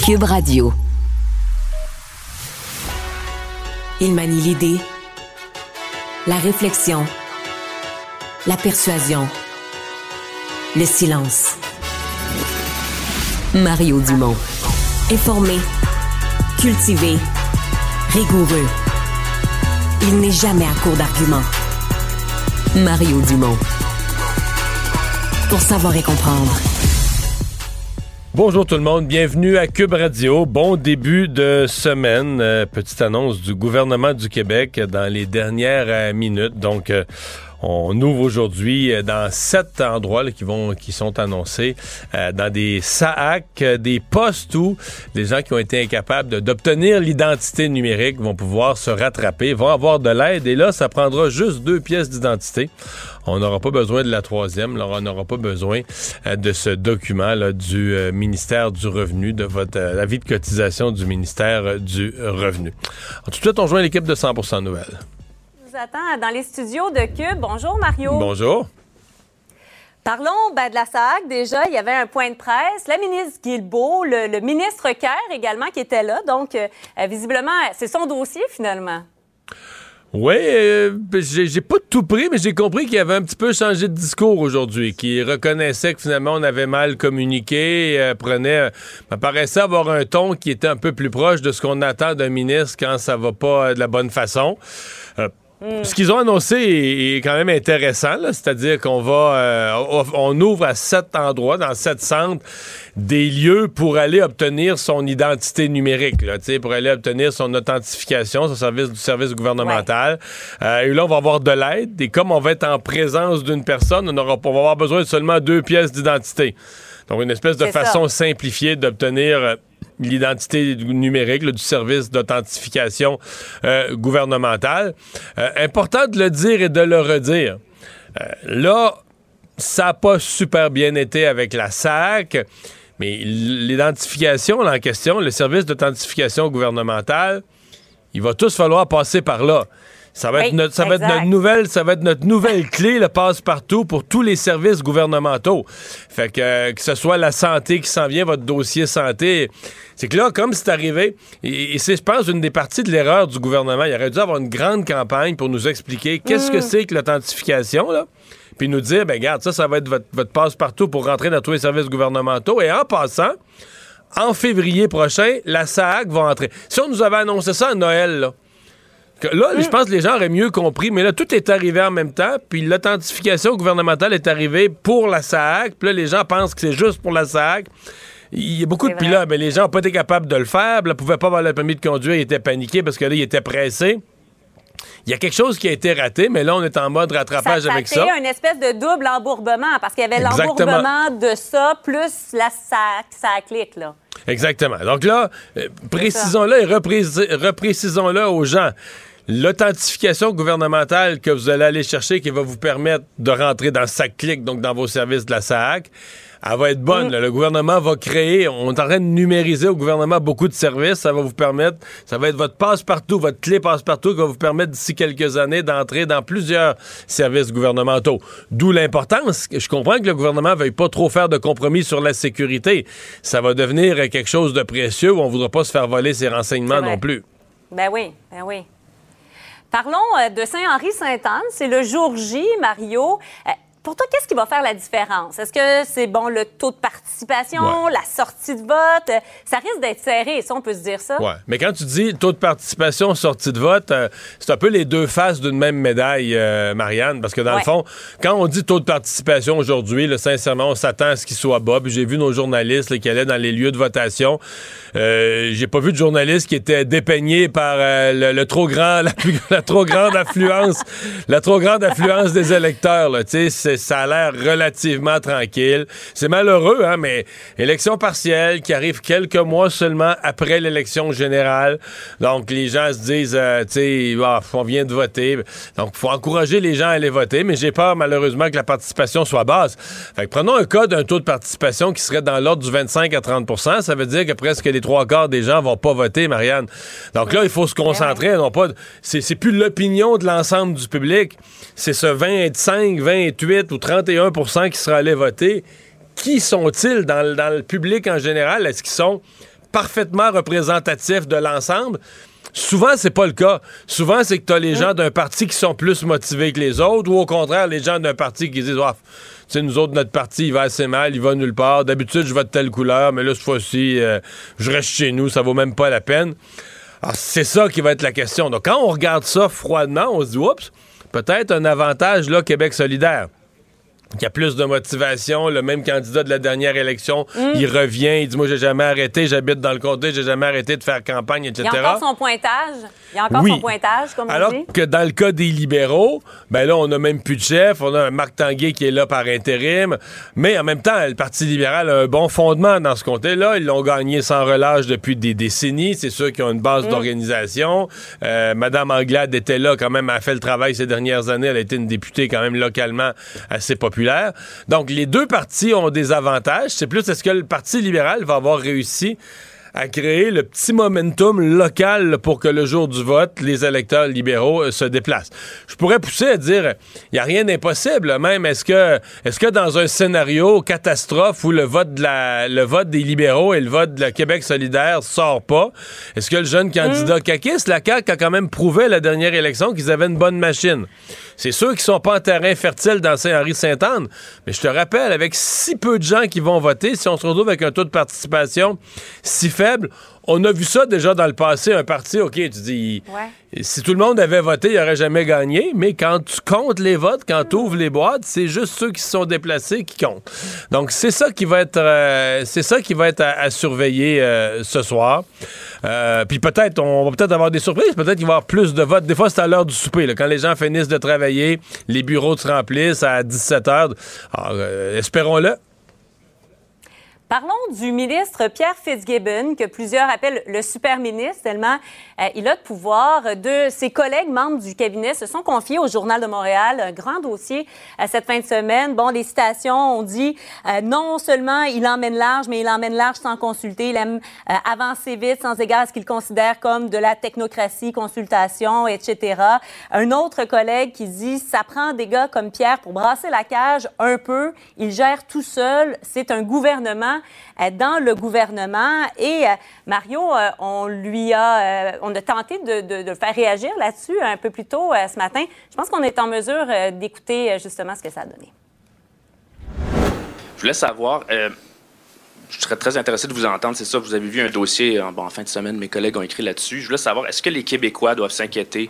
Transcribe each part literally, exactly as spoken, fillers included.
Cube Radio. Il manie l'idée, la réflexion, la persuasion, le silence. Mario Dumont. Informé, cultivé, rigoureux. Il n'est jamais à court d'arguments. Mario Dumont. Pour savoir et comprendre. Bonjour tout le monde, bienvenue à Cube Radio. Bon début de semaine. Euh, petite annonce du gouvernement du Québec dans les dernières euh, minutes. Donc, euh, on ouvre aujourd'hui dans sept endroits là, qui vont, qui sont annoncés, euh, dans des S A A C, des postes où les gens qui ont été incapables de, d'obtenir l'identité numérique vont pouvoir se rattraper, vont avoir de l'aide. Et là, ça prendra juste deux pièces d'identité. On n'aura pas besoin de la troisième. Là, on n'aura pas besoin euh, de ce document là, du euh, ministère du Revenu, de votre euh, avis de cotisation du ministère euh, du Revenu. Alors, tout de suite, on rejoint l'équipe de cent pour cent Nouvelles. Je vous attends dans les studios de Cube. Bonjour, Mario. Bonjour. Parlons ben, de la S A A C déjà. Il y avait un point de presse. La ministre Guilbeault, le, le ministre Kerr également qui était là. Donc, euh, visiblement, c'est son dossier finalement. Oui, euh, j'ai, j'ai pas tout pris, mais j'ai compris qu'il avait un petit peu changé de discours aujourd'hui, qu'il reconnaissait que finalement on avait mal communiqué, euh, prenait, me paraissait avoir un ton qui était un peu plus proche de ce qu'on attend d'un ministre quand ça va pas de la bonne façon. Euh, Mm. Ce qu'ils ont annoncé est, est quand même intéressant, là, c'est-à-dire qu'on va, euh, on ouvre à sept endroits, dans sept centres, des lieux pour aller obtenir son identité numérique, là, pour aller obtenir son authentification, son service du service gouvernemental. Ouais. Euh, et là, on va avoir de l'aide. Et comme on va être en présence d'une personne, on, aura, on va avoir besoin de seulement deux pièces d'identité. Donc, une espèce de C'est façon ça. simplifiée d'obtenir euh, l'identité numérique, là, du service d'authentification euh, gouvernementale. Euh, important de le dire et de le redire. Euh, là, ça n'a pas super bien été avec la S A A C, mais l'identification là, en question, le service d'authentification gouvernementale, il va tous falloir passer par là. Ça va, oui, être notre, ça va être notre nouvelle, ça va être notre nouvelle clé, le passe-partout pour tous les services gouvernementaux. Fait que euh, que ce soit la santé qui s'en vient, votre dossier santé, c'est que là, comme c'est arrivé, et, et c'est, je pense, une des parties de l'erreur du gouvernement, il aurait dû avoir une grande campagne pour nous expliquer qu'est-ce mmh. que c'est que l'authentification, là, puis nous dire, ben regarde, ça, ça va être votre, votre passe-partout pour rentrer dans tous les services gouvernementaux. Et en passant, en février prochain, la S A A C va entrer. Si on nous avait annoncé ça à Noël, là, Là, mm. je pense que les gens auraient mieux compris, mais là, tout est arrivé en même temps, puis l'authentification gouvernementale est arrivée pour la S A A C, puis là, les gens pensent que c'est juste pour la S A A C. Il y a beaucoup c'est de pilotes, mais les gens n'ont pas été capables de le faire, ils ne pouvaient pas avoir le permis de conduire, ils étaient paniqués parce que là, ils étaient pressés. Il y a quelque chose qui a été raté, mais là, on est en mode rattrapage ça, ça avec ça. Ça a une espèce de double embourbement, parce qu'il y avait Exactement. l'embourbement de ça, plus la S A A C, ça clique, là. Exactement. Donc là, euh, précisons-le et représ- reprécisons-le aux gens. L'authentification gouvernementale que vous allez aller chercher qui va vous permettre de rentrer dans SAC-Clic, donc dans vos services de la S A A C, elle va être bonne. Mm. Là. Le gouvernement va créer, on est en train de numériser au gouvernement beaucoup de services. Ça va vous permettre, ça va être votre passe-partout, votre clé passe-partout qui va vous permettre d'ici quelques années d'entrer dans plusieurs services gouvernementaux. D'où l'importance. Je comprends que le gouvernement ne veuille pas trop faire de compromis sur la sécurité. Ça va devenir quelque chose de précieux où on ne voudra pas se faire voler ses renseignements non plus. Ben oui, ben oui. Parlons de Saint-Henri-Sainte-Anne. C'est le jour J, Mario. Pour toi, qu'est-ce qui va faire la différence? Est-ce que c'est, bon, le taux de participation, ouais. la sortie de vote? Ça risque d'être serré, ça, on peut se dire ça? Oui, mais quand tu dis taux de participation, sortie de vote, euh, c'est un peu les deux faces d'une même médaille, euh, Marianne, parce que dans ouais. le fond, quand on dit taux de participation aujourd'hui, là, sincèrement, on s'attend à ce qu'il soit bas. Puis j'ai vu nos journalistes là, qui allaient dans les lieux de votation. Euh, j'ai pas vu de journalistes qui étaient dépeignés par euh, le, le trop grand, la, plus, la trop grande affluence, la trop grande affluence des électeurs, là, tu sais, ça a l'air relativement tranquille. C'est malheureux, hein, mais élection partielle qui arrive quelques mois seulement après l'élection générale. Donc, les gens se disent, euh, tu sais, oh, on vient de voter. Donc, il faut encourager les gens à aller voter, mais j'ai peur, malheureusement, que la participation soit basse. Fait que prenons un cas d'un taux de participation qui serait dans l'ordre du vingt-cinq à trente pour cent. Ça veut dire que presque les trois quarts des gens vont pas voter, Marianne. Donc là, il faut se concentrer. Non pas, c'est, c'est plus l'opinion de l'ensemble du public. C'est ce vingt-cinq, vingt-huit ou trente et un pour cent qui sera allé voter. Qui sont-ils dans, dans le public en général? Est-ce qu'ils sont parfaitement représentatif de l'ensemble. Souvent, c'est pas le cas. Souvent, c'est que tu as les gens d'un parti qui sont plus motivés que les autres, ou au contraire, les gens d'un parti qui disent oh, tu sais, nous autres, notre parti, il va assez mal, il va nulle part. D'habitude, je vote telle couleur, mais là, cette fois-ci, euh, je reste chez nous, ça vaut même pas la peine. Alors, c'est ça qui va être la question. Donc, quand on regarde ça froidement, on se dit oups, peut-être un avantage, là, Québec solidaire. Qui a plus de motivation, le même candidat de la dernière élection, mm. il revient, il dit « Moi, j'ai jamais arrêté, j'habite dans le comté, j'ai jamais arrêté de faire campagne, et cetera » Il y a encore son pointage. Il y a encore oui. son pointage, comme Alors on dit. Alors que dans le cas des libéraux, ben là, on n'a même plus de chef, on a un Marc Tanguay qui est là par intérim, mais en même temps, le Parti libéral a un bon fondement dans ce comté-là. Ils l'ont gagné sans relâche depuis des décennies. C'est sûr qu'ils ont une base mm. d'organisation. Euh, Madame Anglade était là quand même, elle a fait le travail ces dernières années. Elle a été une députée quand même localement assez populaire. Donc, les deux partis ont des avantages. C'est plus, est-ce que le Parti libéral va avoir réussi à créer le petit momentum local là, pour que le jour du vote, les électeurs libéraux euh, se déplacent. Je pourrais pousser à dire, il n'y a rien d'impossible. Même, est-ce que, est-ce que dans un scénario catastrophe où le vote, de la, le vote des libéraux et le vote de la Québec solidaire sort pas, est-ce que le jeune candidat mmh. caquiste, la C A Q a quand même prouvé à la dernière élection qu'ils avaient une bonne machine? C'est sûr qu'ils sont pas en terrain fertile dans Saint-Henri-Sainte-Anne, mais je te rappelle, avec si peu de gens qui vont voter, si on se retrouve avec un taux de participation si faible, on a vu ça déjà dans le passé, un parti, OK, tu dis, ouais. si tout le monde avait voté, il n'aurait jamais gagné, mais quand tu comptes les votes, quand tu ouvres les boîtes, c'est juste ceux qui se sont déplacés qui comptent. Donc, c'est ça qui va être, euh, c'est ça qui va être à, à surveiller euh, ce soir. Euh, puis peut-être, on va peut-être avoir des surprises, peut-être qu'il va y avoir plus de votes. Des fois, c'est à l'heure du souper, là, quand les gens finissent de travailler, les bureaux se remplissent à dix-sept heures. Alors, euh, espérons-le. Parlons du ministre Pierre Fitzgibbon, que plusieurs appellent le super-ministre, tellement euh, il a de pouvoir. De ses collègues membres du cabinet se sont confiés au Journal de Montréal un grand dossier euh, cette fin de semaine. Bon, les citations ont dit euh, non seulement il emmène large, mais il emmène large sans consulter. Il aime euh, avancer vite, sans égard à ce qu'il considère comme de la technocratie, consultation, et cetera. Un autre collègue qui dit ça prend des gars comme Pierre pour brasser la cage un peu. Il gère tout seul. C'est un gouvernement dans le gouvernement. Et euh, Mario, euh, on lui a, euh, on a tenté de, de, de faire réagir là-dessus un peu plus tôt euh, ce matin. Je pense qu'on est en mesure euh, d'écouter euh, justement ce que ça a donné. Je voulais savoir, euh, je serais très intéressé de vous entendre, c'est ça, vous avez vu un dossier, bon, en fin de semaine, mes collègues ont écrit là-dessus. Je voulais savoir, est-ce que les Québécois doivent s'inquiéter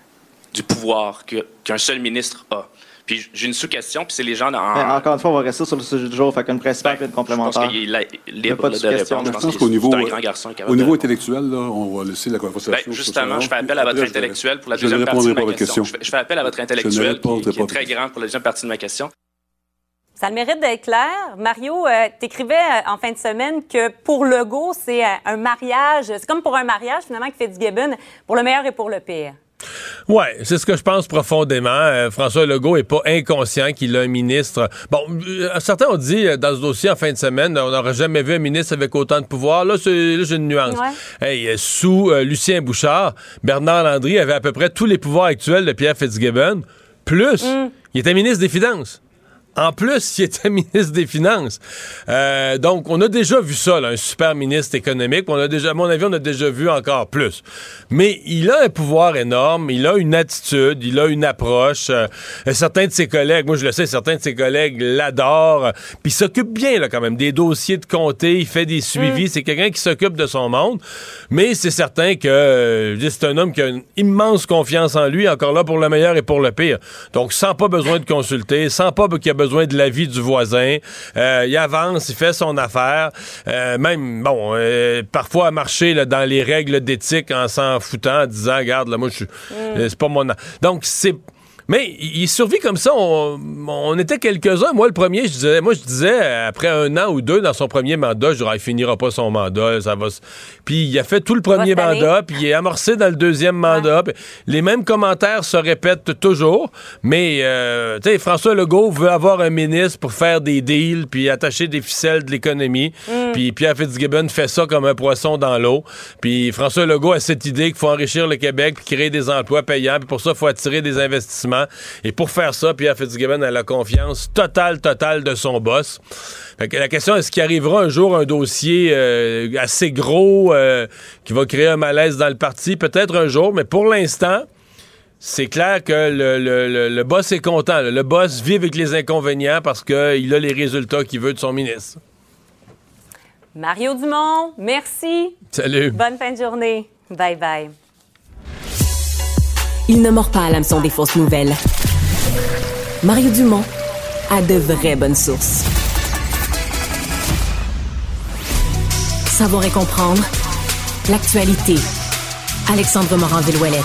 du pouvoir que, qu'un seul ministre a? Puis j'ai une sous-question, puis c'est les gens... En... Ben, encore une fois, on va rester sur le sujet du jour, fait qu'une principale ben, et une complémentaire. Je pense qu'il est libre de répondre. Je pense, je pense qu'au niveau, un grand garçon au niveau intellectuel, là, on va laisser la conversation. Ben, justement, je fais appel à votre Après, intellectuel pour la deuxième partie de ma question. question. Je, fais, je fais appel à votre intellectuel, qui, qui est très grand pour la deuxième partie de ma question. Ça a le mérite d'être clair. Mario, euh, t'écrivais euh, en fin de semaine que pour Legault, c'est euh, un mariage, c'est comme pour un mariage, finalement, que Fitzgibbon, pour le meilleur et pour le pire. Oui, c'est ce que je pense profondément. Euh, François Legault n'est pas inconscient qu'il a un ministre. Bon, euh, certains ont dit euh, dans ce dossier en fin de semaine, on n'aurait jamais vu un ministre avec autant de pouvoir. Là, c'est, là j'ai une nuance. Ouais. Hey, euh, sous euh, Lucien Bouchard, Bernard Landry avait à peu près tous les pouvoirs actuels de Pierre Fitzgibbon. Plus, mm. il était ministre des Finances. En plus, il était ministre des Finances. Euh, donc, on a déjà vu ça, là, un super ministre économique. On a déjà, à mon avis, on a déjà vu encore plus. Mais il a un pouvoir énorme, il a une attitude, il a une approche. Euh, certains de ses collègues, moi je le sais, certains de ses collègues l'adorent. Puis il s'occupe bien, là, quand même, des dossiers de comté, il fait des suivis. Mm. C'est quelqu'un qui s'occupe de son monde. Mais c'est certain que euh, c'est un homme qui a une immense confiance en lui, encore là pour le meilleur et pour le pire. Donc, sans pas besoin de consulter, sans pas qu'il y a besoin de l'avis du voisin. Euh, il avance, il fait son affaire. Euh, même, bon, euh, parfois à marcher là, dans les règles d'éthique en s'en foutant, en disant, regarde, là, moi, je suis... Mm. Euh, c'est pas mon... Donc, c'est... Mais il survit comme ça. On, on était quelques-uns. Moi, le premier, je disais, moi, je disais, après un an ou deux dans son premier mandat, je dirais, il finira pas son mandat, ça va. Puis il a fait tout le premier mandat, puis il est amorcé dans le deuxième mandat. Ouais. Les mêmes commentaires se répètent toujours, mais euh, tu sais, François Legault veut avoir un ministre pour faire des deals, puis attacher des ficelles de l'économie. Mm. Puis Pierre Fitzgibbon fait ça comme un poisson dans l'eau. Puis François Legault a cette idée qu'il faut enrichir le Québec puis créer des emplois payants. Puis pour ça, il faut attirer des investissements. Et pour faire ça, Pierre Fitzgibbon a la confiance totale, totale de son boss. Fait que la question, est-ce qu'il arrivera un jour un dossier euh, assez gros euh, qui va créer un malaise dans le parti? Peut-être un jour, mais pour l'instant, c'est clair que le, le, le, le boss est content. Le boss vit avec les inconvénients parce qu'il a les résultats qu'il veut de son ministre. Mario Dumont, merci. Salut. Bonne fin de journée. Bye bye. Il ne mord pas à l'hameçon des fausses nouvelles. Mario Dumont a de vraies bonnes sources. Savoir et comprendre l'actualité. Alexandre Morin-Villouellette.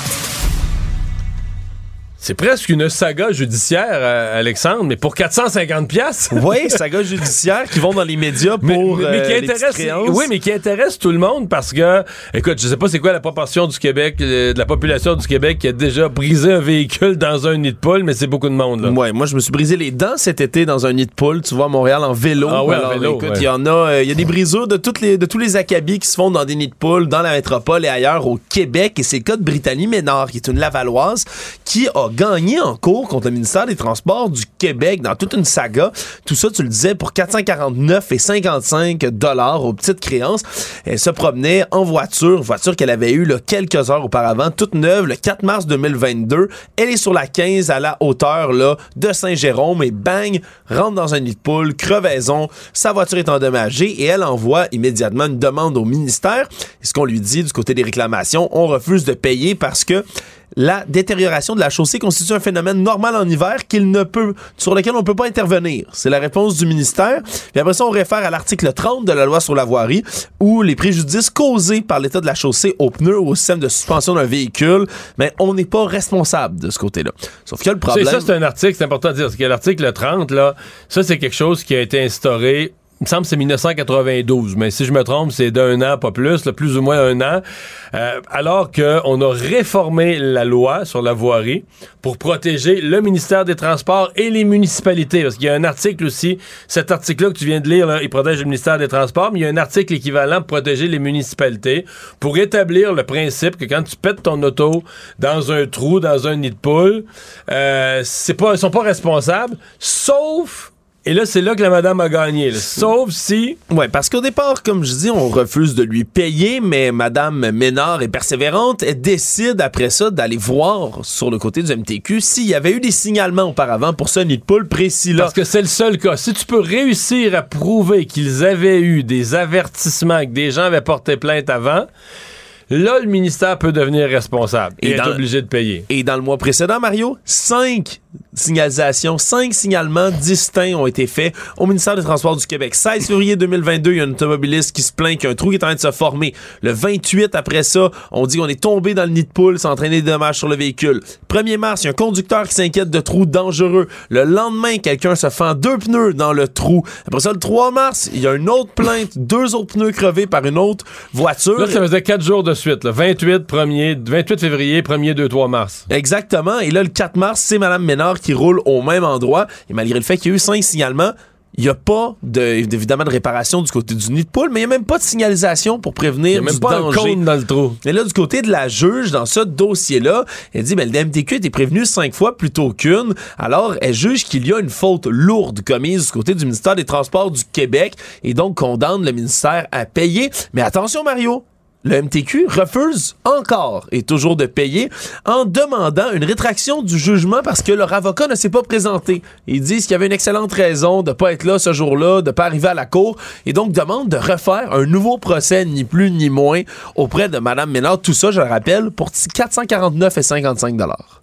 C'est presque une saga judiciaire, euh, Alexandre, mais pour quatre cent cinquante piastres. Oui, saga judiciaire qui vont dans les médias pour mais, mais, mais qui euh, intéresse, les oui, mais qui intéresse tout le monde parce que, écoute, je sais pas c'est quoi la proportion du Québec, euh, de la population du Québec qui a déjà brisé un véhicule dans un nid de poule, mais c'est beaucoup de monde, là. Ouais, moi, je me suis brisé les dents cet été dans un nid de poule, tu vois, à Montréal, en vélo. Ah ouais, Alors, en vélo, écoute, il ouais. y en a, il euh, y a des brisures de toutes les, de tous les acabis qui se font dans des nids de poule, dans la métropole et ailleurs au Québec, et c'est le cas de Brittany Ménard, qui est une Lavalloise, qui a gagné en cours contre le ministère des Transports du Québec dans toute une saga. Tout ça, tu le disais, pour quatre cent quarante-neuf virgule cinquante-cinq dollars aux petites créances. Elle se promenait en voiture, voiture qu'elle avait eue là, quelques heures auparavant, toute neuve, le quatre mars deux mille vingt-deux. Elle est sur la quinze à la hauteur là, de Saint-Jérôme et bang, rentre dans un nid de poule, crevaison, sa voiture est endommagée et elle envoie immédiatement une demande au ministère. Et ce qu'on lui dit du côté des réclamations, on refuse de payer parce que la détérioration de la chaussée constitue un phénomène normal en hiver qu'il ne peut, sur lequel on ne peut pas intervenir. C'est la réponse du ministère. Puis après ça, on réfère à l'article trente de la loi sur la voirie où les préjudices causés par l'état de la chaussée aux pneus ou au système de suspension d'un véhicule, mais on n'est pas responsable de ce côté-là. Sauf que le problème... C'est ça, c'est un article, c'est important de dire, parce que l'article trente, là, ça, c'est quelque chose qui a été instauré... Il me semble que c'est dix-neuf cent quatre-vingt-douze, mais si je me trompe, c'est d'un an, pas plus, là, plus ou moins un an, euh, alors qu'on a réformé la loi sur la voirie pour protéger le ministère des Transports et les municipalités. Parce qu'il y a un article aussi, cet article-là que tu viens de lire, là, il protège le ministère des Transports, mais il y a un article équivalent pour protéger les municipalités, pour établir le principe que quand tu pètes ton auto dans un trou, dans un nid de poule, euh, c'est pas, ils sont pas responsables, sauf... Et là, c'est là que la madame a gagné. Là. Sauf si... Oui, parce qu'au départ, comme je dis, on refuse de lui payer, mais madame Ménard est persévérante. Elle décide, après ça, d'aller voir sur le côté du M T Q s'il y avait eu des signalements auparavant pour ce nid de poule précis-là. Parce que c'est le seul cas. Si tu peux réussir à prouver qu'ils avaient eu des avertissements, que des gens avaient porté plainte avant... Là, le ministère peut devenir responsable et, et être dans, obligé de payer. Et dans le mois précédent, Mario, cinq signalisations, cinq signalements distincts ont été faits au ministère des Transports du Québec. seize février deux mille vingt-deux, il y a un automobiliste qui se plaint qu'il y a un trou qui est en train de se former. Le vingt-huit, après ça, on dit qu'on est tombé dans le nid de poule, ça a entraîné des dommages sur le véhicule. premier mars, il y a un conducteur qui s'inquiète de trous dangereux. Le lendemain, quelqu'un se fend deux pneus dans le trou. Après ça, le trois mars, il y a une autre plainte, deux autres pneus crevés par une autre voiture. Là, ça faisait quatre jours de suite, là. vingt-huit, premier, vingt-huit février, premier, deux, trois mars. Exactement. Et là, le quatre mars, c'est Mme Ménard qui roule au même endroit. Et malgré le fait qu'il y a eu cinq signalements, il n'y a pas de, évidemment de réparation du côté du nid de poule, mais il n'y a même pas de signalisation pour prévenir du danger. Il n'y a même pas un cône dans le trou. Et là, du côté de la juge, dans ce dossier-là, elle dit, ben, le M T Q a été prévenu cinq fois plutôt qu'une. Alors, elle juge qu'il y a une faute lourde commise du côté du ministère des Transports du Québec et donc condamne le ministère à payer. Mais attention, Mario, le M T Q refuse encore et toujours de payer en demandant une rétraction du jugement parce que leur avocat ne s'est pas présenté. Ils disent qu'il y avait une excellente raison de ne pas être là ce jour-là, de ne pas arriver à la cour et donc demandent de refaire un nouveau procès, ni plus ni moins, auprès de Mme Ménard. Tout ça, je le rappelle, pour quatre cent quarante-neuf virgule cinquante-cinq dollars.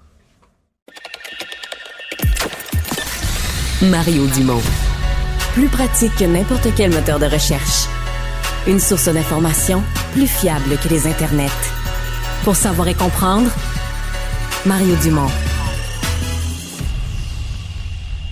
Mario Dumont. Plus pratique que n'importe quel moteur de recherche. Une source d'information plus fiable que les internets. Pour savoir et comprendre, Mario Dumont.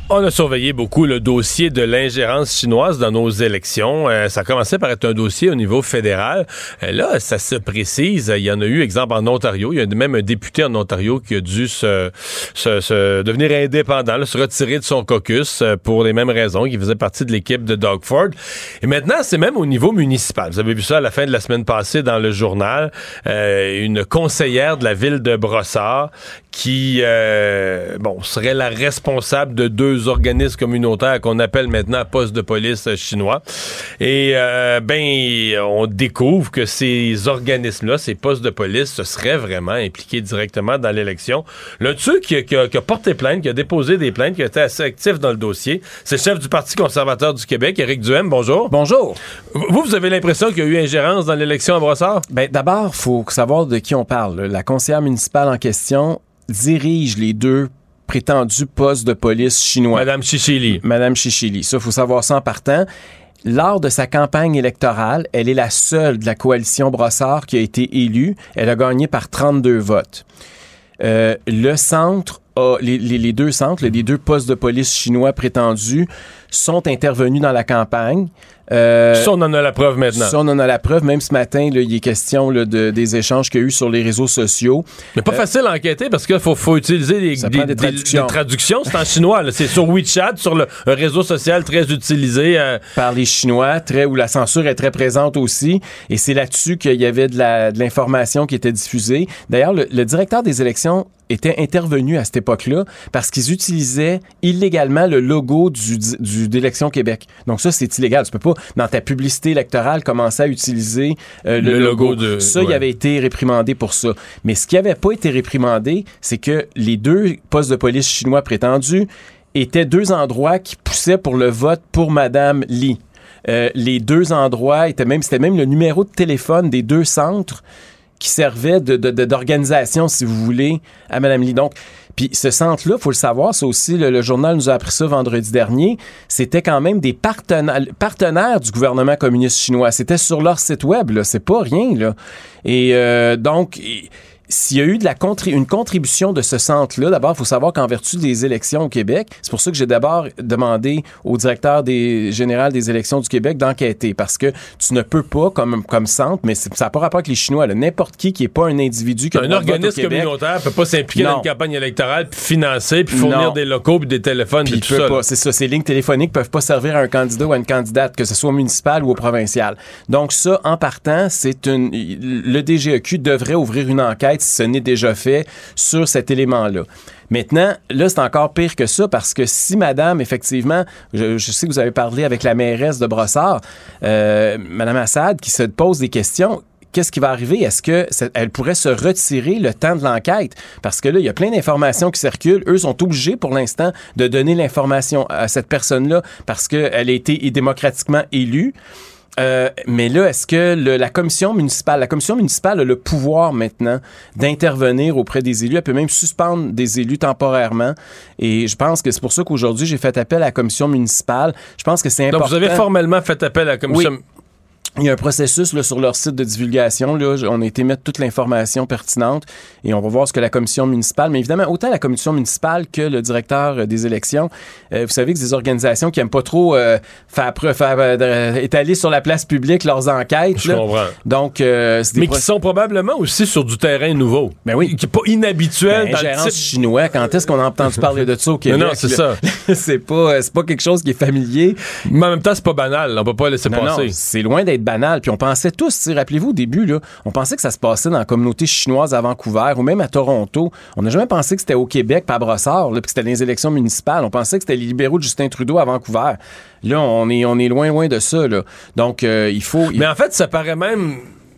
On a surveillé beaucoup le dossier de l'ingérence chinoise dans nos élections. Euh, ça a commencé par être un dossier au niveau fédéral. Euh, là, ça se précise. Il y en a eu, exemple, en Ontario. Il y a même un député en Ontario qui a dû se, se, se devenir indépendant, là, se retirer de son caucus euh, pour les mêmes raisons, qui faisait partie de l'équipe de Doug Ford. Et maintenant, c'est même au niveau municipal. Vous avez vu ça à la fin de la semaine passée dans le journal. Euh, une conseillère de la ville de Brossard qui, euh, bon, serait la responsable de deux organismes communautaires qu'on appelle maintenant postes de police chinois. Et, euh, ben, on découvre que ces organismes-là, ces postes de police, se seraient vraiment impliqués directement dans l'élection. L'un de ceux qui, qui, a, qui a porté plainte, qui a déposé des plaintes, qui a été assez actif dans le dossier, c'est le chef du Parti conservateur du Québec, Éric Duhaime. Bonjour. Bonjour. Vous, vous avez l'impression qu'il y a eu ingérence dans l'élection à Brossard? Ben, d'abord, il faut savoir de qui on parle. La conseillère municipale en question dirige les deux prétendus postes de police chinois. Madame Chichili. Madame Chichili. Ça, il faut savoir ça en partant. Lors de sa campagne électorale, elle est la seule de la coalition Brossard qui a été élue. Elle a gagné par trente-deux votes. Euh, le centre, a, les, les, les deux centres, les deux postes de police chinois prétendus sont intervenus dans la campagne. Euh, ça, on en a la preuve maintenant. Ça, on en a la preuve. Même ce matin, là, il est question là, de, des échanges qu'il y a eu sur les réseaux sociaux. Mais pas euh, facile à enquêter parce qu'il faut, faut utiliser des, des, des, traductions. des traductions. C'est en chinois. Là. C'est sur WeChat, sur le, un réseau social très utilisé. Euh... Par les Chinois, très, où la censure est très présente aussi. Et c'est là-dessus qu'il y avait de, la, de l'information qui était diffusée. D'ailleurs, le, le directeur des élections était intervenu à cette époque-là parce qu'ils utilisaient illégalement le logo du, du d'Élections Québec. Donc ça, c'est illégal. Tu peux pas, dans ta publicité électorale, commencer à utiliser euh, le, le logo. logo de, ça, ouais. Il avait été réprimandé pour ça. Mais ce qui avait pas été réprimandé, c'est que les deux postes de police chinois prétendus étaient deux endroits qui poussaient pour le vote pour Madame Li. Euh, les deux endroits étaient même, c'était même le numéro de téléphone des deux centres qui servait de, de, de, d'organisation, si vous voulez, à Mme Li. Donc, puis ce centre-là, il faut le savoir, ça aussi, le, le journal nous a appris ça vendredi dernier, c'était quand même des partenaires, partenaires du gouvernement communiste chinois. C'était sur leur site web, là. C'est pas rien, là. Et euh, donc... Et, s'il y a eu de la contri- une contribution de ce centre-là, d'abord, il faut savoir qu'en vertu des élections au Québec, c'est pour ça que j'ai d'abord demandé au directeur des, général des élections du Québec d'enquêter, parce que tu ne peux pas, comme, comme centre, mais ça n'a pas rapport avec les Chinois, là, n'importe qui qui n'est pas un individu... Qui un organisme communautaire ne peut pas s'impliquer non. dans une campagne électorale, puis financer, puis fournir non. des locaux, puis des téléphones, puis tout ça. Pas, c'est ça, ces lignes téléphoniques ne peuvent pas servir à un candidat ou à une candidate, que ce soit au municipal ou au provincial. Donc ça, en partant, c'est une... Le D G E Q devrait ouvrir une enquête si ce n'est déjà fait sur cet élément-là. Maintenant, là, c'est encore pire que ça parce que si madame, effectivement, je, je sais que vous avez parlé avec la mairesse de Brossard, euh, madame Assad, qui se pose des questions, qu'est-ce qui va arriver? Est-ce qu'elle pourrait se retirer le temps de l'enquête? Parce que là, il y a plein d'informations qui circulent. Eux sont obligés, pour l'instant, de donner l'information à cette personne-là parce qu'elle a été démocratiquement élue. Euh, mais là, est-ce que le, la commission municipale, la commission municipale a le pouvoir maintenant d'intervenir auprès des élus? Elle peut même suspendre des élus temporairement. Et je pense que c'est pour ça qu'aujourd'hui, j'ai fait appel à la commission municipale. Je pense que c'est important. Donc, vous avez formellement fait appel à la commission... Oui. Il y a un processus là, sur leur site de divulgation. Là, on a été mettre toute l'information pertinente et on va voir ce que la commission municipale, mais évidemment, autant la commission municipale que le directeur des élections, euh, vous savez que c'est des organisations qui n'aiment pas trop euh, faire, faire euh, étaler sur la place publique leurs enquêtes. Je là. comprends. Donc, euh, c'est des mais pro- qui sont probablement aussi sur du terrain nouveau. Ben oui. Qui n'est pas inhabituel ben, dans le type... chinois. Quand est-ce qu'on a entendu parler de ça au Québec? Non, non, c'est là? ça. c'est, pas, c'est pas quelque chose qui est familier. Mais en même temps, c'est pas banal. On peut pas laisser non, passer. Non, c'est loin d'être banal. Puis on pensait tous, rappelez-vous au début, là, on pensait que ça se passait dans la communauté chinoise à Vancouver ou même à Toronto. On n'a jamais pensé que c'était au Québec, pas à Brossard, là, puis que c'était les élections municipales. On pensait que c'était les libéraux de Justin Trudeau à Vancouver. Là, on est, on est loin, loin de ça. Là. Donc, euh, il faut... Mais en fait, ça paraît même...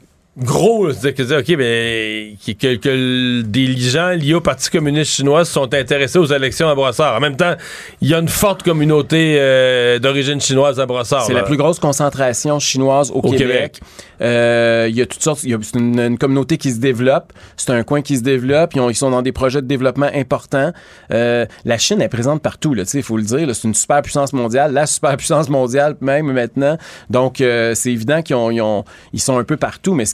gros, c'est-à-dire que, OK, ben, que, que des gens liés au Parti communiste chinois sont intéressés aux élections à Brossard. En même temps, il y a une forte communauté euh, d'origine chinoise à Brossard. C'est là. la plus grosse concentration chinoise au, au Québec. Québec. Euh, il y a toutes sortes, il y a c'est une, une communauté qui se développe. C'est un coin qui se développe. Ils, ont, ils sont dans des projets de développement importants. Euh, la Chine est présente partout, là, tu sais, il faut le dire. Là, c'est une superpuissance mondiale, la superpuissance mondiale même maintenant. Donc, euh, c'est évident qu'ils ont, ils ont, ils sont un peu partout. Mais ce qui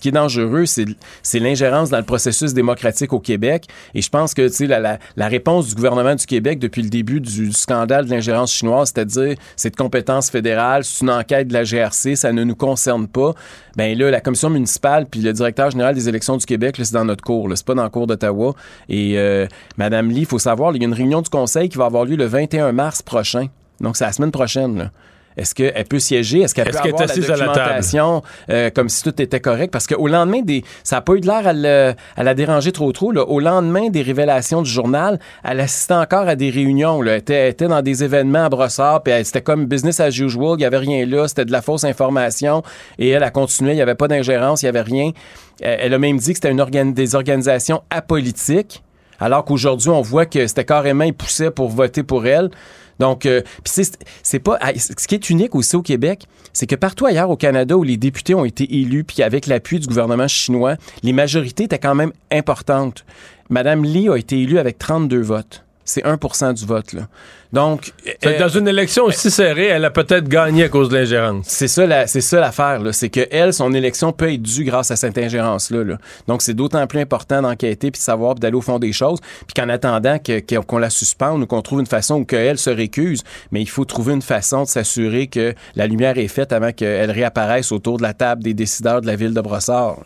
qui est dangereux, c'est, c'est l'ingérence dans le processus démocratique au Québec. Et je pense que, tu sais, la, la, la réponse du gouvernement du Québec depuis le début du, du scandale de l'ingérence chinoise, c'est-à-dire, c'est de compétence fédérale, c'est une enquête de la G R C, ça ne nous concerne pas. Ben là, la commission municipale puis le directeur général des élections du Québec, là, c'est dans notre cour, là, c'est pas dans le cour d'Ottawa. Et euh, Madame Lee, il faut savoir, il y a une réunion du conseil qui va avoir lieu le vingt et un mars prochain. Donc, c'est la semaine prochaine, là. Est-ce qu'elle peut siéger? Est-ce qu'elle Est-ce peut qu'elle avoir est la assise documentation euh, comme si tout était correct? Parce qu'au lendemain des... Ça n'a pas eu de l'air à, le, à la déranger trop trop. Là. Au lendemain des révélations du journal, elle assistait encore à des réunions. Là. Elle, était, elle était dans des événements à Brossard, puis elle, c'était comme business as usual. Il n'y avait rien là. C'était de la fausse information. Et elle a continué. Il n'y avait pas d'ingérence. Il n'y avait rien. Elle, elle a même dit que c'était une organ... des organisations apolitiques, alors qu'aujourd'hui, on voit que c'était carrément, ils poussaient pour voter pour elle. Donc, euh, pis c'est, c'est pas... Ce qui est unique aussi au Québec, c'est que partout ailleurs au Canada où les députés ont été élus, puis avec l'appui du gouvernement chinois, les majorités étaient quand même importantes. Madame Lee a été élue avec trente-deux votes. C'est un pour cent du vote, là. Donc... Euh, dans une élection aussi serrée, elle a peut-être gagné à cause de l'ingérence. C'est ça, la, c'est ça l'affaire, là. C'est que elle, son élection peut être due grâce à cette ingérence-là, là. Donc, c'est d'autant plus important d'enquêter puis de savoir puis d'aller au fond des choses. Puis qu'en attendant que, que, qu'on la suspende ou qu'on trouve une façon où qu'elle se récuse, mais il faut trouver une façon de s'assurer que la lumière est faite avant qu'elle réapparaisse autour de la table des décideurs de la ville de Brossard.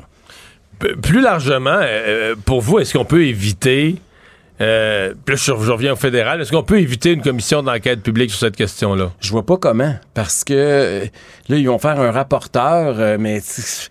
P- plus largement, euh, pour vous, est-ce qu'on peut éviter... Euh, puis là, je, je reviens au fédéral. Est-ce qu'on peut éviter une commission d'enquête publique sur cette question-là? Je vois pas comment. Parce que euh, là, ils vont faire un rapporteur, euh, mais c'est,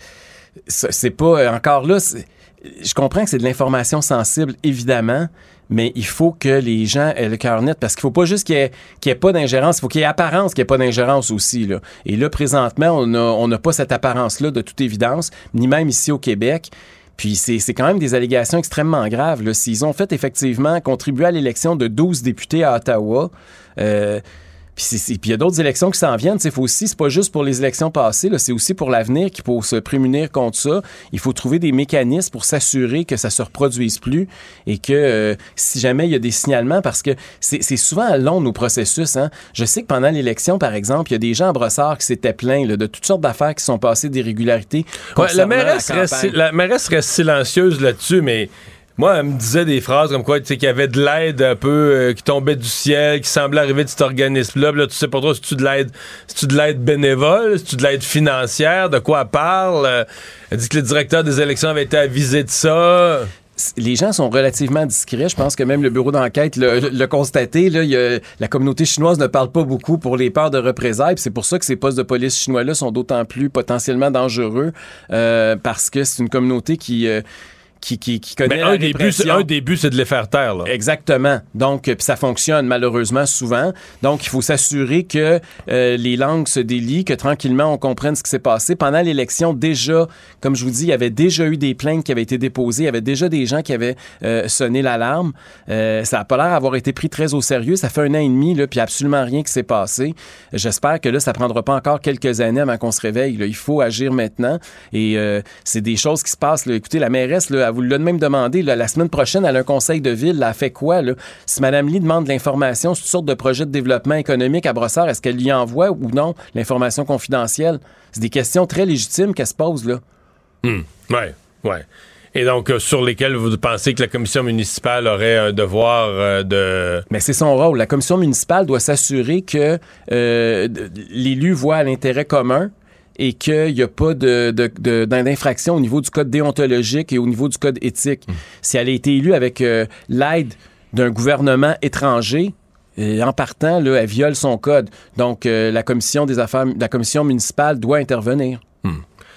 c'est pas... Euh, encore là, c'est, je comprends que c'est de l'information sensible, évidemment, mais il faut que les gens aient le cœur net, parce qu'il faut pas juste qu'il y ait, qu'il y ait pas d'ingérence, il faut qu'il y ait apparence qu'il n'y ait pas d'ingérence aussi, là. Et là, présentement, on a, on n'a pas cette apparence-là, de toute évidence, ni même ici au Québec. Puis c'est, c'est quand même des allégations extrêmement graves, là. S'ils ont fait effectivement contribuer à l'élection de douze députés à Ottawa, euh, puis il y a d'autres élections qui s'en viennent. Il faut aussi, c'est pas juste pour les élections passées, là, c'est aussi pour l'avenir qu'il faut se prémunir contre ça. Il faut trouver des mécanismes pour s'assurer que ça se reproduise plus et que euh, si jamais il y a des signalements, parce que c'est, c'est souvent long nos processus. Hein. Je sais que pendant l'élection, par exemple, il y a des gens à Brossard qui s'étaient plaints là, de toutes sortes d'affaires qui sont passées, d'irrégularités. Ouais, la mairesse reste, la mairesse reste silencieuse là-dessus, mais... Moi, elle me disait des phrases comme quoi, tu sais, qu'il y avait de l'aide un peu euh, qui tombait du ciel, qui semblait arriver de cet organisme-là. Là, tu sais pas trop si tu de l'aide, si tu de l'aide bénévole, si tu de l'aide financière, de quoi elle parle. Euh, elle dit que le directeur des élections avait été avisé de ça. Les gens sont relativement discrets. Je pense que même le bureau d'enquête l'a, l'a constaté. Là, il y a, la communauté chinoise ne parle pas beaucoup pour les peurs de représailles. Puis c'est pour ça que ces postes de police chinois-là sont d'autant plus potentiellement dangereux euh, parce que c'est une communauté qui... Euh, Qui, qui, qui connaît Mais la un des buts, un des buts, c'est de les faire taire, là. Exactement. Donc, puis ça fonctionne malheureusement souvent. Donc, il faut s'assurer que euh, les langues se délient, que tranquillement on comprenne ce qui s'est passé. Pendant l'élection, déjà, comme je vous dis, il y avait déjà eu des plaintes qui avaient été déposées. Il y avait déjà des gens qui avaient euh, sonné l'alarme. Euh, ça n'a pas l'air d'avoir été pris très au sérieux. Ça fait un an et demi, là, puis absolument rien qui s'est passé. J'espère que là, ça prendra pas encore quelques années avant qu'on se réveille. Là. Il faut agir maintenant. Et euh, c'est des choses qui se passent. Là. Écoutez, la mairesse, là, elle vous l'a même demandé, là, la semaine prochaine, elle a un conseil de ville, là, elle fait quoi, là? Si Mme Lee demande de l'information sur toutes sortes de projets de développement économique à Brossard, est-ce qu'elle lui envoie ou non l'information confidentielle? C'est des questions très légitimes qu'elle se pose, là. Hum, ouais, ouais. Et donc, euh, sur lesquels vous pensez que la commission municipale aurait un devoir euh, de... Mais c'est son rôle. La commission municipale doit s'assurer que euh, l'élu voit l'intérêt commun et qu'il n'y a pas de, de, de, d'infraction au niveau du code déontologique et au niveau du code éthique. Mmh. Si elle a été élue avec euh, l'aide d'un gouvernement étranger, et en partant, là, elle viole son code. Donc, euh, la commission des affaires, la commission municipale doit intervenir. Mmh.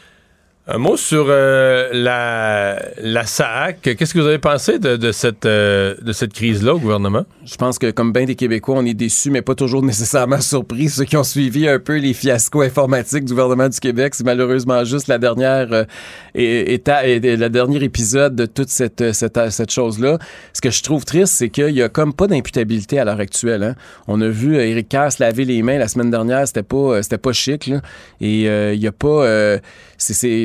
Un mot sur euh, la, la S A A C. Qu'est-ce que vous avez pensé de, de cette, euh, de cette crise-là au gouvernement? Je pense que, comme bien des Québécois, on est déçus, mais pas toujours nécessairement surpris. Ceux qui ont suivi un peu les fiascos informatiques du gouvernement du Québec, c'est malheureusement juste la dernière euh, état, et, et, le dernier épisode de toute cette, cette, cette chose-là. Ce que je trouve triste, c'est qu'il y a comme pas d'imputabilité à l'heure actuelle. Hein. On a vu Éric Kerr se laver les mains la semaine dernière, c'était pas, c'était pas chic, là. Et il euh, y a pas... Euh, c'est, c'est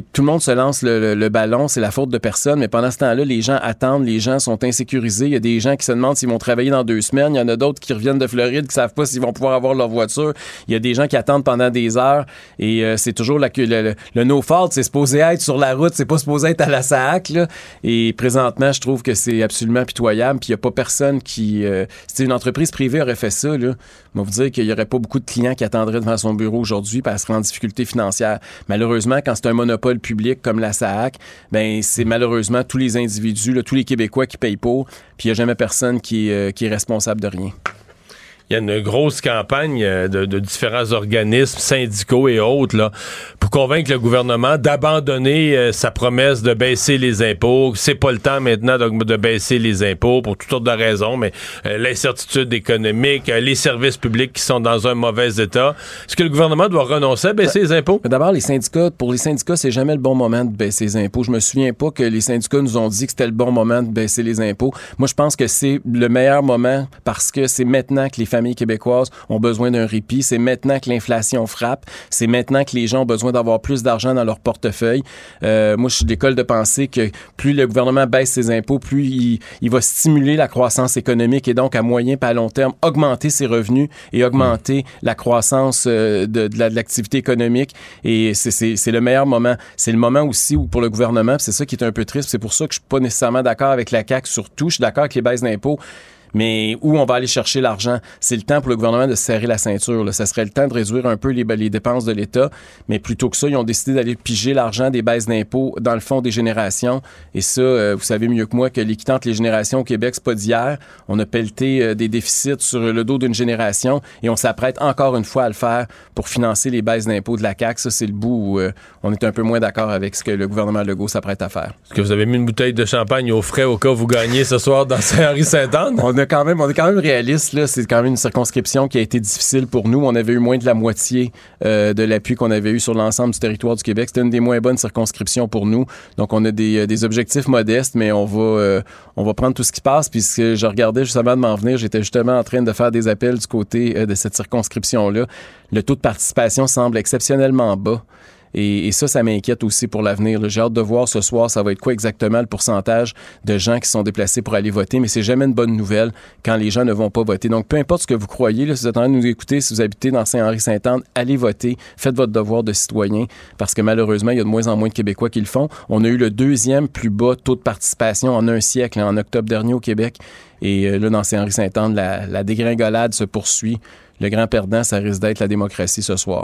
tout le monde se lance le, le, le ballon, c'est la faute de personne, mais pendant ce temps-là, les gens attendent, les gens sont insécurisés. Il y a des gens qui se demandent s'ils vont travailler dans deux semaines. Il y en a d'autres qui reviennent de Floride qui savent pas s'ils vont pouvoir avoir leur voiture. Il y a des gens qui attendent pendant des heures et euh, c'est toujours la, le, le, le no fault, c'est supposé être sur la route, c'est pas supposé être à la S A A C, là. Et présentement, je trouve que c'est absolument pitoyable. Puis il y a pas personne qui... Euh, si une entreprise privée aurait fait ça, là, on va vous dire qu'il y aurait pas beaucoup de clients qui attendraient devant son bureau aujourd'hui parce qu'elle serait en difficulté financière. Malheureusement, quand c'est un monopole public comme la S A A C, ben c'est malheureusement tous les individus, là, tous les Québécois qui payent pour, puis il n'y a jamais personne qui, euh, qui est responsable de rien. Il y a une grosse campagne de, de différents organismes syndicaux et autres là, pour convaincre le gouvernement d'abandonner euh, sa promesse de baisser les impôts. C'est pas le temps maintenant de, de baisser les impôts pour toutes sortes de raisons, mais euh, l'incertitude économique, euh, les services publics qui sont dans un mauvais état. Est-ce que le gouvernement doit renoncer à baisser les impôts? D'abord, les syndicats, pour les syndicats, c'est jamais le bon moment de baisser les impôts. Je me souviens pas que les syndicats nous ont dit que c'était le bon moment de baisser les impôts. Moi, je pense que c'est le meilleur moment parce que c'est maintenant que les familles québécoises ont besoin d'un répit. C'est maintenant que l'inflation frappe. C'est maintenant que les gens ont besoin d'avoir plus d'argent dans leur portefeuille. Euh, moi, je suis d'école de penser que plus le gouvernement baisse ses impôts, plus il, il va stimuler la croissance économique et donc à moyen et à long terme augmenter ses revenus et augmenter mmh. la croissance euh, de, de, la, de l'activité économique. Et c'est, c'est, c'est le meilleur moment. C'est le moment aussi où pour le gouvernement, c'est ça qui est un peu triste. C'est pour ça que je suis pas nécessairement d'accord avec la C A Q sur tout. Je suis d'accord avec les baisses d'impôts. Mais où on va aller chercher l'argent? C'est le temps pour le gouvernement de se serrer la ceinture. Là. Ça serait le temps de réduire un peu les, les dépenses de l'État. Mais plutôt que ça, ils ont décidé d'aller piger l'argent des baisses d'impôts dans le fonds des générations. Et ça, euh, vous savez mieux que moi que l'équité entre les générations au Québec, c'est pas d'hier. On a pelleté euh, des déficits sur le dos d'une génération et on s'apprête encore une fois à le faire pour financer les baisses d'impôts de la C A Q. Ça, c'est le bout où euh, on est un peu moins d'accord avec ce que le gouvernement Legault s'apprête à faire. Est-ce que vous avez mis une bouteille de champagne au frais au cas où vous gagnez ce soir dans Saint-Henri-Sainte-Anne? On a quand même, on est quand même réaliste, là. C'est quand même une circonscription qui a été difficile pour nous. On avait eu moins de la moitié euh, de l'appui qu'on avait eu sur l'ensemble du territoire du Québec. C'était une des moins bonnes circonscriptions pour nous. Donc, on a des, des objectifs modestes, mais on va, euh, on va prendre tout ce qui passe. Puis, ce que je regardais justement de m'en venir, j'étais justement en train de faire des appels du côté euh, de cette circonscription-là. Le taux de participation semble exceptionnellement bas. Et, et ça, ça m'inquiète aussi pour l'avenir. Là. J'ai hâte de voir ce soir, ça va être quoi exactement le pourcentage de gens qui sont déplacés pour aller voter, mais c'est jamais une bonne nouvelle quand les gens ne vont pas voter. Donc, peu importe ce que vous croyez, là, si vous êtes en train de nous écouter, si vous habitez dans Saint-Henri-Sainte-Anne, allez voter, faites votre devoir de citoyen, parce que malheureusement, il y a de moins en moins de Québécois qui le font. On a eu le deuxième plus bas taux de participation en un siècle, en octobre dernier au Québec. Et euh, là, dans Saint-Henri-Sainte-Anne, la, la dégringolade se poursuit. Le grand perdant, ça risque d'être la démocratie ce soir.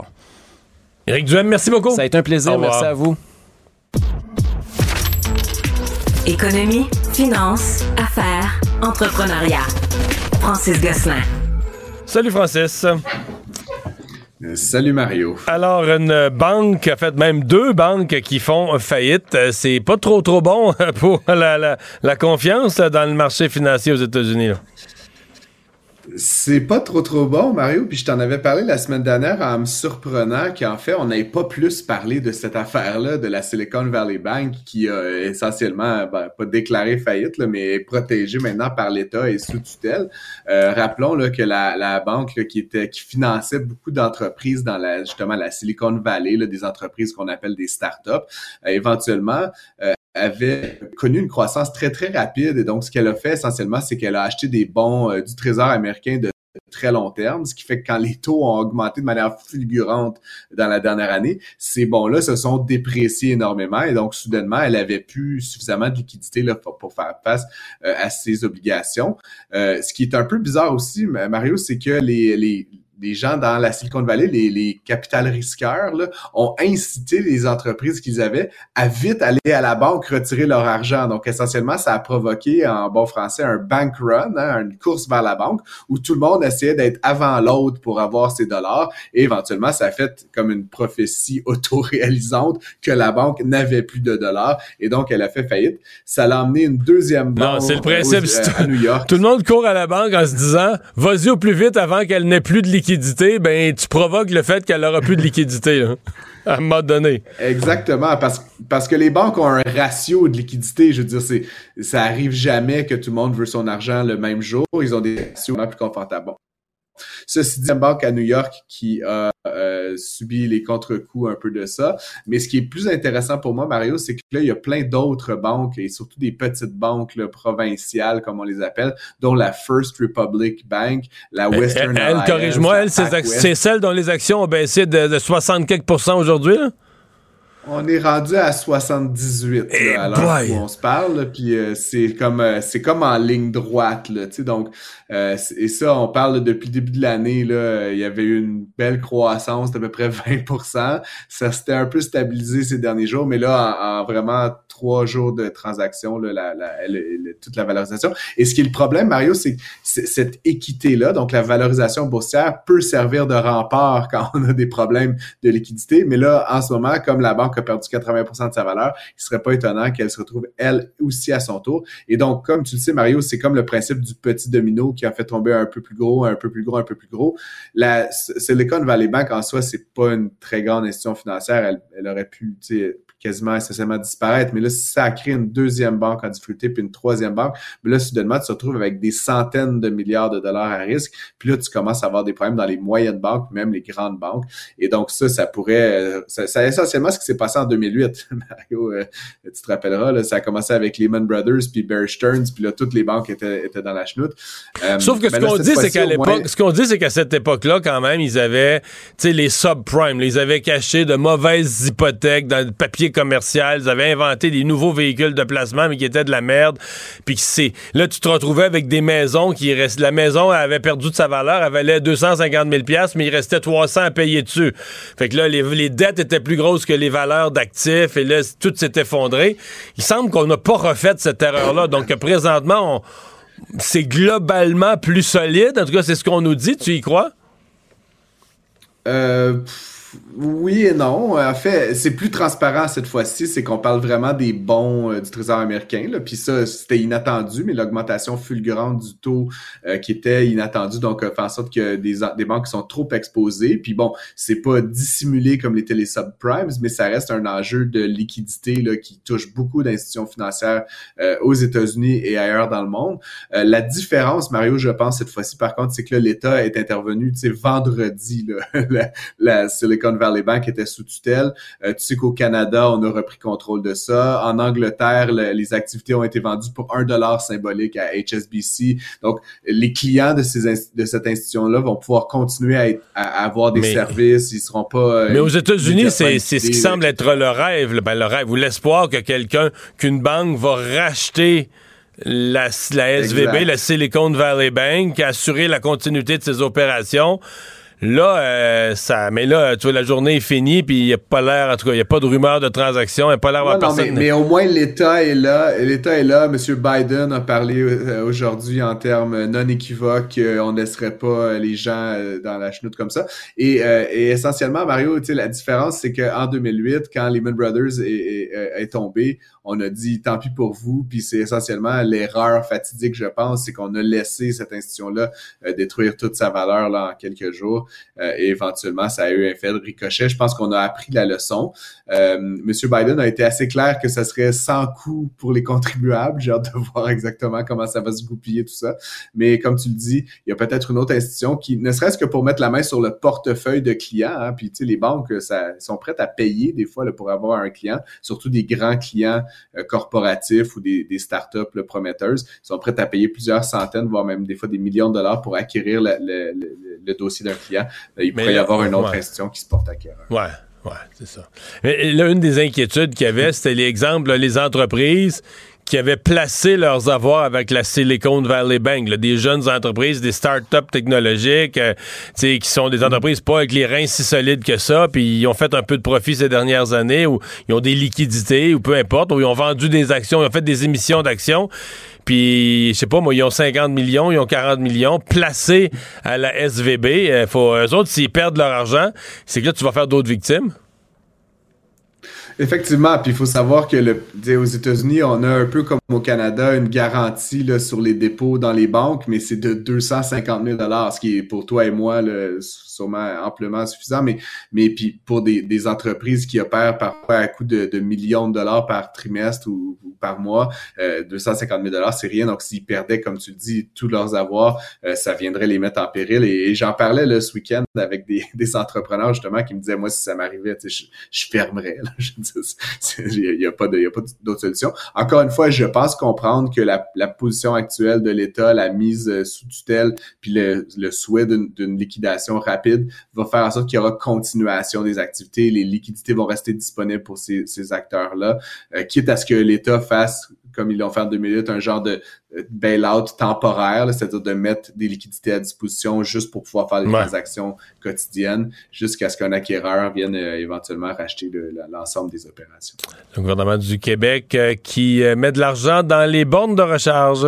Éric Duhem, merci beaucoup. Ça a été un plaisir. Merci à vous. Économie, finance, affaires, entrepreneuriat. Francis Gosselin. Salut Francis. Euh, salut Mario. Alors, une banque, en fait même deux banques qui font faillite, c'est pas trop trop bon pour la, la, la confiance dans le marché financier aux États-Unis, là. C'est pas trop trop bon, Mario, puis je t'en avais parlé la semaine dernière en me surprenant qu'en fait, on n'ait pas plus parlé de cette affaire-là de la Silicon Valley Bank qui a essentiellement, ben, pas déclaré faillite, là, mais est protégée maintenant par l'État et sous tutelle. Euh, rappelons là, que la, la banque là, qui était qui finançait beaucoup d'entreprises dans la justement la Silicon Valley, là, des entreprises qu'on appelle des startups, euh, éventuellement, euh, avait connu une croissance très, très rapide. Et donc, ce qu'elle a fait essentiellement, c'est qu'elle a acheté des bons euh, du Trésor américain de très long terme, ce qui fait que quand les taux ont augmenté de manière fulgurante dans la dernière année, ces bons-là se sont dépréciés énormément et donc, soudainement, elle avait plus suffisamment de liquidité là, pour, pour faire face euh, à ses obligations. Euh, ce qui est un peu bizarre aussi, Mario, c'est que les... les les gens dans la Silicon Valley, les, les capital risqueurs, là, ont incité les entreprises qu'ils avaient à vite aller à la banque retirer leur argent. Donc, essentiellement, ça a provoqué, en bon français, un bank run, hein, une course vers la banque, où tout le monde essayait d'être avant l'autre pour avoir ses dollars. Et éventuellement, ça a fait comme une prophétie autoréalisante que la banque n'avait plus de dollars. Et donc, elle a fait faillite. Ça l'a emmené une deuxième banque. Non, c'est le principe. Aux, euh, à New York. Tout le monde court à la banque en se disant, vas-y au plus vite avant qu'elle n'ait plus de liquidité. Liquidité, ben tu provoques le fait qu'elle aura plus de liquidité là, à un moment donné. Exactement, parce, parce que les banques ont un ratio de liquidité. Je veux dire, c'est, ça arrive jamais que tout le monde veut son argent le même jour. Ils ont des ratios plus confortables. Bon. Ceci dit, une banque à New York qui a euh, subi les contre-coups un peu de ça. Mais ce qui est plus intéressant pour moi, Mario, c'est que là, il y a plein d'autres banques et surtout des petites banques là, provinciales, comme on les appelle, dont la First Republic Bank, la Western Elle, elle, Alliance, corrige-moi, elle, c'est, c'est celle dont les actions ont baissé de, de soixante quelques pourcents aujourd'hui, là? On est rendu à soixante-dix-huit là, hey à l'heure où on se parle, puis euh, c'est comme euh, c'est comme en ligne droite là, tu sais, donc euh, et ça on parle là, depuis le début de l'année là, il y avait eu une belle croissance d'à peu près vingt pour cent, ça s'était un peu stabilisé ces derniers jours, mais là en, en vraiment trois jours de transactions là, la, la, la, la, toute la valorisation. Et ce qui est le problème, Mario, c'est que c'est, cette équité là, donc la valorisation boursière peut servir de rempart quand on a des problèmes de liquidité, mais là en ce moment, comme la banque a perdu quatre-vingts pour cent de sa valeur, il serait pas étonnant qu'elle se retrouve, elle aussi, à son tour. Et donc, comme tu le sais, Mario, c'est comme le principe du petit domino qui a fait tomber un peu plus gros, un peu plus gros, un peu plus gros. La Silicon Valley Bank, en soi, c'est pas une très grande institution financière. Elle, elle aurait pu, tu sais, quasiment essentiellement disparaître. Mais là, si ça a créé une deuxième banque en difficulté puis une troisième banque, mais là, soudainement, tu te retrouves avec des centaines de milliards de dollars à risque. Puis là, tu commences à avoir des problèmes dans les moyennes banques, même les grandes banques. Et donc, ça, ça pourrait... Ça, ça essentiellement ce qui s'est passé en deux mille huit. Mario, euh, tu te rappelleras, là, ça a commencé avec Lehman Brothers puis Bear Stearns, puis là, toutes les banques étaient, étaient dans la chenoute. Euh, Sauf que ce qu'on là, dit, c'est qu'à l'époque, moins... ce qu'on dit, c'est qu'à cette époque-là, quand même, ils avaient, tu sais, les subprimes, ils avaient caché de mauvaises hypothèques dans le papier commercial, ils avaient inventé des nouveaux véhicules de placement, mais qui étaient de la merde. Puis c'est, là, tu te retrouvais avec des maisons qui restent, la maison avait perdu de sa valeur, elle valait deux cent cinquante mille dollars, mais il restait trois cents à payer dessus. Fait que là, les, les dettes étaient plus grosses que les valeurs d'actifs, et là, tout s'est effondré. Il semble qu'on n'a pas refait cette erreur-là. Donc, présentement, on, c'est globalement plus solide. En tout cas, c'est ce qu'on nous dit. Tu y crois? Euh... Oui et non. En fait, c'est plus transparent cette fois-ci, c'est qu'on parle vraiment des bons euh, du Trésor américain. Là. Puis ça, c'était inattendu, mais l'augmentation fulgurante du taux euh, qui était inattendue, donc euh, fait en sorte que des, des banques sont trop exposées. Puis bon, c'est pas dissimulé comme l'étaient les subprimes, mais ça reste un enjeu de liquidité là, qui touche beaucoup d'institutions financières euh, aux États-Unis et ailleurs dans le monde. Euh, la différence, Mario, je pense, cette fois-ci, par contre, c'est que là, l'État est intervenu, tu sais, vendredi, là, la, la Silicon Valley Bank était sous tutelle. Euh, tu sais qu'au Canada, on a repris contrôle de ça. En Angleterre, le, les activités ont été vendues pour un dollar symbolique à H S B C. Donc, les clients de, ces, de cette institution-là vont pouvoir continuer à, être, à avoir des mais, services. Ils seront pas... Euh, mais aux États-Unis, c'est, c'est ce qui semble être le rêve, le, ben, le rêve ou l'espoir que quelqu'un, qu'une banque va racheter la, la S V B, exact. La Silicon Valley Bank, assurer la continuité de ses opérations. Là, euh, ça, mais là, tu vois, la journée est finie, puis il n'y a pas l'air, en tout cas, il n'y a pas de rumeur de transaction, il n'y a pas l'air d'avoir personne. Mais, mais au moins, l'État est là. L'État est là. M. Biden a parlé euh, aujourd'hui en termes non équivoques qu'on ne laisserait pas les gens euh, dans la chenoute comme ça. Et, euh, et essentiellement, Mario, tu sais, la différence, c'est qu'en deux mille huit, quand Lehman Brothers est, est, est tombé, on a dit tant pis pour vous, puis c'est essentiellement l'erreur fatidique, je pense, c'est qu'on a laissé cette institution-là euh, détruire toute sa valeur là en quelques jours, euh, et éventuellement ça a eu un effet de ricochet. Je pense qu'on a appris la leçon. Euh, Monsieur Biden a été assez clair que ça serait sans coût pour les contribuables. J'ai hâte de voir exactement comment ça va se goupiller tout ça. Mais comme tu le dis, il y a peut-être une autre institution qui, ne serait-ce que pour mettre la main sur le portefeuille de clients, hein, puis tu sais, les banques, ça sont prêtes à payer des fois là, pour avoir un client, surtout des grands clients euh, corporatifs ou des, des startups là, prometteuses, ils sont prêtes à payer plusieurs centaines, voire même des fois des millions de dollars pour acquérir le, le, le, le dossier d'un client. Il pourrait y avoir une autre ouais. institution qui se porte acquéreur. Ouais. Oui, c'est ça. Mais là, une des inquiétudes qu'il y avait, c'était l'exemple, là, les entreprises qui avaient placé leurs avoirs avec la Silicon Valley Bank, là, des jeunes entreprises, des start-up technologiques, euh, qui sont des entreprises pas avec les reins si solides que ça, puis ils ont fait un peu de profit ces dernières années, ou ils ont des liquidités, ou peu importe, ou ils ont vendu des actions, ils ont fait des émissions d'actions, puis, je sais pas, moi, ils ont cinquante millions, ils ont quarante millions placés à la S V B. Euh, faut, eux autres, s'ils perdent leur argent, c'est que là, tu vas faire d'autres victimes. Effectivement, puis il faut savoir que le, aux États-Unis, on a un peu comme au Canada une garantie là, sur les dépôts dans les banques, mais c'est de deux cent cinquante mille dollars, ce qui est pour toi et moi là, sûrement amplement suffisant, mais mais puis pour des, des entreprises qui opèrent parfois à coût de, de millions de dollars par trimestre ou, ou par mois, euh, deux cent cinquante mille dollars, c'est rien. Donc, s'ils perdaient, comme tu le dis, tous leurs avoirs, euh, ça viendrait les mettre en péril. Et, et j'en parlais là, ce week-end avec des, des entrepreneurs, justement, qui me disaient, moi, si ça m'arrivait, tu sais, je, je fermerais. Il n'y a pas de, il y a pas d'autre solution. Encore une fois, je pense comprendre que la, la position actuelle de l'État, la mise euh, sous tutelle, puis le, le souhait d'une, d'une liquidation rapide va faire en sorte qu'il y aura continuation des activités. Les liquidités vont rester disponibles pour ces, ces acteurs-là, euh, quitte à ce que l'État fasse, comme ils l'ont fait en deux mille huit, un genre de bail-out temporaire, là, c'est-à-dire de mettre des liquidités à disposition juste pour pouvoir faire des ouais. transactions quotidiennes, jusqu'à ce qu'un acquéreur vienne euh, éventuellement racheter le, l'ensemble des opérations. Le gouvernement du Québec euh, qui euh, met de l'argent dans les bornes de recharge.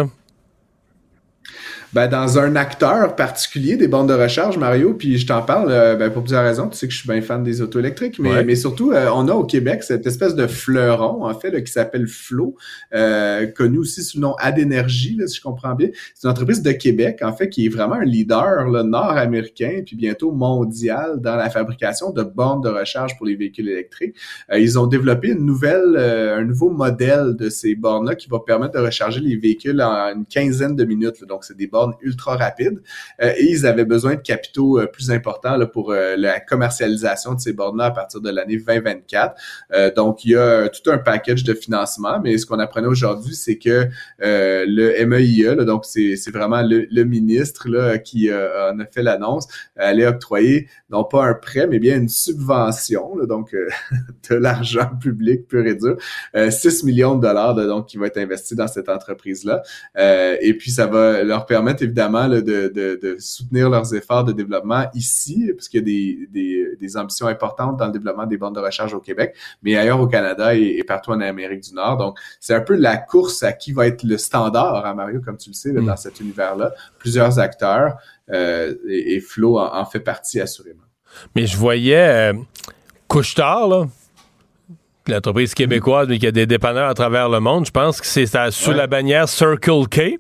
Ben, dans un acteur particulier des bornes de recharge, Mario, puis je t'en parle euh, ben, pour plusieurs raisons. Tu sais que je suis bien fan des autos électriques, mais, ouais. mais surtout, euh, on a au Québec cette espèce de fleuron, en fait, là, qui s'appelle Flo, euh, connu aussi sous le nom Adénergie, là, si je comprends bien. C'est une entreprise de Québec, en fait, qui est vraiment un leader là, nord-américain, puis bientôt mondial, dans la fabrication de bornes de recharge pour les véhicules électriques. Euh, ils ont développé une nouvelle, euh, un nouveau modèle de ces bornes-là qui va permettre de recharger les véhicules en une quinzaine de minutes. Là. Donc, c'est des bornes ultra rapides euh, et ils avaient besoin de capitaux euh, plus importants là, pour euh, la commercialisation de ces bornes-là à partir de l'année vingt vingt-quatre. Euh, donc, il y a tout un package de financement, mais ce qu'on apprenait aujourd'hui, c'est que euh, le M E I A, là, donc c'est, c'est vraiment le, le ministre là, qui euh, en a fait l'annonce, allait octroyer non pas un prêt, mais bien une subvention, là, donc euh, de l'argent public pur et dur, euh, six millions de dollars là, donc qui va être investi dans cette entreprise-là. Euh, et puis, ça va leur permettre évidemment là, de, de, de soutenir leurs efforts de développement ici, parce qu'il y a des, des, des ambitions importantes dans le développement des bornes de recharge au Québec, mais ailleurs au Canada et, et partout en Amérique du Nord. Donc, c'est un peu la course à qui va être le standard, hein, Mario, comme tu le sais, là, mmh. dans cet univers-là. Plusieurs acteurs euh, et, et Flo en, en fait partie assurément. Mais je voyais euh, Couche-Tard, là, l'entreprise québécoise, mais qui a des dépanneurs à travers le monde. Je pense que c'est ça, sous ouais. la bannière Circle K.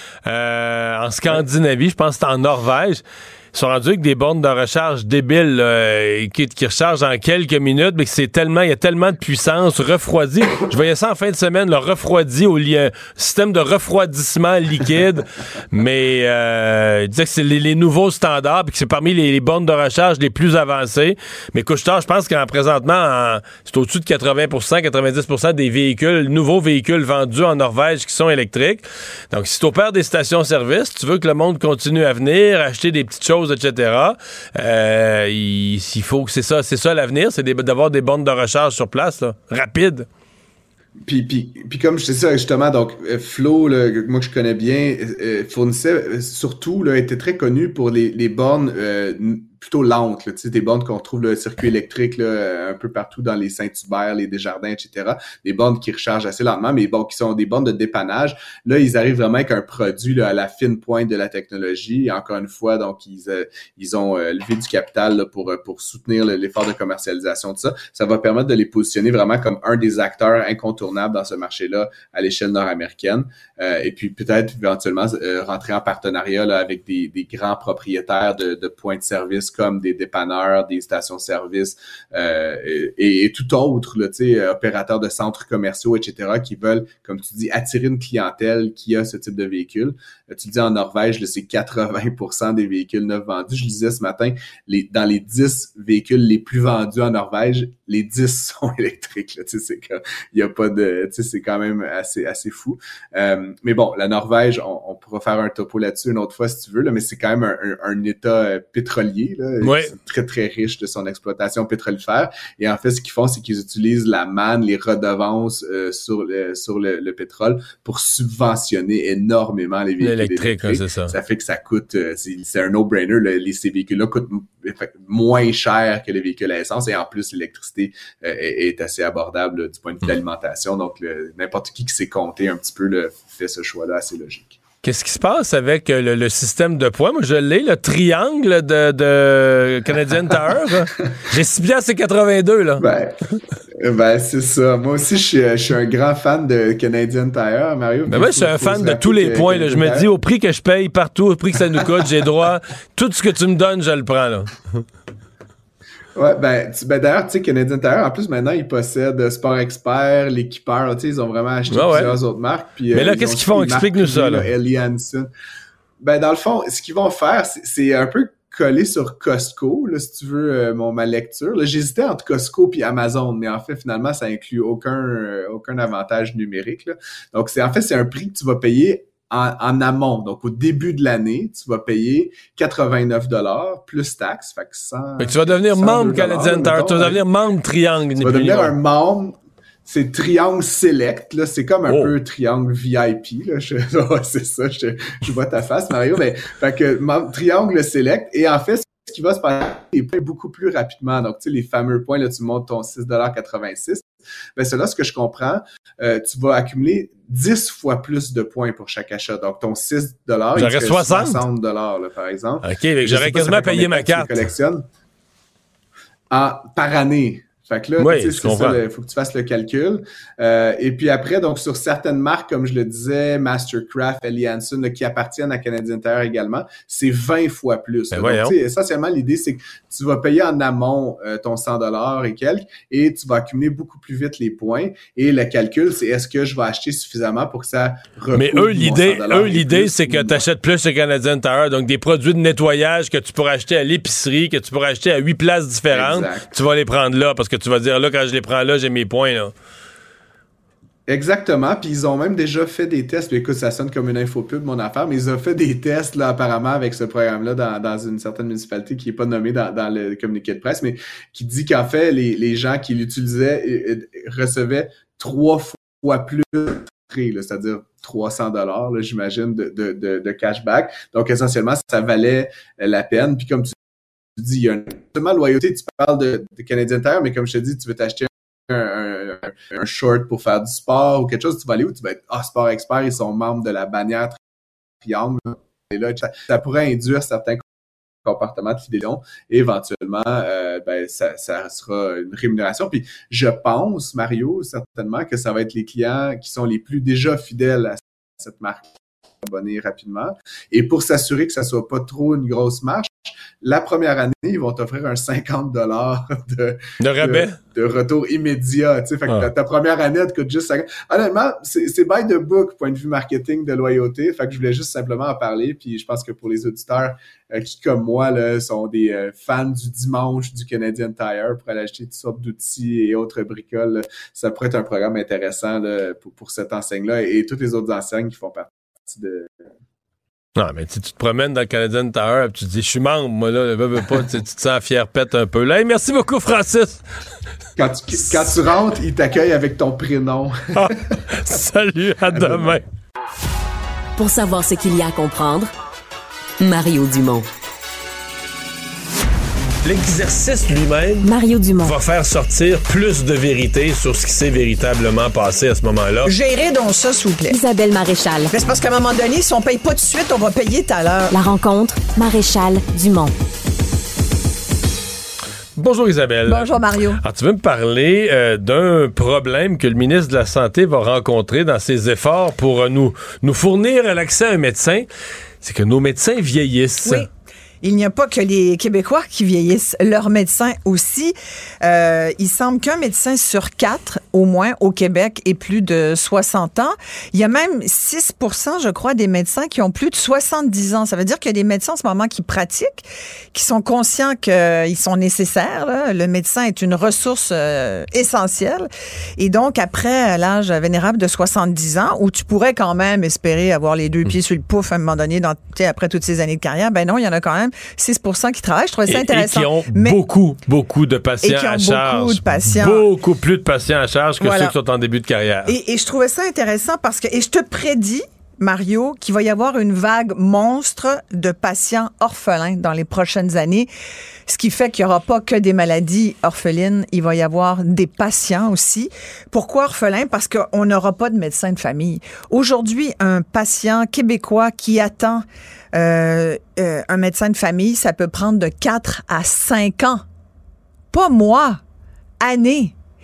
Euh, en Scandinavie, je pense que c'est en Norvège. Ils sont rendus avec des bornes de recharge débiles euh, qui, qui rechargent en quelques minutes, mais que c'est tellement, il y a tellement de puissance, refroidi. Je voyais ça en fin de semaine, le refroidi au lien, système de refroidissement liquide. mais euh, il disait que c'est les, les nouveaux standards, puis que c'est parmi les, les bornes de recharge les plus avancées. Mais Couche-Tard, je pense qu'en présentement, en, c'est au-dessus de quatre-vingts pour cent, quatre-vingt-dix pour cent des véhicules, nouveaux véhicules vendus en Norvège qui sont électriques. Donc, si tu opères des stations-service, tu veux que le monde continue à venir, acheter des petites choses, et cetera. Euh, il, il faut que c'est ça, c'est ça l'avenir, c'est des, d'avoir des bornes de recharge sur place, là, rapides. Puis, puis, puis comme je sais ça justement, donc Flo, là, moi que je connais bien, euh, fournissait surtout, là, était très connu pour les, les bornes euh, plutôt lentes, là, tu sais, des bornes qu'on trouve le circuit électrique là, un peu partout dans les Saint-Hubert, les Desjardins, et cetera. Des bornes qui rechargent assez lentement, mais bon, qui sont des bornes de dépannage. Là, ils arrivent vraiment avec un produit là, à la fine pointe de la technologie. Et encore une fois, donc ils euh, ils ont euh, levé du capital là, pour pour soutenir là, l'effort de commercialisation de ça. Ça va permettre de les positionner vraiment comme un des acteurs incontournables dans ce marché-là à l'échelle nord-américaine. Euh, et puis peut-être éventuellement euh, rentrer en partenariat là, avec des, des grands propriétaires de, de points de service comme des dépanneurs, des stations-service euh, et, et tout autre, là, tu sais, opérateurs de centres commerciaux, et cetera, qui veulent, comme tu dis, attirer une clientèle qui a ce type de véhicule. Euh, tu dis en Norvège, là, c'est quatre-vingts pour cent des véhicules neufs vendus. Je disais ce matin, les, dans les dix véhicules les plus vendus en Norvège, les dix sont électriques. Là, tu sais, c'est que, il y a pas de, tu sais, c'est quand même assez assez fou. Euh, mais bon, la Norvège, on, on pourra faire un topo là-dessus une autre fois si tu veux, là, mais c'est quand même un, un, un État pétrolier. Là. Ouais. C'est très, très riche de son exploitation pétrolifère. Et en fait, ce qu'ils font, c'est qu'ils utilisent la manne, les redevances euh, sur le, sur le, le pétrole pour subventionner énormément les véhicules électriques. Hein, c'est ça. Ça fait que ça coûte, euh, c'est, c'est un no-brainer. Là, les, ces véhicules-là coûtent moins cher que les véhicules à essence et en plus, l'électricité euh, est, est assez abordable là, du point de vue de l'alimentation. Donc, le, n'importe qui qui s'est compté un petit peu là, fait ce choix-là assez logique. Qu'est-ce qui se passe avec le, le système de points? Moi, je l'ai, le triangle de, de Canadian Tire. J'ai six piastres et quatre-vingt-deux, là. Ben, ben, c'est ça. Moi aussi, je suis, je suis un grand fan de Canadian Tire, Mario. Ben moi, je suis un fan de tous les points, là. Je me dis, au prix que je paye partout, au prix que ça nous coûte, j'ai droit. Tout ce que tu me donnes, je le prends, là. Ouais, ben, tu, ben d'ailleurs, tu sais, Canadien Tire, en plus, maintenant, ils possèdent Sport Expert, l'équipeur, tu sais, ils ont vraiment acheté ouais, plusieurs ouais. autres marques. Puis, mais là, euh, qu'est-ce qu'ils font? Explique-nous ça, là. Ellie Hansen. Ben, dans le fond, ce qu'ils vont faire, c'est, c'est un peu collé sur Costco, là, si tu veux, euh, mon, ma lecture. Là, j'hésitais entre Costco puis Amazon, mais en fait, finalement, ça inclut aucun, euh, aucun avantage numérique, là. Donc, c'est, en fait, c'est un prix que tu vas payer En, en amont, donc au début de l'année, tu vas payer quatre-vingt-neuf dollars plus taxes, fait que cent. Fait que tu vas devenir membre Canadien Tire, tu vas devenir membre Triangle. Tu vas devenir un membre, c'est Triangle Select, là, c'est comme un oh. peu Triangle V I P, là, je, ouais, c'est ça, je, je vois ta face, Mario, mais fait que membre Triangle Select, et en fait, ce qui va se passer, les points beaucoup plus rapidement, donc tu sais, les fameux points, là, tu montes ton six dollars quatre-vingt-six, ben c'est là ce que je comprends, euh, tu vas accumuler dix fois plus de points pour chaque achat. Donc, ton six dollars, j'aurais il soixante dollars, là, par exemple. OK, mais j'aurais quasiment payé ma carte. Ah, par année. Fait que là, oui, tu sais, c'est ça, il faut que tu fasses le calcul. Euh, et puis après, donc, sur certaines marques, comme je le disais, Mastercraft, Ellie Hansen, là, qui appartiennent à Canadien Tire également, c'est vingt fois plus. Ben donc, tu sais, essentiellement, l'idée, c'est que tu vas payer en amont euh, ton cent dollars et quelques, et tu vas accumuler beaucoup plus vite les points. Et le calcul, c'est est-ce que je vais acheter suffisamment pour que ça recouvre Mais eux, l'idée, eux, l'idée, plus, c'est que tu achètes plus chez Canadien Tire, donc des produits de nettoyage que tu pourras acheter à l'épicerie, que tu pourras acheter à huit places différentes. Exact. Tu vas les prendre là, parce que tu vas dire, là, quand je les prends là, j'ai mes points, là. Exactement, puis ils ont même déjà fait des tests, puis écoute, ça sonne comme une infopub, mon affaire, mais ils ont fait des tests, là, apparemment, avec ce programme-là, dans, dans une certaine municipalité qui est pas nommée dans, dans le communiqué de presse, mais qui dit qu'en fait, les, les gens qui l'utilisaient euh, recevaient trois fois plus, là, c'est-à-dire trois cents dollars, là, j'imagine, de, de, de, de cashback. Donc, essentiellement, ça valait la peine, puis comme tu tu dis, il y a une seulement loyauté, tu parles de, de Canadien Tire, mais comme je te dis, tu veux t'acheter un, un, un short pour faire du sport ou quelque chose, tu vas aller où? Tu vas être, ah, Sport Expert, ils sont membres de la bannière Triangle. Et là, ça, ça pourrait induire certains comportements de fidélité et éventuellement, euh, ben, ça, ça sera une rémunération. Puis je pense, Mario, certainement que ça va être les clients qui sont les plus déjà fidèles à cette marque abonner rapidement. Et pour s'assurer que ça soit pas trop une grosse marche, la première année, ils vont t'offrir un cinquante dollars de, de rabais, de, de retour immédiat. Tu sais, fait que ah. ta, ta première année, elle te coûte juste cinquante. Honnêtement, c'est, c'est by the book, point de vue marketing de loyauté. Fait que je voulais juste simplement en parler. Puis je pense que pour les auditeurs euh, qui, comme moi, là, sont des euh, fans du dimanche du Canadian Tire pour aller acheter toutes sortes d'outils et autres bricoles, là, ça pourrait être un programme intéressant là, pour, pour cette enseigne-là et, et toutes les autres enseignes qui font partie de... Non, mais tu te promènes dans le Canadien Tire, tu te dis, je suis membre, moi, là, ne veux, veux pas, tu te sens fier pète un peu. Là, hey, merci beaucoup, Francis. Quand tu, quand tu rentres, il t'accueille avec ton prénom. Ah, salut, à, à demain. demain. Pour savoir ce qu'il y a à comprendre, Mario Dumont. L'exercice lui-même Mario Dumont va faire sortir plus de vérité sur ce qui s'est véritablement passé à ce moment-là. Gérez donc ça, s'il vous plaît. Isabelle Maréchal. Mais c'est parce qu'à un moment donné, si on paye pas tout de suite, on va payer tout à l'heure. La rencontre, Maréchal Dumont. Bonjour Isabelle. Bonjour Mario. Alors, tu veux me parler euh, d'un problème que le ministre de la Santé va rencontrer dans ses efforts pour euh, nous, nous fournir l'accès à un médecin. C'est que nos médecins vieillissent. Oui. Il n'y a pas que les Québécois qui vieillissent, leurs médecins aussi. Euh, il semble qu'un médecin sur quatre, au moins, au Québec, ait plus de soixante ans. Il y a même six pour cent, je crois, des médecins qui ont plus de soixante-dix ans. Ça veut dire qu'il y a des médecins en ce moment qui pratiquent, qui sont conscients qu'ils sont nécessaires. Là. Le médecin est une ressource euh, essentielle. Et donc, après l'âge vénérable de soixante-dix ans, où tu pourrais quand même espérer avoir les deux pieds sur le pouf à un moment donné, dans, après toutes ces années de carrière, ben non, il y en a quand même six pour cent qui travaillent. Je trouvais ça et, intéressant. Et qui ont mais, beaucoup, beaucoup de patients et qui ont à charge. Beaucoup de patients. Beaucoup plus de patients à charge que voilà. ceux qui sont en début de carrière. Et, et je trouvais ça intéressant parce que, et je te prédis, Mario, qu'il va y avoir une vague monstre de patients orphelins dans les prochaines années. Ce qui fait qu'il n'y aura pas que des maladies orphelines, il va y avoir des patients aussi. Pourquoi orphelins? Parce qu'on n'aura pas de médecin de famille. Aujourd'hui, un patient québécois qui attend euh, euh, un médecin de famille, ça peut prendre de quatre à cinq ans. Pas mois, années.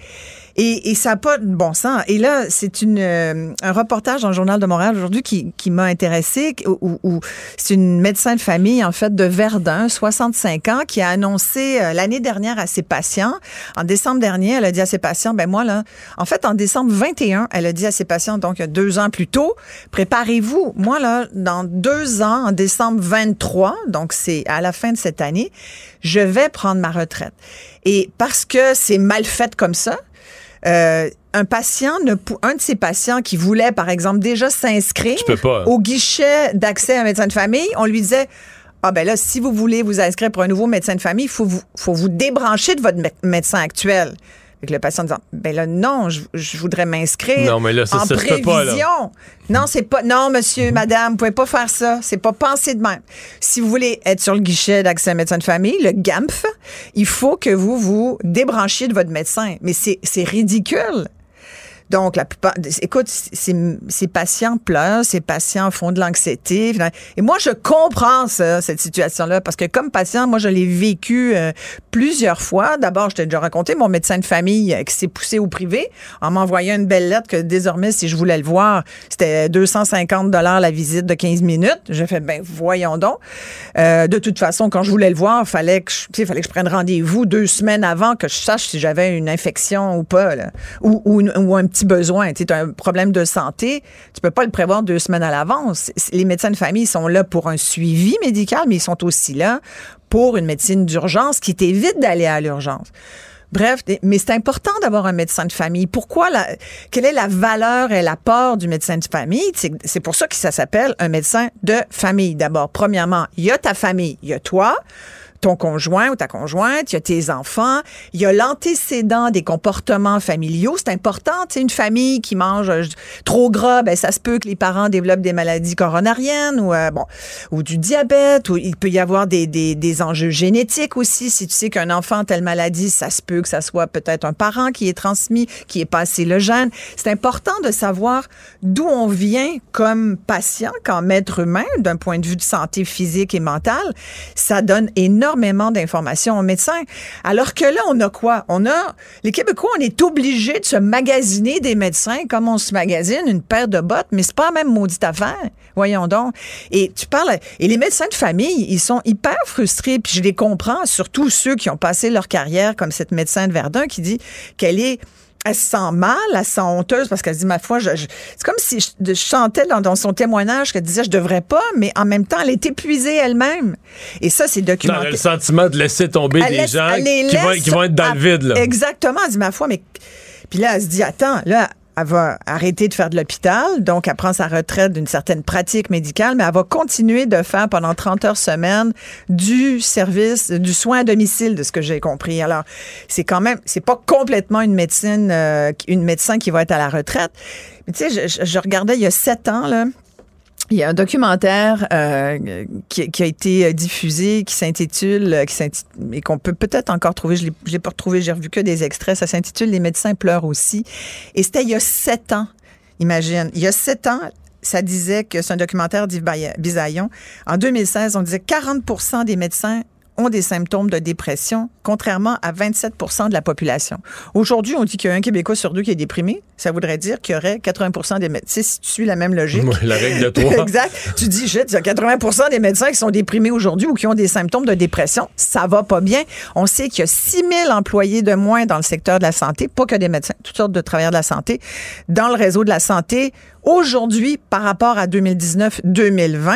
Et, et ça n'a pas de bon sens. Et là, c'est une euh, un reportage dans le Journal de Montréal aujourd'hui qui, qui m'a intéressée, où, où c'est une médecin de famille, en fait, de Verdun, soixante-cinq ans, qui a annoncé euh, l'année dernière à ses patients, en décembre dernier, elle a dit à ses patients, ben moi, là, en fait, en décembre vingt et un, elle a dit à ses patients, donc deux ans plus tôt, préparez-vous, moi, là, dans deux ans, en décembre vingt-trois, donc c'est à la fin de cette année, je vais prendre ma retraite. Et parce que c'est mal fait comme ça, Euh, un patient, ne, un de ses patients qui voulait, par exemple, déjà s'inscrire pas, hein. au guichet d'accès à un médecin de famille, on lui disait, ah ben là, si vous voulez vous inscrire pour un nouveau médecin de famille, il faut vous, faut vous débrancher de votre mé- médecin actuel. Avec le patient disant, ben là, non, je, je voudrais m'inscrire non, mais là, ça, en ça se prévision. peut pas, là. Non, c'est pas, non, monsieur, mm-hmm. madame, vous pouvez pas faire ça. C'est pas pensé de même. Si vous voulez être sur le guichet d'accès à un médecin de famille, le G A M F, il faut que vous vous débranchiez de votre médecin. Mais c'est, c'est ridicule. Donc, la plupart, écoute, ces, ces patients pleurent, ces patients font de l'anxiété. Et moi, je comprends ça, cette situation-là, parce que comme patient, moi, je l'ai vécu euh, plusieurs fois. D'abord, je t'ai déjà raconté, mon médecin de famille euh, qui s'est poussé au privé en m'envoyant une belle lettre que désormais, si je voulais le voir, c'était deux cent cinquante dollars la visite de quinze minutes. J'ai fait, ben voyons donc. Euh, de toute façon, quand je voulais le voir, fallait que je, tu sais, fallait que je prenne rendez-vous deux semaines avant que je sache si j'avais une infection ou pas, là, ou, ou, ou un petit besoin. Tu as un problème de santé, tu peux pas le prévoir deux semaines à l'avance. Les médecins de famille sont là pour un suivi médical, mais ils sont aussi là pour une médecine d'urgence qui t'évite d'aller à l'urgence. Bref, mais c'est important d'avoir un médecin de famille. Pourquoi? La, quelle est la valeur et l'apport du médecin de famille? C'est, c'est pour ça que ça s'appelle un médecin de famille. D'abord, premièrement, il y a ta famille, il y a toi, ton conjoint ou ta conjointe, il y a tes enfants, il y a l'antécédent des comportements familiaux. C'est important, tu sais, une famille qui mange euh, trop gras, ben ça se peut que les parents développent des maladies coronariennes ou euh, bon, ou du diabète, ou il peut y avoir des, des, des enjeux génétiques aussi. Si tu sais qu'un enfant a telle maladie, ça se peut que ça soit peut-être un parent qui est transmis, qui est passé le gène. C'est important de savoir d'où on vient comme patient, comme être humain, d'un point de vue de santé physique et mentale. Ça donne énormément énormément d'informations aux médecins. Alors que là, on a quoi? On a, les Québécois, on est obligés de se magasiner des médecins comme on se magasine une paire de bottes, mais c'est pas la même maudite affaire. Voyons donc. Et tu parles, et les médecins de famille, ils sont hyper frustrés, puis je les comprends, surtout ceux qui ont passé leur carrière comme cette médecin de Verdun qui dit qu'elle est elle se sent mal, elle se sent honteuse parce qu'elle se dit, ma foi, je, je, c'est comme si je, je chantais dans, dans son témoignage qu'elle disait, je devrais pas, mais en même temps, elle est épuisée elle-même. Et ça, c'est documenté. Non, elle a le sentiment de laisser tomber elle des laisse, gens qui, laisse, vont, qui vont être dans à, le vide, là. Exactement. Elle dit, ma foi, mais... Puis là, elle se dit, attends, là... Elle va arrêter de faire de l'hôpital, donc elle prend sa retraite d'une certaine pratique médicale, mais elle va continuer de faire pendant trente heures semaine du service, du soin à domicile, de ce que j'ai compris. Alors, c'est quand même, c'est pas complètement une médecine, euh, une médecin qui va être à la retraite. Mais tu sais, je, je regardais il y a sept ans, là, il y a un documentaire euh, qui, qui a été diffusé, qui s'intitule, qui s'intitule, et qu'on peut peut-être encore trouver, je ne l'ai pas retrouvé, j'ai revu que des extraits, ça s'intitule « Les médecins pleurent aussi ». Et c'était il y a sept ans, imagine. Il y a sept ans, ça disait que c'est un documentaire d'Yves Bisaillon. En deux mille seize, on disait quarante pour cent des médecins ont des symptômes de dépression, contrairement à vingt-sept pour cent de la population. Aujourd'hui, on dit qu'il y a un Québécois sur deux qui est déprimé. Ça voudrait dire qu'il y aurait quatre-vingts pour cent des médecins. Si tu suis la même logique. Oui, la règle de trois. Exact. Tu dis, shit, il y a quatre-vingts pour cent des médecins qui sont déprimés aujourd'hui ou qui ont des symptômes de dépression. Ça va pas bien. On sait qu'il y a six mille employés de moins dans le secteur de la santé, pas que des médecins, toutes sortes de travailleurs de la santé, dans le réseau de la santé. Aujourd'hui, par rapport à deux mille dix-neuf deux mille vingt,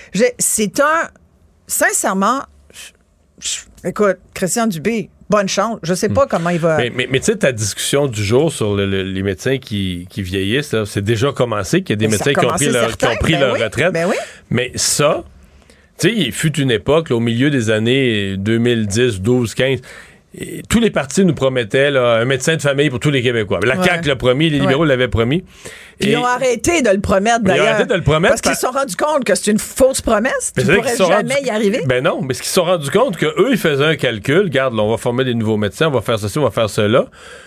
c'est un, sincèrement, écoute, Christian Dubé, bonne chance. Je sais pas hmm. comment il va... Mais, mais, mais tu sais, ta discussion du jour sur le, le, les médecins qui, qui vieillissent, là, c'est déjà commencé, qu'il y a des mais médecins qui ont pris, leur, qui ont pris ben leur oui, retraite. Ben oui. Mais ça, tu sais, il fut une époque, là, au milieu des années deux mille dix, douze, quinze... Et tous les partis nous promettaient là, un médecin de famille pour tous les Québécois. La ouais. C A Q l'a promis, les libéraux ouais. l'avaient promis. Et ils ont arrêté de le promettre, d'ailleurs. Ils ont arrêté de le promettre. Parce qu'ils se sont rendus compte que c'est une fausse promesse. Tu ne pourrais jamais rendu... y arriver. Ben non, mais ce qu'ils se sont rendus compte qu'eux, ils faisaient un calcul. Regarde, là, on va former des nouveaux médecins, on va faire ceci, on va faire cela.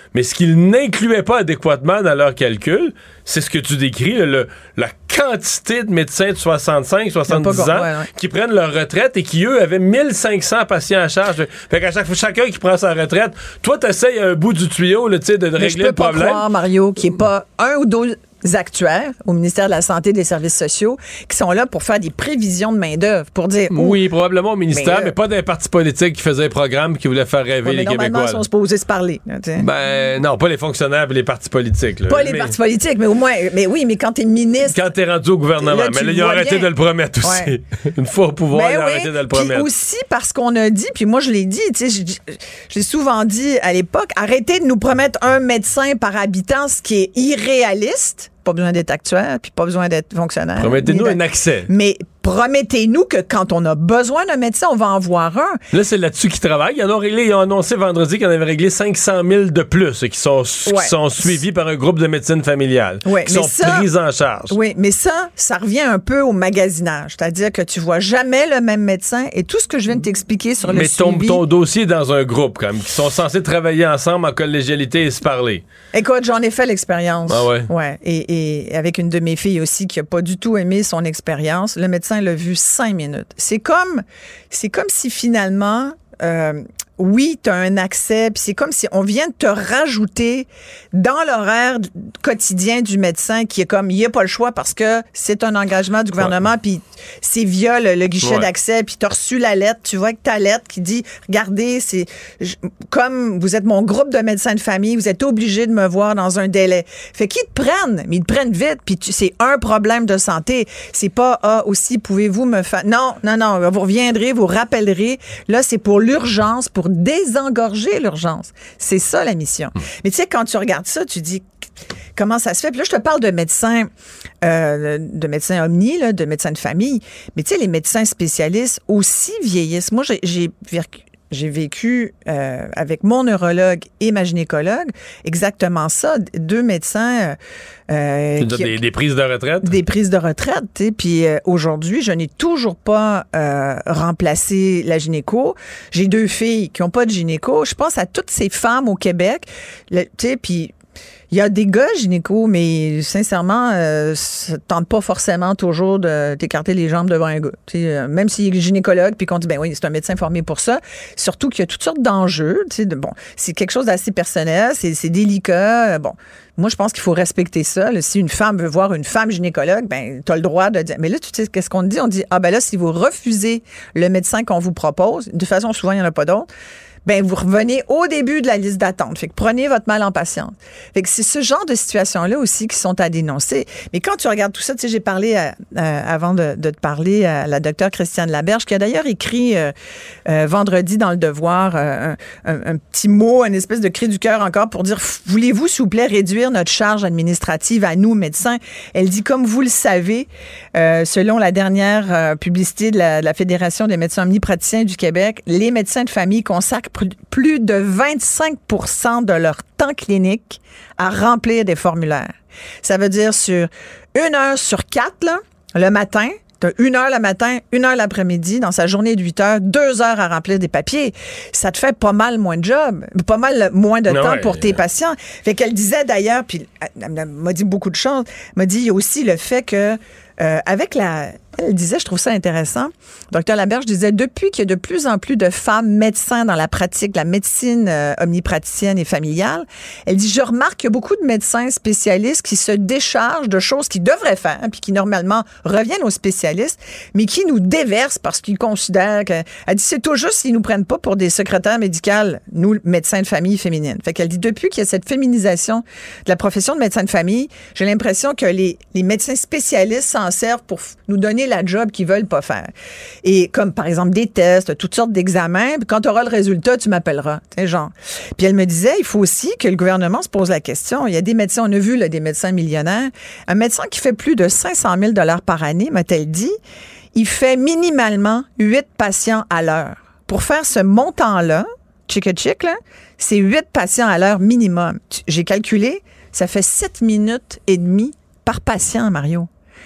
Mais ce qu'ils n'incluaient pas adéquatement dans leurs calculs, c'est ce que tu décris, le, la quantité de médecins de soixante-cinq, soixante-dix ans ouais, ouais. qui prennent leur retraite et qui, eux, avaient mille cinq cents patients à charge. Fait qu'à chaque fois, chacun qui prend sa retraite, toi, t'essayes un bout du tuyau, là, tu sais, de, de régler le problème. Je peux pas croire, Mario, qu'il n'y ait pas un ou deux actuaires au ministère de la Santé et des Services sociaux qui sont là pour faire des prévisions de main-d'œuvre, pour dire... Oh, oui, probablement au ministère, mais, euh, mais pas d'un parti politique qui faisait un programme qui voulait faire rêver ouais, les Québécois. Normalement, ils sont supposés se parler. Là, ben non, pas les fonctionnaires et les partis politiques. Là. Pas les mais, partis politiques, mais au moins... Mais oui, mais quand t'es ministre... Quand t'es rendu au gouvernement. Là, mais là, ils ont arrêté bien. de le promettre aussi. Ouais. Une fois au pouvoir, ben ils ont oui. arrêté de le promettre. Puis aussi parce qu'on a dit, puis moi je l'ai dit, tu sais, j'ai souvent dit à l'époque, arrêtez de nous promettre un médecin par habitant, ce qui est irréaliste. Pas besoin d'être actuaire, puis pas besoin d'être fonctionnaire. Promettez-nous un accès. Mais promettez-nous que quand on a besoin d'un médecin, on va en voir un. Là, c'est là-dessus qu'ils travaillent. Ils en ont réglé, ils ont annoncé vendredi qu'ils en avaient réglé cinq cent mille de plus qui sont, ouais. qui sont suivis par un groupe de médecine familiale. Ouais, qui sont ça, pris en charge. Oui, mais ça, ça revient un peu au magasinage. C'est-à-dire que tu vois jamais le même médecin et tout ce que je viens de t'expliquer sur mais le ton, suivi... Mais ton dossier est dans un groupe, quand même, qui sont censés travailler ensemble en collégialité et se parler. Écoute, j'en ai fait l'expérience. Ah ouais? Ouais. Et, et avec une de mes filles aussi qui a pas du tout aimé son expérience. Le médecin l'a vu cinq minutes. C'est comme, c'est comme si finalement, euh, oui, tu as un accès, puis c'est comme si on vient de te rajouter dans l'horaire quotidien du médecin qui est comme, il n'y a pas le choix parce que c'est un engagement du gouvernement, ouais. puis c'est via le, le guichet ouais. d'accès, puis tu as reçu la lettre, tu vois avec ta lettre qui dit, regardez, c'est je, comme vous êtes mon groupe de médecins de famille, vous êtes obligés de me voir dans un délai. Fait qu'ils te prennent, mais ils te prennent vite, puis tu, c'est un problème de santé. C'est pas, ah, aussi, pouvez-vous me faire... Non, non, non, vous reviendrez, vous rappellerez. Là, c'est pour l'urgence, pour désengorger l'urgence. C'est ça, la mission. Mmh. Mais tu sais, quand tu regardes ça, tu dis, comment ça se fait? Puis là, je te parle de médecins, euh, de médecins omni, là, de médecins de famille. Mais tu sais, les médecins spécialistes aussi vieillissent. Moi, j'ai, j'ai J'ai vécu euh, avec mon neurologue et ma gynécologue exactement ça. Deux médecins... Euh, qui, des, des prises de retraite? Des prises de retraite. T'sais. Puis euh, aujourd'hui, je n'ai toujours pas euh, remplacé la gynéco. J'ai deux filles qui n'ont pas de gynéco. Je pense à toutes ces femmes au Québec. Tu sais, puis... Il y a des gars gynéco, mais sincèrement, euh, ça ne tente pas forcément toujours de t'écarter les jambes devant un gars. Euh, même s'il est gynécologue, puis qu'on dit, ben oui, c'est un médecin formé pour ça. Surtout qu'il y a toutes sortes d'enjeux. De, bon, c'est quelque chose d'assez personnel, c'est, c'est délicat. Euh, bon, moi, je pense qu'il faut respecter ça. Là. Si une femme veut voir une femme gynécologue, ben tu as le droit de dire. Mais là, tu sais, qu'est-ce qu'on dit? On dit, ah ben là, si vous refusez le médecin qu'on vous propose, de toute façon, souvent, il n'y en a pas d'autres, ben vous revenez au début de la liste d'attente. Fait que prenez votre mal en patience. Fait que c'est ce genre de situations-là aussi qui sont à dénoncer. Mais quand tu regardes tout ça, tu sais, j'ai parlé à, à, avant de, de te parler à la docteure Christiane Laberge, qui a d'ailleurs écrit euh, euh, vendredi dans Le Devoir euh, un, un, un petit mot, une espèce de cri du cœur encore pour dire, voulez-vous, s'il vous plaît, réduire notre charge administrative à nous, médecins? Elle dit, comme vous le savez, euh, selon la dernière euh, publicité de la, de la Fédération des médecins omnipraticiens du Québec, les médecins de famille consacrent plus de vingt-cinq pour cent de leur temps clinique à remplir des formulaires. Ça veut dire sur une heure sur quatre, là, le matin, t'as une heure le matin, une heure l'après-midi, dans sa journée de huit heures, deux heures à remplir des papiers. Ça te fait pas mal moins de job, pas mal moins de non, temps ouais, pour tes patients. Fait qu'elle disait d'ailleurs, puis elle m'a dit beaucoup de choses, elle m'a dit, il y a aussi le fait que Euh, avec la... Elle disait, je trouve ça intéressant, docteur Laberge disait, depuis qu'il y a de plus en plus de femmes médecins dans la pratique, la médecine euh, omnipraticienne et familiale, elle dit, je remarque qu'il y a beaucoup de médecins spécialistes qui se déchargent de choses qu'ils devraient faire, puis qui normalement reviennent aux spécialistes, mais qui nous déversent parce qu'ils considèrent que... Elle dit, c'est tout juste s'ils nous prennent pas pour des secrétaires médicales, nous, médecins de famille féminines. Fait qu'elle dit, depuis qu'il y a cette féminisation de la profession de médecin de famille, j'ai l'impression que les, les médecins spécialistes s'en servent pour nous donner la job qu'ils veulent pas faire. Et comme, par exemple, des tests, toutes sortes d'examens, puis quand tu auras le résultat, tu m'appelleras. T'sais, genre. Puis elle me disait, il faut aussi que le gouvernement se pose la question. Il y a des médecins, on a vu là, des médecins millionnaires. Un médecin qui fait plus de cinq cent mille dollars par année, m'a-t-elle dit, il fait minimalement huit patients à l'heure. Pour faire ce montant-là, chic-chic, là, c'est huit patients à l'heure minimum. J'ai calculé, ça fait sept minutes et demie par patient, Mario.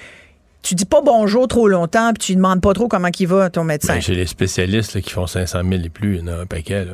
Tu dis pas bonjour trop longtemps, puis tu demandes pas trop comment il va, ton médecin. Ben, chez les spécialistes là, qui font cinq cent mille et plus, il y en a un paquet, là.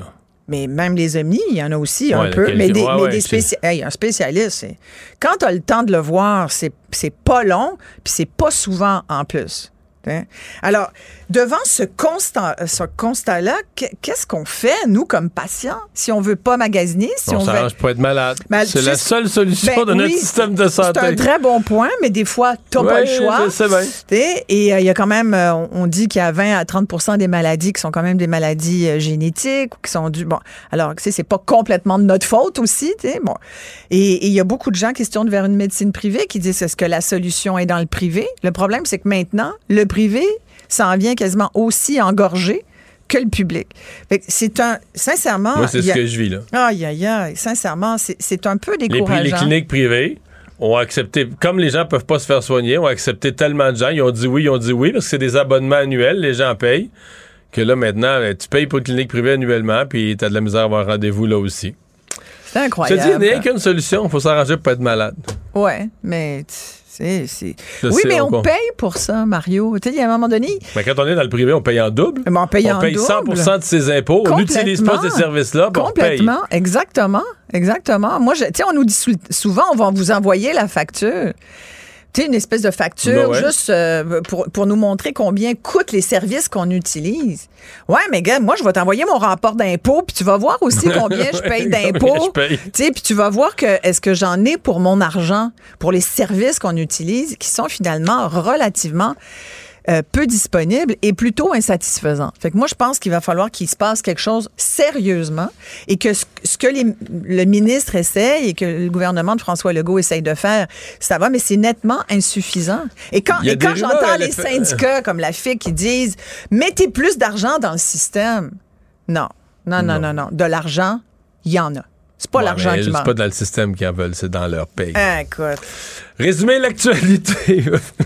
mais même les omnis, il y en a aussi un ouais, peu. Quelques... Mais des, ouais, mais ouais, des spéci... hey, un spécialiste, c'est... quand tu as le temps de le voir, c'est, c'est pas long, puis c'est pas souvent en plus. Hein? Alors, devant ce constat, ce constat-là, qu'est-ce qu'on fait, nous, comme patients, si on veut pas magasiner? Si on on s'arrange veut... pour être malade. Ben, c'est la seule solution ben, de notre oui, système de santé. C'est un très bon point, mais des fois, t'as ouais, pas le choix. Je sais bien. Et il euh, y a quand même, euh, on dit qu'il y a vingt à trente pour cent des maladies qui sont quand même des maladies euh, génétiques, ou qui sont dues... Bon, alors, tu sais, c'est pas complètement de notre faute aussi, tu sais, bon. Et il y a beaucoup de gens qui se tournent vers une médecine privée, qui disent, est-ce que la solution est dans le privé? Le problème, c'est que maintenant, le privé, ça en vient quasiment aussi engorgé que le public. Fait que c'est un... Sincèrement... Moi, c'est ce a, que je vis, là. Aïe, aïe, aïe. Sincèrement, c'est, c'est un peu décourageant. Les, les cliniques privées ont accepté... Comme les gens peuvent pas se faire soigner, ont accepté tellement de gens. Ils ont dit oui, ils ont dit oui, parce que c'est des abonnements annuels. Les gens payent. Que là, maintenant, tu payes pour une clinique privée annuellement, puis t'as de la misère à avoir un rendez-vous là aussi. C'est incroyable. Je te dis, il n'y a qu'une solution. Il faut s'arranger pour pas être malade. Ouais, mais... C'est, c'est... Oui, sais, mais on, on paye pour ça, Mario. Tu sais, il y a un moment donné... Mais quand on est dans le privé, on paye en double. Mais on paye on en paye double. cent pour cent de ses impôts. On n'utilise pas ces services-là, puis on paye. Complètement, exactement, exactement. Moi, tu sais, on nous dit souvent, on va vous envoyer la facture. Tu sais, une espèce de facture, ben ouais. juste euh, pour, pour nous montrer combien coûtent les services qu'on utilise. Ouais, mais gars, moi, je vais t'envoyer mon rapport d'impôt, puis tu vas voir aussi combien je paye d'impôts. Tu sais, puis tu vas voir que est-ce que j'en ai pour mon argent, pour les services qu'on utilise, qui sont finalement relativement euh, peu disponibles et plutôt insatisfaisants. Fait que moi, je pense qu'il va falloir qu'il se passe quelque chose sérieusement et que ce, ce que les, le ministre essaye et que le gouvernement de François Legault essaye de faire, ça va, mais c'est nettement insuffisant. Et quand, et quand j'entends les fait... syndicats comme la F I C qui disent « Mettez plus d'argent dans le système », non, non, non, non, non. De l'argent, il y en a. C'est pas ouais, l'argent qui manque. C'est pas dans le système qu'ils en veulent, c'est dans leur paye. Ah, écoute. Résumer l'actualité.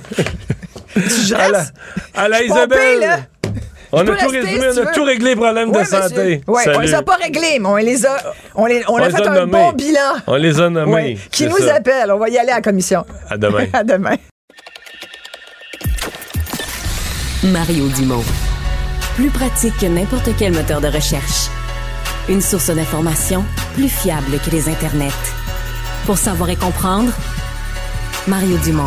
Je à la, à la Isabelle. Là. On a tout résumé, on a tout réglé les problèmes ouais, de santé. Oui, on les a pas réglés, mais on les a, on les, on, on a fait un nommés. bon bilan. On les a nommés. Ouais. Qui nous ça. appelle? On va y aller à la commission. À demain. À demain. Mario Dumont. Plus pratique que n'importe quel moteur de recherche. Une source d'information plus fiable que les internets. Pour savoir et comprendre, Mario Dumont.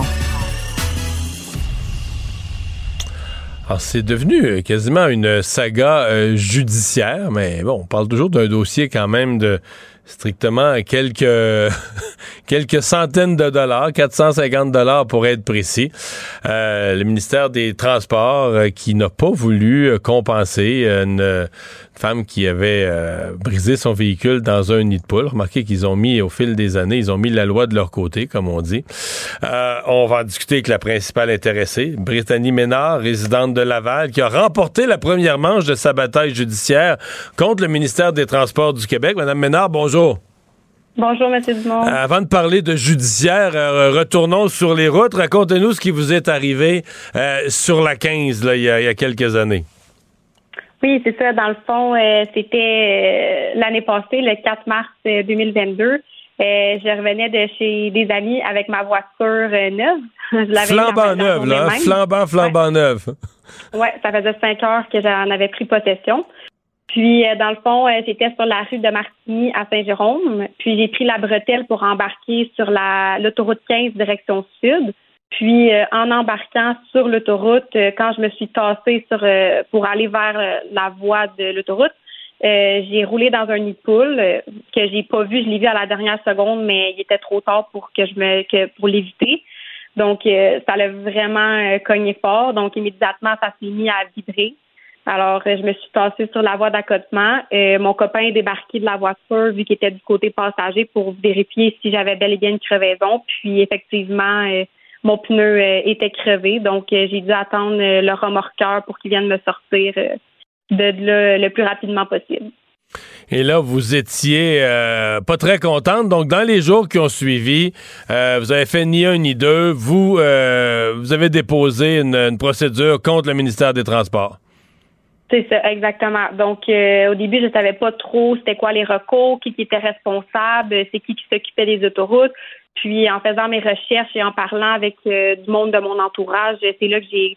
Alors, c'est devenu quasiment une saga euh, judiciaire, mais bon, on parle toujours d'un dossier quand même de strictement quelques quelques centaines de dollars, quatre cent cinquante dollars pour être précis. Euh, le ministère des Transports euh, qui n'a pas voulu euh, compenser une, une femme qui avait euh, brisé son véhicule dans un nid de poule. Remarquez qu'ils ont mis, au fil des années, ils ont mis la loi de leur côté, comme on dit. Euh, on va en discuter avec la principale intéressée, Brittany Ménard, résidente de Laval, qui a remporté la première manche de sa bataille judiciaire contre le ministère des Transports du Québec. Madame Ménard, bonjour. Bonjour, M. Dumont. Euh, avant de parler de judiciaire, euh, retournons sur les routes. Racontez-nous ce qui vous est arrivé euh, sur la quinze, là, il y a, il y a quelques années. Oui, c'est ça. Dans le fond, euh, c'était euh, l'année passée, le quatre mars deux mille vingt-deux. Euh, je revenais de chez des amis avec ma voiture euh, neuve. Je l'avais flambant neuve, là. Flambant, flambant ouais. neuve. Oui, ça faisait cinq heures que j'en avais pris possession. Puis, euh, dans le fond, euh, j'étais sur la rue de Martigny à Saint-Jérôme. Puis, j'ai pris la bretelle pour embarquer sur la l'autoroute quinze direction sud. Puis, euh, en embarquant sur l'autoroute, euh, quand je me suis tassée sur euh, pour aller vers euh, la voie de l'autoroute, euh, j'ai roulé dans un nid de poule euh, que j'ai pas vu. Je l'ai vu à la dernière seconde, mais il était trop tard pour que je me que pour l'éviter. Donc, euh, ça l'a vraiment euh, cogné fort. Donc, immédiatement, ça s'est mis à vibrer. Alors, je me suis tassée sur la voie d'accotement. Euh, mon copain est débarqué de la voiture, vu qu'il était du côté passager, pour vérifier si j'avais bel et bien une crevaison. Puis, effectivement, euh, mon pneu euh, était crevé. Donc, euh, j'ai dû attendre euh, le remorqueur pour qu'il vienne me sortir euh, de là le plus rapidement possible. Et là, vous étiez euh, pas très contente. Donc, dans les jours qui ont suivi, euh, vous avez fait ni un ni deux. Vous, euh, vous avez déposé une, une procédure contre le ministère des Transports. C'est ça, exactement. Donc, euh, au début, je savais pas trop c'était quoi les recours, qui, qui était responsable, c'est qui qui s'occupait des autoroutes. Puis, en faisant mes recherches et en parlant avec euh, du monde de mon entourage, c'est là que j'ai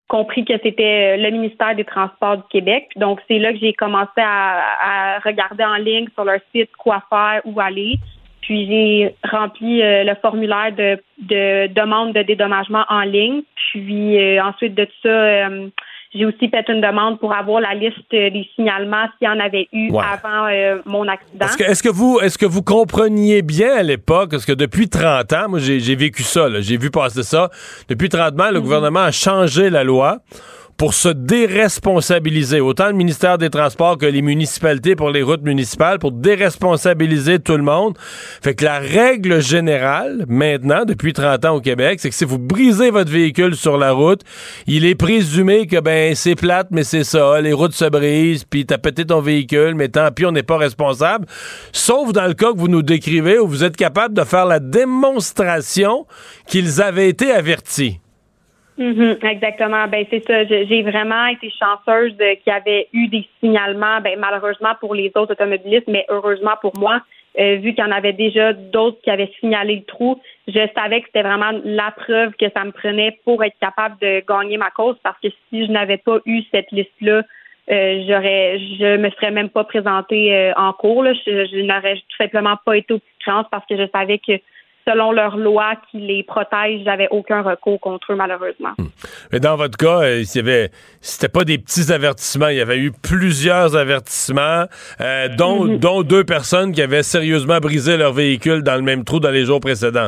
compris que c'était le ministère des Transports du Québec. Donc, c'est là que j'ai commencé à, à regarder en ligne sur leur site quoi faire, où aller. Puis, j'ai rempli euh, le formulaire de, de demande de dédommagement en ligne. Puis, euh, ensuite de tout ça, euh, j'ai aussi fait une demande pour avoir la liste des signalements s'il y en avait eu ouais. avant euh, mon accident. Est-ce que, est-ce que vous, est-ce que vous compreniez bien à l'époque, parce que depuis trente ans, moi j'ai, j'ai vécu ça, là, j'ai vu passer ça, depuis trente ans, le mm-hmm. gouvernement a changé la loi pour se déresponsabiliser, autant le ministère des Transports que les municipalités pour les routes municipales, pour déresponsabiliser tout le monde. Fait que la règle générale, maintenant, depuis trente ans au Québec, c'est que si vous brisez votre véhicule sur la route, il est présumé que, ben, c'est plate, mais c'est ça, les routes se brisent, puis t'as pété ton véhicule, mais tant pis, on n'est pas responsable. Sauf dans le cas que vous nous décrivez, où vous êtes capable de faire la démonstration qu'ils avaient été avertis. Mm-hmm, exactement. Ben c'est ça. J'ai vraiment été chanceuse de, qu'il y avait eu des signalements. Ben malheureusement pour les autres automobilistes, mais heureusement pour moi, euh, vu qu'il y en avait déjà d'autres qui avaient signalé le trou, je savais que c'était vraiment la preuve que ça me prenait pour être capable de gagner ma cause. Parce que si je n'avais pas eu cette liste-là, euh, j'aurais, je me serais même pas présentée euh, en cours. Là. Je, je n'aurais tout simplement pas été aux petites créances parce que je savais que selon leur loi qui les protège, j'avais aucun recours contre eux, malheureusement. Hum. Mais dans votre cas, euh, il y avait, c'était pas des petits avertissements, il y avait eu plusieurs avertissements, euh, dont, mm-hmm. dont deux personnes qui avaient sérieusement brisé leur véhicule dans le même trou dans les jours précédents.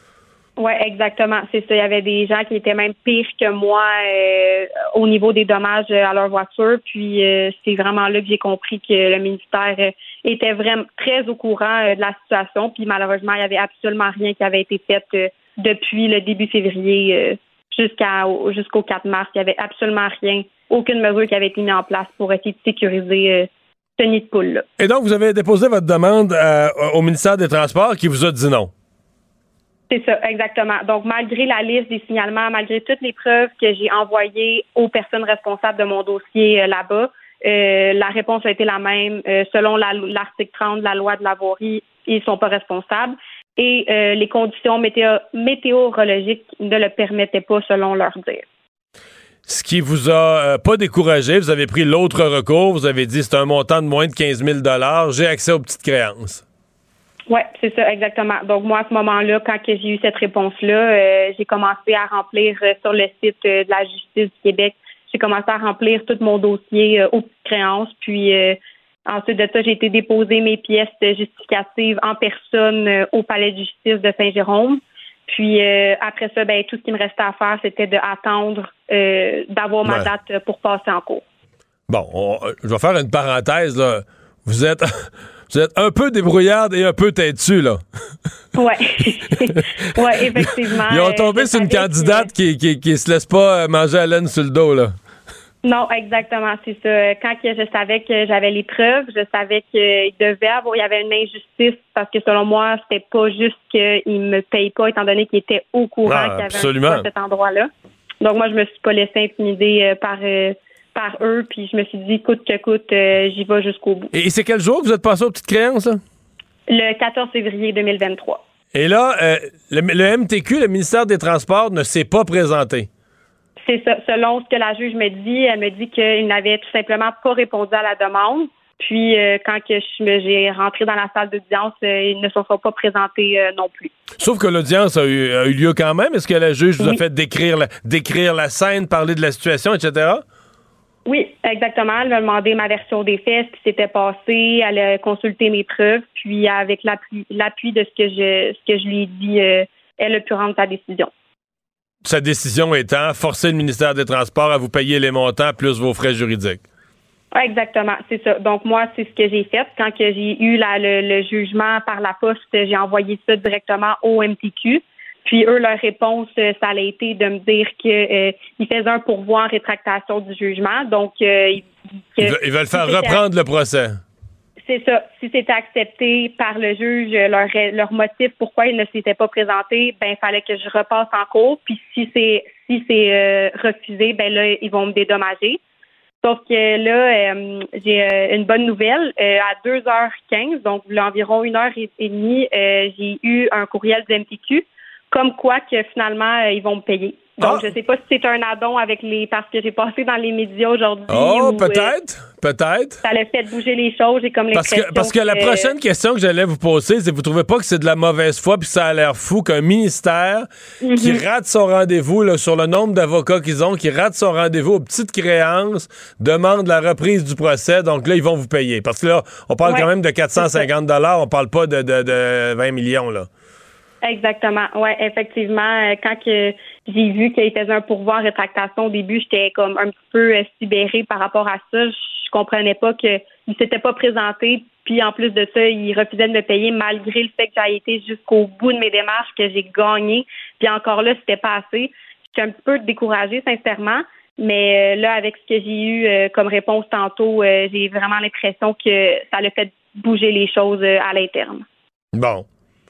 Oui, exactement. C'est ça. Il y avait des gens qui étaient même pires que moi euh, au niveau des dommages à leur voiture. Puis euh, c'est vraiment là que j'ai compris que le ministère euh, était vraiment très au courant euh, de la situation. Puis malheureusement, il n'y avait absolument rien qui avait été fait euh, depuis le début février euh, jusqu'à jusqu'au quatre mars. Il n'y avait absolument rien, aucune mesure qui avait été mise en place pour essayer de sécuriser euh, ce nid de poule-là. Et donc, vous avez déposé votre demande euh, au ministère des Transports qui vous a dit non? C'est ça, exactement. Donc, malgré la liste des signalements, malgré toutes les preuves que j'ai envoyées aux personnes responsables de mon dossier euh, là-bas, euh, la réponse a été la même. Euh, selon la, l'article trente de la loi de la voirie, ils ne sont pas responsables. Et euh, les conditions météo- météorologiques ne le permettaient pas, selon leur dire. Ce qui vous a euh, pas découragé, vous avez pris l'autre recours, vous avez dit c'est un montant de moins de quinze mille dollars, j'ai accès aux petites créances. Oui, c'est ça, exactement. Donc, moi, à ce moment-là, quand que j'ai eu cette réponse-là, euh, j'ai commencé à remplir euh, sur le site euh, de la Justice du Québec, j'ai commencé à remplir tout mon dossier euh, aux petites créances. Puis, euh, ensuite de ça, j'ai été déposer mes pièces justificatives en personne euh, au Palais de justice de Saint-Jérôme. Puis, euh, après ça, ben tout ce qui me restait à faire, c'était d'attendre euh, d'avoir ma ouais. date pour passer en cours. Bon, on, je vais faire une parenthèse, là. Vous êtes... Vous êtes un peu débrouillarde et un peu têtue, là. Oui. Oui, effectivement. Ils ont tombé euh, sur une candidate que... qui, qui, qui se laisse pas manger à laine sur le dos, là. Non, exactement, c'est ça. Quand que je savais que j'avais les preuves, je savais qu'il devait avoir, il y avait une injustice parce que selon moi, c'était pas juste qu'il me paye pas étant donné qu'il était au courant ah, qu'il y avait absolument. Un à cet endroit-là. Donc moi, je me suis pas laissée intimider par... Euh, par eux, puis je me suis dit, coûte que coûte, euh, j'y vais jusqu'au bout. Et c'est quel jour que vous êtes passé aux petites créances, là? Le quatorze février deux mille vingt-trois. Et là, euh, le, le M T Q, le ministère des Transports, ne s'est pas présenté. C'est ça. Selon ce que la juge me dit, elle me dit qu'il n'avait tout simplement pas répondu à la demande. Puis, euh, quand que je me, j'ai rentré dans la salle d'audience, euh, ils ne se sont pas présentés euh, non plus. Sauf que l'audience a eu, a eu lieu quand même. Est-ce que la juge vous oui. a fait décrire la, décrire la scène, parler de la situation, et cetera? Oui, exactement. Elle m'a demandé ma version des faits, ce qui s'était passé. Elle a consulté mes preuves. Puis, avec l'appui, l'appui de ce que je, ce que je lui ai dit, euh, elle a pu rendre sa décision. Sa décision étant forcer le ministère des Transports à vous payer les montants plus vos frais juridiques. Oui, exactement. C'est ça. Donc, moi, c'est ce que j'ai fait. Quand que j'ai eu la, le, le jugement par la poste, j'ai envoyé ça directement au M T Q. Puis eux, leur réponse, ça a été de me dire qu'ils euh, faisaient un pourvoi en rétractation du jugement. Donc, euh, ils, ils, veulent, ils veulent faire si reprendre le procès. C'est ça. Si c'était accepté par le juge, leur, leur motif pourquoi ils ne s'étaient pas présentés, ben il fallait que je repasse en cours. Puis si c'est si c'est euh, refusé, ben là, ils vont me dédommager. Sauf que là, euh, j'ai euh, une bonne nouvelle. Euh, à deux heures quinze, donc environ une heure et demie, euh, j'ai eu un courriel du M T Q. Comme quoi que finalement, euh, ils vont me payer. Donc, ah. je sais pas si c'est un addon avec les... Parce que j'ai passé dans les médias aujourd'hui. Oh, où, peut-être, euh, peut-être. Ça a fait bouger les choses. J'ai comme parce l'impression que Parce que, que la prochaine question que j'allais vous poser, c'est vous trouvez pas que c'est de la mauvaise foi puis ça a l'air fou qu'un ministère mm-hmm. qui rate son rendez-vous là, sur le nombre d'avocats qu'ils ont, qui rate son rendez-vous aux petites créances, demande la reprise du procès, donc là, ils vont vous payer. Parce que là, on parle ouais, quand même de quatre cent cinquante dollars, on parle pas de, de, de vingt millions, là. Exactement. Oui, effectivement. Quand que j'ai vu qu'il faisait un pourvoi en rétractation au début, j'étais comme un petit peu sidérée par rapport à ça. Je comprenais pas qu'il ne s'était pas présenté. Puis en plus de ça, il refusait de me payer malgré le fait que j'ai été jusqu'au bout de mes démarches, que j'ai gagné. Puis encore là, c'était pas assez. J'étais un petit peu découragée, sincèrement. Mais là, avec ce que j'ai eu comme réponse tantôt, j'ai vraiment l'impression que ça l'a fait bouger les choses à l'interne. Bon.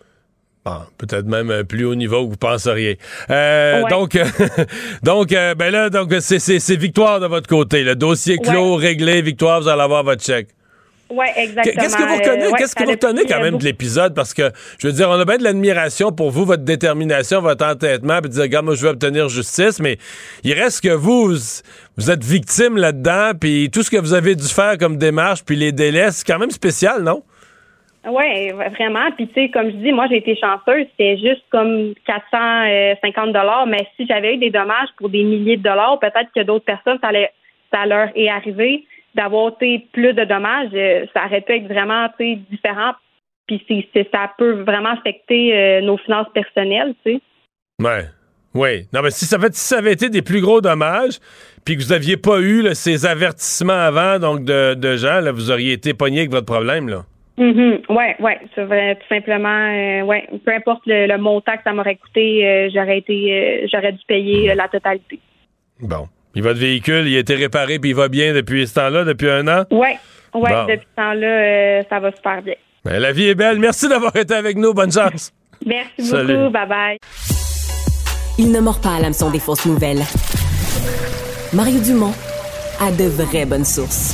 Bon, peut-être même plus haut niveau que vous penseriez. Euh, ouais. Donc, donc euh, ben là, donc c'est, c'est, c'est victoire de votre côté. Le dossier clos, ouais. réglé, victoire, vous allez avoir votre chèque. Oui, exactement. Qu'est-ce que vous retenez, euh, ouais, qu'est-ce que vous retenez quand même de l'épisode? Parce que, je veux dire, on a bien de l'admiration pour vous, votre détermination, votre entêtement, puis de dire, regarde, moi, je veux obtenir justice, mais il reste que vous, vous êtes victime là-dedans, puis tout ce que vous avez dû faire comme démarche, puis les délais, c'est quand même spécial, non? Oui, vraiment. Puis, tu sais, comme je dis, moi, j'ai été chanceuse. C'était juste comme quatre cent cinquante dollars. Mais si j'avais eu des dommages pour des milliers de dollars, peut-être que d'autres personnes, ça, allait, ça leur est arrivé d'avoir plus de dommages. Ça aurait pu être vraiment différent. Puis, c'est, c'est, ça peut vraiment affecter euh, nos finances personnelles, tu sais. Ouais. Oui. Non, mais si ça, fait, si ça avait été des plus gros dommages, puis que vous n'aviez pas eu là, ces avertissements avant, donc de, de gens, là, vous auriez été pogné avec votre problème, là. Mm-hmm. Oui, oui, c'est vrai, tout simplement. Euh, ouais, peu importe le, le montant que ça m'aurait coûté, euh, j'aurais été, euh, j'aurais dû payer euh, la totalité. Bon. Puis votre véhicule, il a été réparé puis il va bien depuis ce temps-là, depuis un an? Oui, ouais, bon. Depuis ce temps-là, euh, ça va super bien. Ben, la vie est belle. Merci d'avoir été avec nous. Bonne chance. Merci Salut. beaucoup. Bye-bye. Il ne mord pas à l'hameçon des fausses nouvelles. Mario Dumont a de vraies bonnes sources.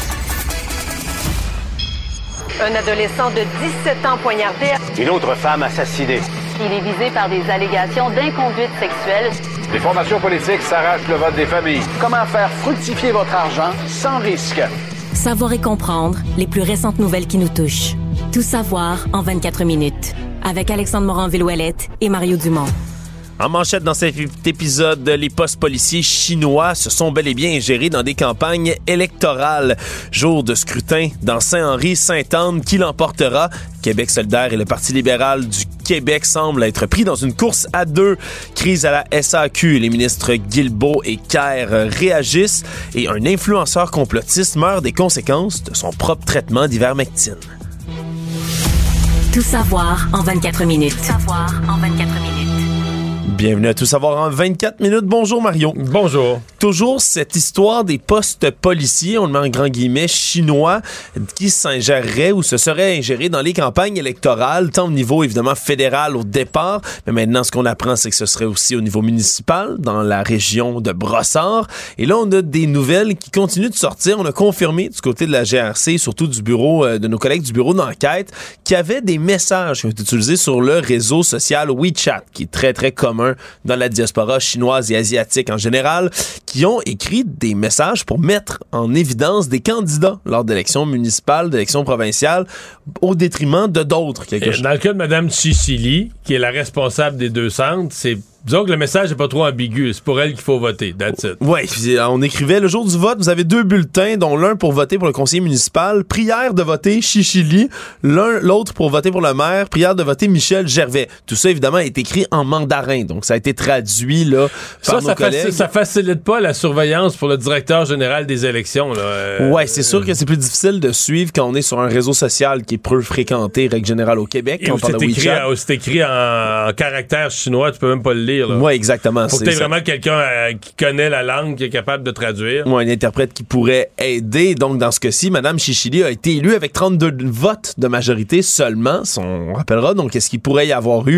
Un adolescent de dix-sept ans poignardé. Une autre femme assassinée. Il est visé par des allégations d'inconduite sexuelle. Les formations politiques s'arrachent le vote des familles. Comment faire fructifier votre argent sans risque? Savoir et comprendre les plus récentes nouvelles qui nous touchent. Tout savoir en vingt-quatre minutes. Avec Alexandre Morin-Villouellette et Mario Dumont. En manchette dans cet épisode, les postes policiers chinois se sont bel et bien ingérés dans des campagnes électorales. Jour de scrutin dans Saint-Henri-Sainte-Anne, qui l'emportera? Québec solidaire et le Parti libéral du Québec semblent être pris dans une course à deux. Crise à la S A Q, les ministres Guilbeault et Kerr réagissent et un influenceur complotiste meurt des conséquences de son propre traitement d'ivermectine. Tout savoir en vingt-quatre minutes. Tout savoir en vingt-quatre minutes. Bienvenue à Tout savoir en vingt-quatre minutes. Bonjour Mario. Bonjour. Toujours cette histoire des postes policiers, on le met en grand guillemets, chinois, qui s'ingéreraient ou se seraient ingérés dans les campagnes électorales, tant au niveau évidemment fédéral au départ, mais maintenant ce qu'on apprend c'est que ce serait aussi au niveau municipal, dans la région de Brossard. Et là on a des nouvelles qui continuent de sortir. On a confirmé du côté de la G R C, surtout du bureau, euh, de nos collègues du bureau d'enquête, qu'il y avait des messages qui ont été utilisés sur le réseau social WeChat, qui est très très commun dans la diaspora chinoise et asiatique en général, qui ont écrit des messages pour mettre en évidence des candidats lors d'élections municipales, d'élections provinciales, au détriment de d'autres. Quelque chose. Dans le cas de Mme Chichili, qui est la responsable des deux centres, c'est disons que le message n'est pas trop ambigu. C'est pour elle qu'il faut voter. That's it. Oui, on écrivait le jour du vote, vous avez deux bulletins, dont l'un pour voter pour le conseiller municipal, prière de voter Chichili, l'un, l'autre pour voter pour le maire, prière de voter Michel Gervais. Tout ça, évidemment, est écrit en mandarin, donc ça a été traduit là, par ça, nos ça collègues. Faci- ça facilite pas la surveillance pour le directeur général des élections. Là. Euh, ouais, c'est sûr que c'est plus difficile de suivre quand on est sur un réseau social qui est peu fréquenté, règle générale, au Québec. Et où c'est, écrit, à, c'est écrit en, en caractère chinois, tu peux même pas le lire. Oui, exactement. Faut que t'aies vraiment quelqu'un euh, qui connaît la langue, qui est capable de traduire. Oui, un interprète qui pourrait aider. Donc, dans ce cas-ci, Mme Chichili a été élue avec trente-deux votes de majorité seulement. On rappellera, donc, est-ce qu'il pourrait y avoir eu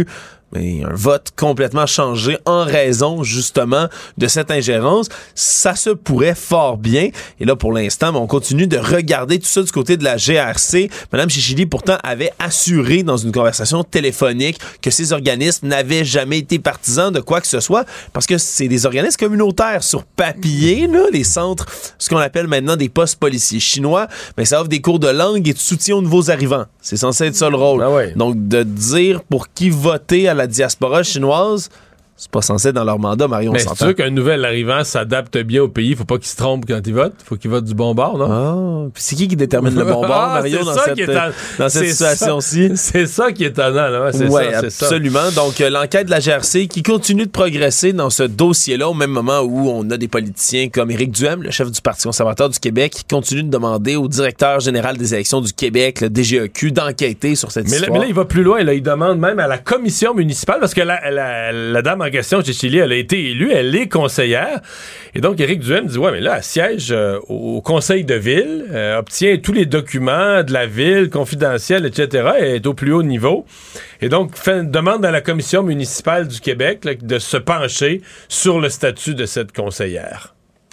mais un vote complètement changé en raison justement de cette ingérence. Ça se pourrait fort bien. Et là, pour l'instant, on continue de regarder tout ça du côté de la G R C. Mme Chichili, pourtant, avait assuré dans une conversation téléphonique que ces organismes n'avaient jamais été partisans de quoi que ce soit, parce que c'est des organismes communautaires sur papier, là, les centres, ce qu'on appelle maintenant des postes policiers chinois, mais ça offre des cours de langue et de soutien aux nouveaux arrivants. C'est censé être ça le rôle. Ah ouais. Donc, de dire pour qui voter à la diaspora chinoise, c'est pas censé être dans leur mandat, Mario, on mais s'entend. c'est sûr qu'un nouvel arrivant s'adapte bien au pays. Faut pas qu'il se trompe quand il vote. Faut qu'il vote du bon bord, non? Ah, puis c'est qui qui détermine le bon bord, ah, Mario, dans cette, éton... dans cette situation-ci? C'est ça qui est étonnant, là. C'est ouais, ça, c'est absolument. Ça. Donc, euh, l'enquête de la G R C qui continue de progresser dans ce dossier-là, au même moment où on a des politiciens comme Éric Duhem, le chef du Parti conservateur du Québec, qui continue de demander au directeur général des élections du Québec, le D G E Q, d'enquêter sur cette mais histoire. Là, mais là, il va plus loin. Là. Il demande même à la commission municipale, parce que la, la, la dame en question, Chichili, elle a été élue, elle est conseillère. Et donc, Éric Duhem dit, ouais, mais là, elle siège euh, au conseil de ville, euh, obtient tous les documents de la ville, confidentiels, et cetera, et est au plus haut niveau. Et donc, fait, demande à la commission municipale du Québec là, de se pencher sur le statut de cette conseillère.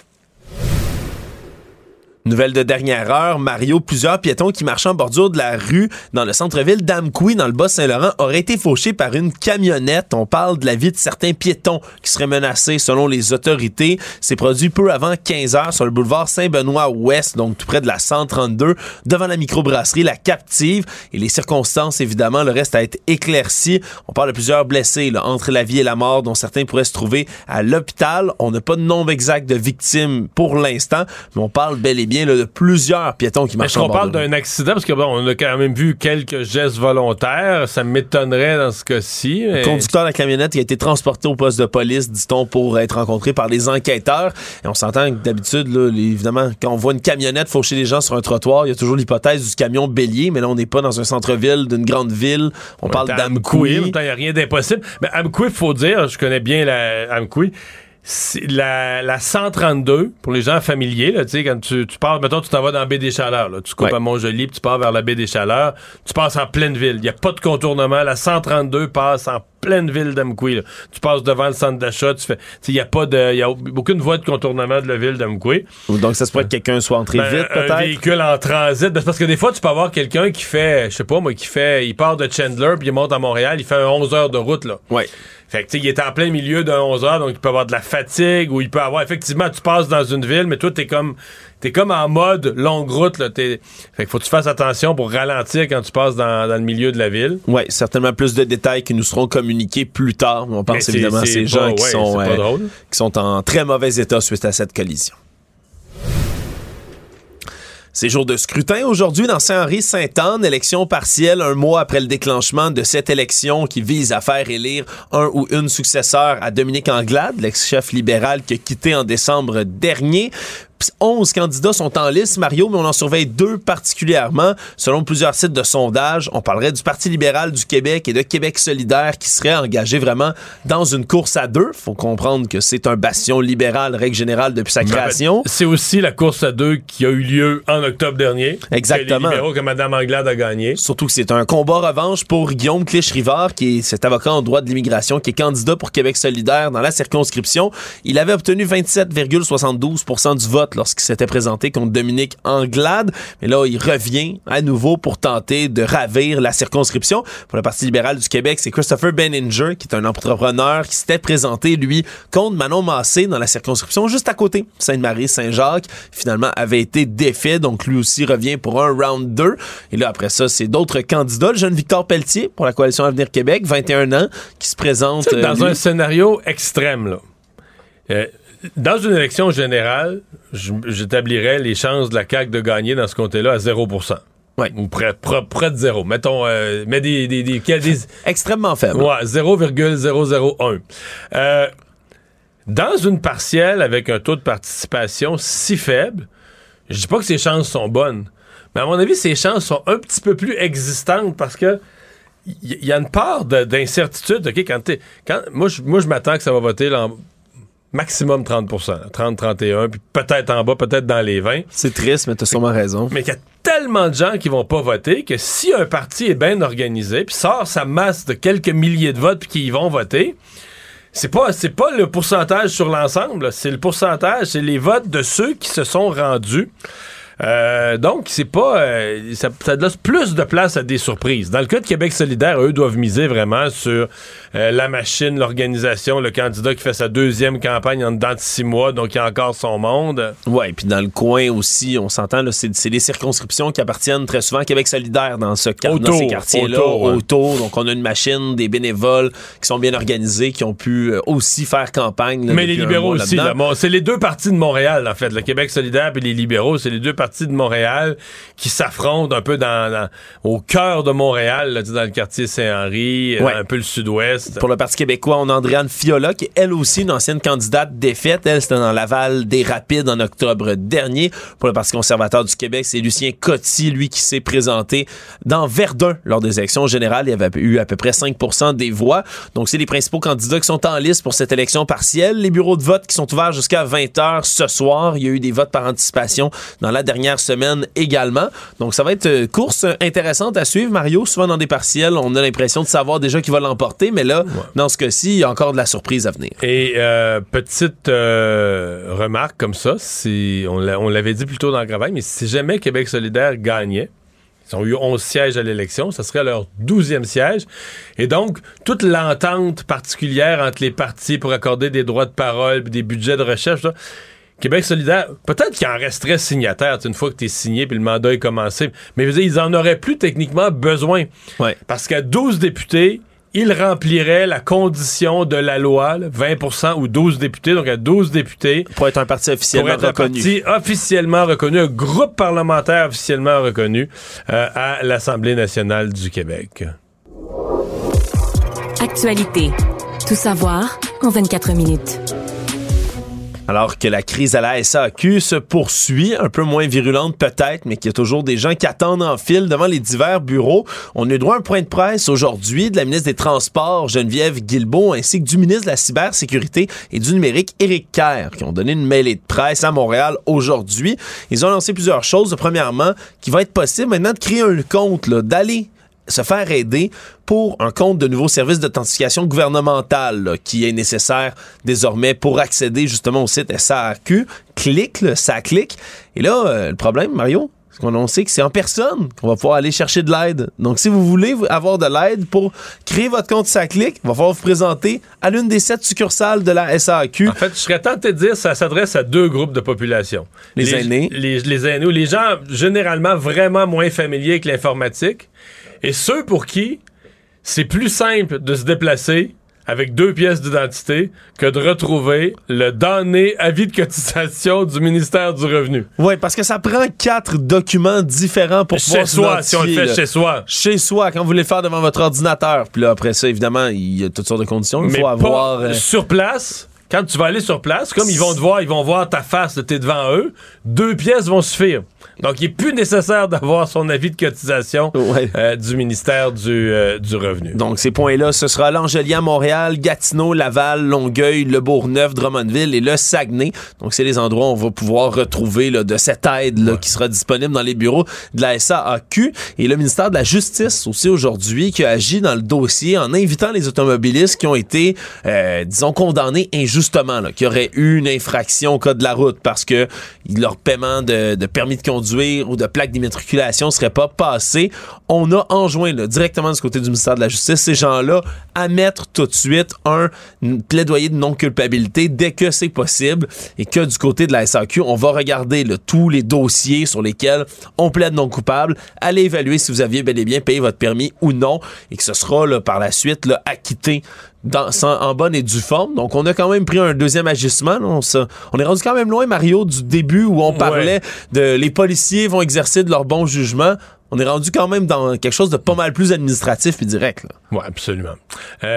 Nouvelle de dernière heure, Mario, plusieurs piétons qui marchaient en bordure de la rue dans le centre-ville d'Amqui, dans le Bas-Saint-Laurent, auraient été fauchés par une camionnette. On parle de la vie de certains piétons qui seraient menacés selon les autorités. C'est produit peu avant quinze heures sur le boulevard Saint-Benoît-Ouest, donc tout près de la cent trente-deux, devant la microbrasserie La Captive. Et les circonstances, évidemment, le reste à être éclairci. On parle de plusieurs blessés là, entre la vie et la mort, dont certains pourraient se trouver à l'hôpital. On n'a pas de nombre exact de victimes pour l'instant, mais on parle bel et bien Là, de plusieurs piétons qui marchent en bord. Est-ce qu'on parle d'un accident? Parce que bon, on a quand même vu quelques gestes volontaires. Ça m'étonnerait dans ce cas-ci. Mais... Le conducteur de la camionnette qui a été transporté au poste de police, dit-on, pour être rencontré par les enquêteurs. Et on s'entend que d'habitude, là, les, évidemment, quand on voit une camionnette faucher les gens sur un trottoir, il y a toujours l'hypothèse du camion bélier, mais là, on n'est pas dans un centre-ville d'une grande ville. On ouais, parle d'Amqui. Il n'y a rien d'impossible. Mais Amqui, il faut dire, je connais bien la Amqui. C'est la, la cent trente-deux, pour les gens familiers, là, tu sais, quand tu, tu pars, mettons, tu t'en vas dans la baie des Chaleurs, là, tu coupes ouais. à Montjoli, puis tu pars vers la baie des Chaleurs, tu passes en pleine ville. Il n'y a pas de contournement. La cent trente-deux passe en pleine ville d'Amqui. Là. Tu passes devant le centre d'achat, tu fais, tu sais, il n'y a pas de, il y a aucune voie de contournement de la ville d'Amqui. Donc, ça se pourrait que quelqu'un soit entré ben, vite, peut-être? Un véhicule en transit. Ben, parce que des fois, tu peux avoir quelqu'un qui fait, je sais pas, moi, qui fait, il part de Chandler, puis il monte à Montréal, il fait un onze heures de route, là. Ouais. Fait que, tu sais, il est en plein milieu d'un onze heures, donc il peut avoir de la fatigue, ou il peut avoir, effectivement, tu passes dans une ville, mais toi, t'es comme, t'es comme en mode longue route, là. T'es... Fait que faut que tu fasses attention pour ralentir quand tu passes dans, dans le milieu de la ville. Oui, certainement plus de détails qui nous seront communiqués plus tard. On pense évidemment à ces gens pas, qui, ouais, sont, euh, qui sont en très mauvais état suite à cette collision. C'est jour de scrutin aujourd'hui dans Saint-Henri-Sainte-Anne, élection partielle un mois après le déclenchement de cette élection qui vise à faire élire un ou une successeur à Dominique Anglade, l'ex-chef libéral qui a quitté en décembre dernier. onze candidats sont en liste, Mario, mais on en surveille deux particulièrement. Selon plusieurs sites de sondage, on parlerait du Parti libéral du Québec et de Québec solidaire qui seraient engagés vraiment dans une course à deux. Faut comprendre que c'est un bastion libéral, règle générale, depuis sa création. Ben, c'est aussi la course à deux qui a eu lieu en octobre dernier. Exactement. Que les libéraux que Mme Anglade a gagné. Surtout que c'est un combat revanche pour Guillaume Clich-Rivard, qui est cet avocat en droit de l'immigration, qui est candidat pour Québec solidaire dans la circonscription. Il avait obtenu vingt-sept virgule soixante-douze pour cent du vote lorsqu'il s'était présenté contre Dominique Anglade. Mais là, il revient à nouveau pour tenter de ravir la circonscription. Pour le Parti libéral du Québec, c'est Christopher Benninger, qui est un entrepreneur qui s'était présenté, lui, contre Manon Massé dans la circonscription juste à côté, Sainte-Marie-Saint-Jacques. Finalement, avait été défait, donc lui aussi revient pour un round deux. Et là, après ça, c'est d'autres candidats. Le jeune Victor Pelletier, pour la Coalition Avenir Québec, vingt et un ans, qui se présente... Dans lui, un scénario extrême, là. Euh, Dans une élection générale, j'établirais les chances de la C A Q de gagner dans ce comté-là à zéro pour cent. Ouais. Ou près, près, près de zéro. Mettons, euh, mais des, des, des, des, des... extrêmement faible. Ouais, zéro virgule zéro zéro un. Euh, dans une partielle avec un taux de participation si faible, je dis pas que ses chances sont bonnes, mais à mon avis, ses chances sont un petit peu plus existantes parce que il y, y a une part de, d'incertitude. Okay, quand t'es, quand, moi, je, moi, je m'attends que ça va voter là, maximum trente pour cent. trente, trente et un, puis peut-être en bas, peut-être dans les vingt. C'est triste, mais t'as sûrement raison. Mais qu'il y a tellement de gens qui vont pas voter que si un parti est bien organisé puis sort sa masse de quelques milliers de votes puis qui y vont voter, c'est pas c'est pas le pourcentage sur l'ensemble, là, c'est le pourcentage, c'est les votes de ceux qui se sont rendus. Euh, donc, c'est pas. Euh, ça, ça laisse plus de place à des surprises. Dans le cas de Québec solidaire, eux doivent miser vraiment sur euh, la machine, l'organisation, le candidat qui fait sa deuxième campagne en dedans de six mois, donc il a encore son monde. Ouais, puis dans le coin aussi, on s'entend, là, c'est, c'est les circonscriptions qui appartiennent très souvent à Québec solidaire dans, ce, autour, dans ces quartiers-là, autour, ouais. autour. Donc, on a une machine, des bénévoles qui sont bien organisés, qui ont pu euh, aussi faire campagne. Là, mais les libéraux aussi, là, bon, c'est les deux partis de Montréal, en fait. Le Québec solidaire et les libéraux, c'est les deux partis de Montréal qui s'affrontent un peu dans, dans au cœur de Montréal, là, dans le quartier Saint-Henri, ouais. un peu le sud-ouest. Pour le Parti québécois, on a Andréane Fiola, qui est elle aussi une ancienne candidate défaite. Elle, c'était dans Laval des Rapides en octobre dernier. Pour le Parti conservateur du Québec, c'est Lucien Coty, lui, qui s'est présenté dans Verdun lors des élections générales. Il avait eu à peu près cinq pour cent des voix. Donc, c'est les principaux candidats qui sont en liste pour cette élection partielle. Les bureaux de vote qui sont ouverts jusqu'à vingt heures ce soir. Il y a eu des votes par anticipation dans la dernière semaine également. Donc, ça va être une course intéressante à suivre, Mario. Souvent, dans des partiels, on a l'impression de savoir déjà qui va l'emporter, mais là, ouais. dans ce cas-ci, il y a encore de la surprise à venir. Et euh, petite euh, remarque comme ça, c'est, on, l'a, on l'avait dit plus tôt dans le travail, mais si jamais Québec solidaire gagnait, ils ont eu onze sièges à l'élection, ça serait leur douzième siège. Et donc, toute l'entente particulière entre les partis pour accorder des droits de parole, des budgets de recherche, ça, Québec solidaire, peut-être qu'il en resterait signataire une fois que t'es signé puis le mandat est commencé, mais je veux dire, ils en auraient plus techniquement besoin. Ouais. Parce qu'à douze députés, ils rempliraient la condition de la loi, là, vingt pour cent ou douze députés, donc à douze députés. Pour être un parti officiellement pour être reconnu. un parti officiellement reconnu, un groupe parlementaire officiellement reconnu euh, à l'Assemblée nationale du Québec. Actualité. Tout savoir en vingt-quatre minutes. Alors que la crise à la S A Q se poursuit, un peu moins virulente peut-être, mais qu'il y a toujours des gens qui attendent en file devant les divers bureaux. On a eu droit à un point de presse aujourd'hui de la ministre des Transports, Geneviève Guilbeault, ainsi que du ministre de la Cybersécurité et du Numérique, Éric Kerr, qui ont donné une mêlée de presse à Montréal aujourd'hui. Ils ont lancé plusieurs choses. Premièrement, qu'il va être possible maintenant de créer un compte, là, d'aller se faire aider pour un compte de nouveau service d'authentification gouvernementale là, qui est nécessaire désormais pour accéder justement au site S A Q. Clique, là, ça clique. Et là, euh, le problème, Mario, c'est qu'on sait que c'est en personne qu'on va pouvoir aller chercher de l'aide. Donc, si vous voulez avoir de l'aide pour créer votre compte S A Clique, il va falloir vous présenter à l'une des sept succursales de la S A Q. En fait, je serais tenté de dire que ça s'adresse à deux groupes de population. Les, les aînés. Les, les aînés ou les gens généralement vraiment moins familiers avec l'informatique. Et ceux pour qui c'est plus simple de se déplacer avec deux pièces d'identité que de retrouver le damné avis de cotisation du ministère du Revenu. Oui, parce que ça prend quatre documents différents pour pouvoir chez soi, si on le fait là. chez soi. Chez soi, quand vous voulez le faire devant votre ordinateur. Puis là, après ça, évidemment, il y a toutes sortes de conditions. Il Mais faut avoir... Pas, euh... sur place... Quand tu vas aller sur place, comme ils vont te voir, ils vont voir ta face, t'es devant eux, deux pièces vont suffire. Donc, il n'est plus nécessaire d'avoir son avis de cotisation ouais. euh, du ministère du, euh, du Revenu. Donc, ces points-là, ce sera l'Angélien, Montréal, Gatineau, Laval, Longueuil, Le Bourgneuf, Drummondville et le Saguenay. Donc, c'est les endroits où on va pouvoir retrouver là, de cette aide là, ouais. qui sera disponible dans les bureaux de la S A Q. Et le ministère de la Justice aussi aujourd'hui qui a agi dans le dossier en invitant les automobilistes qui ont été, euh, disons, condamnés injustement. Justement, là, qu'il y aurait eu une infraction au code de la route parce que leur paiement de, de permis de conduire ou de plaque d'immatriculation ne serait pas passé. On a enjoint là, directement du côté du ministère de la Justice ces gens-là à mettre tout de suite un plaidoyer de non-culpabilité dès que c'est possible et que du côté de la S A Q, on va regarder là, tous les dossiers sur lesquels on plaide non coupable, allez évaluer si vous aviez bel et bien payé votre permis ou non et que ce sera là, par la suite là, acquitté Dans, sans, en bonne et due forme. Donc, on a quand même pris un deuxième agissement. Là. On, se, on est rendu quand même loin, Mario, du début où on parlait ouais. de les policiers vont exercer de leur bon jugement. On est rendu quand même dans quelque chose de pas mal plus administratif puis direct. Oui, absolument. Euh,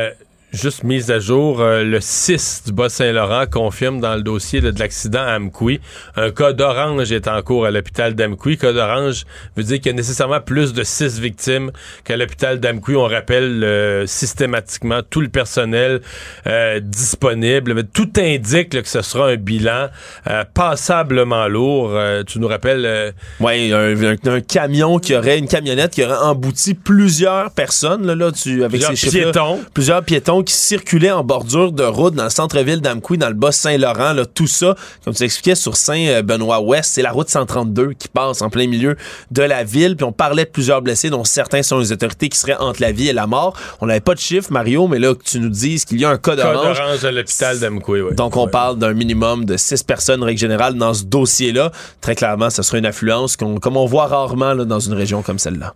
juste mise à jour, euh, le six du Bas-Saint-Laurent confirme dans le dossier là, de l'accident à Amqui. Un cas d'orange est en cours à l'hôpital d'Amqui. Cas d'orange veut dire qu'il y a nécessairement plus de six victimes qu'à l'hôpital d'Amqui. On rappelle euh, systématiquement tout le personnel euh, disponible. Mais tout indique là, que ce sera un bilan euh, passablement lourd. Euh, tu nous rappelles... Euh, oui, un, un, un camion qui aurait, une camionnette qui aurait embouti plusieurs personnes, là, là tu, avec plusieurs ces piétons. Plusieurs piétons qui circulaient en bordure de route dans le centre-ville d'Amqui, dans le Bas-Saint-Laurent, là, tout ça, comme tu l'expliquais, sur Saint-Benoît-Ouest, c'est la route cent trente-deux qui passe en plein milieu de la ville, puis on parlait de plusieurs blessés, dont certains sont les autorités qui seraient entre la vie et la mort. On n'avait pas de chiffres, Mario, mais là, que tu nous dises qu'il y a un cas d'orange. Cas d'orange à l'hôpital d'Amqui, oui. Donc, on ouais. parle d'un minimum de six personnes, règle générale, dans ce dossier-là. Très clairement, ce sera une affluence qu'on, comme on voit rarement là, dans une région comme celle-là.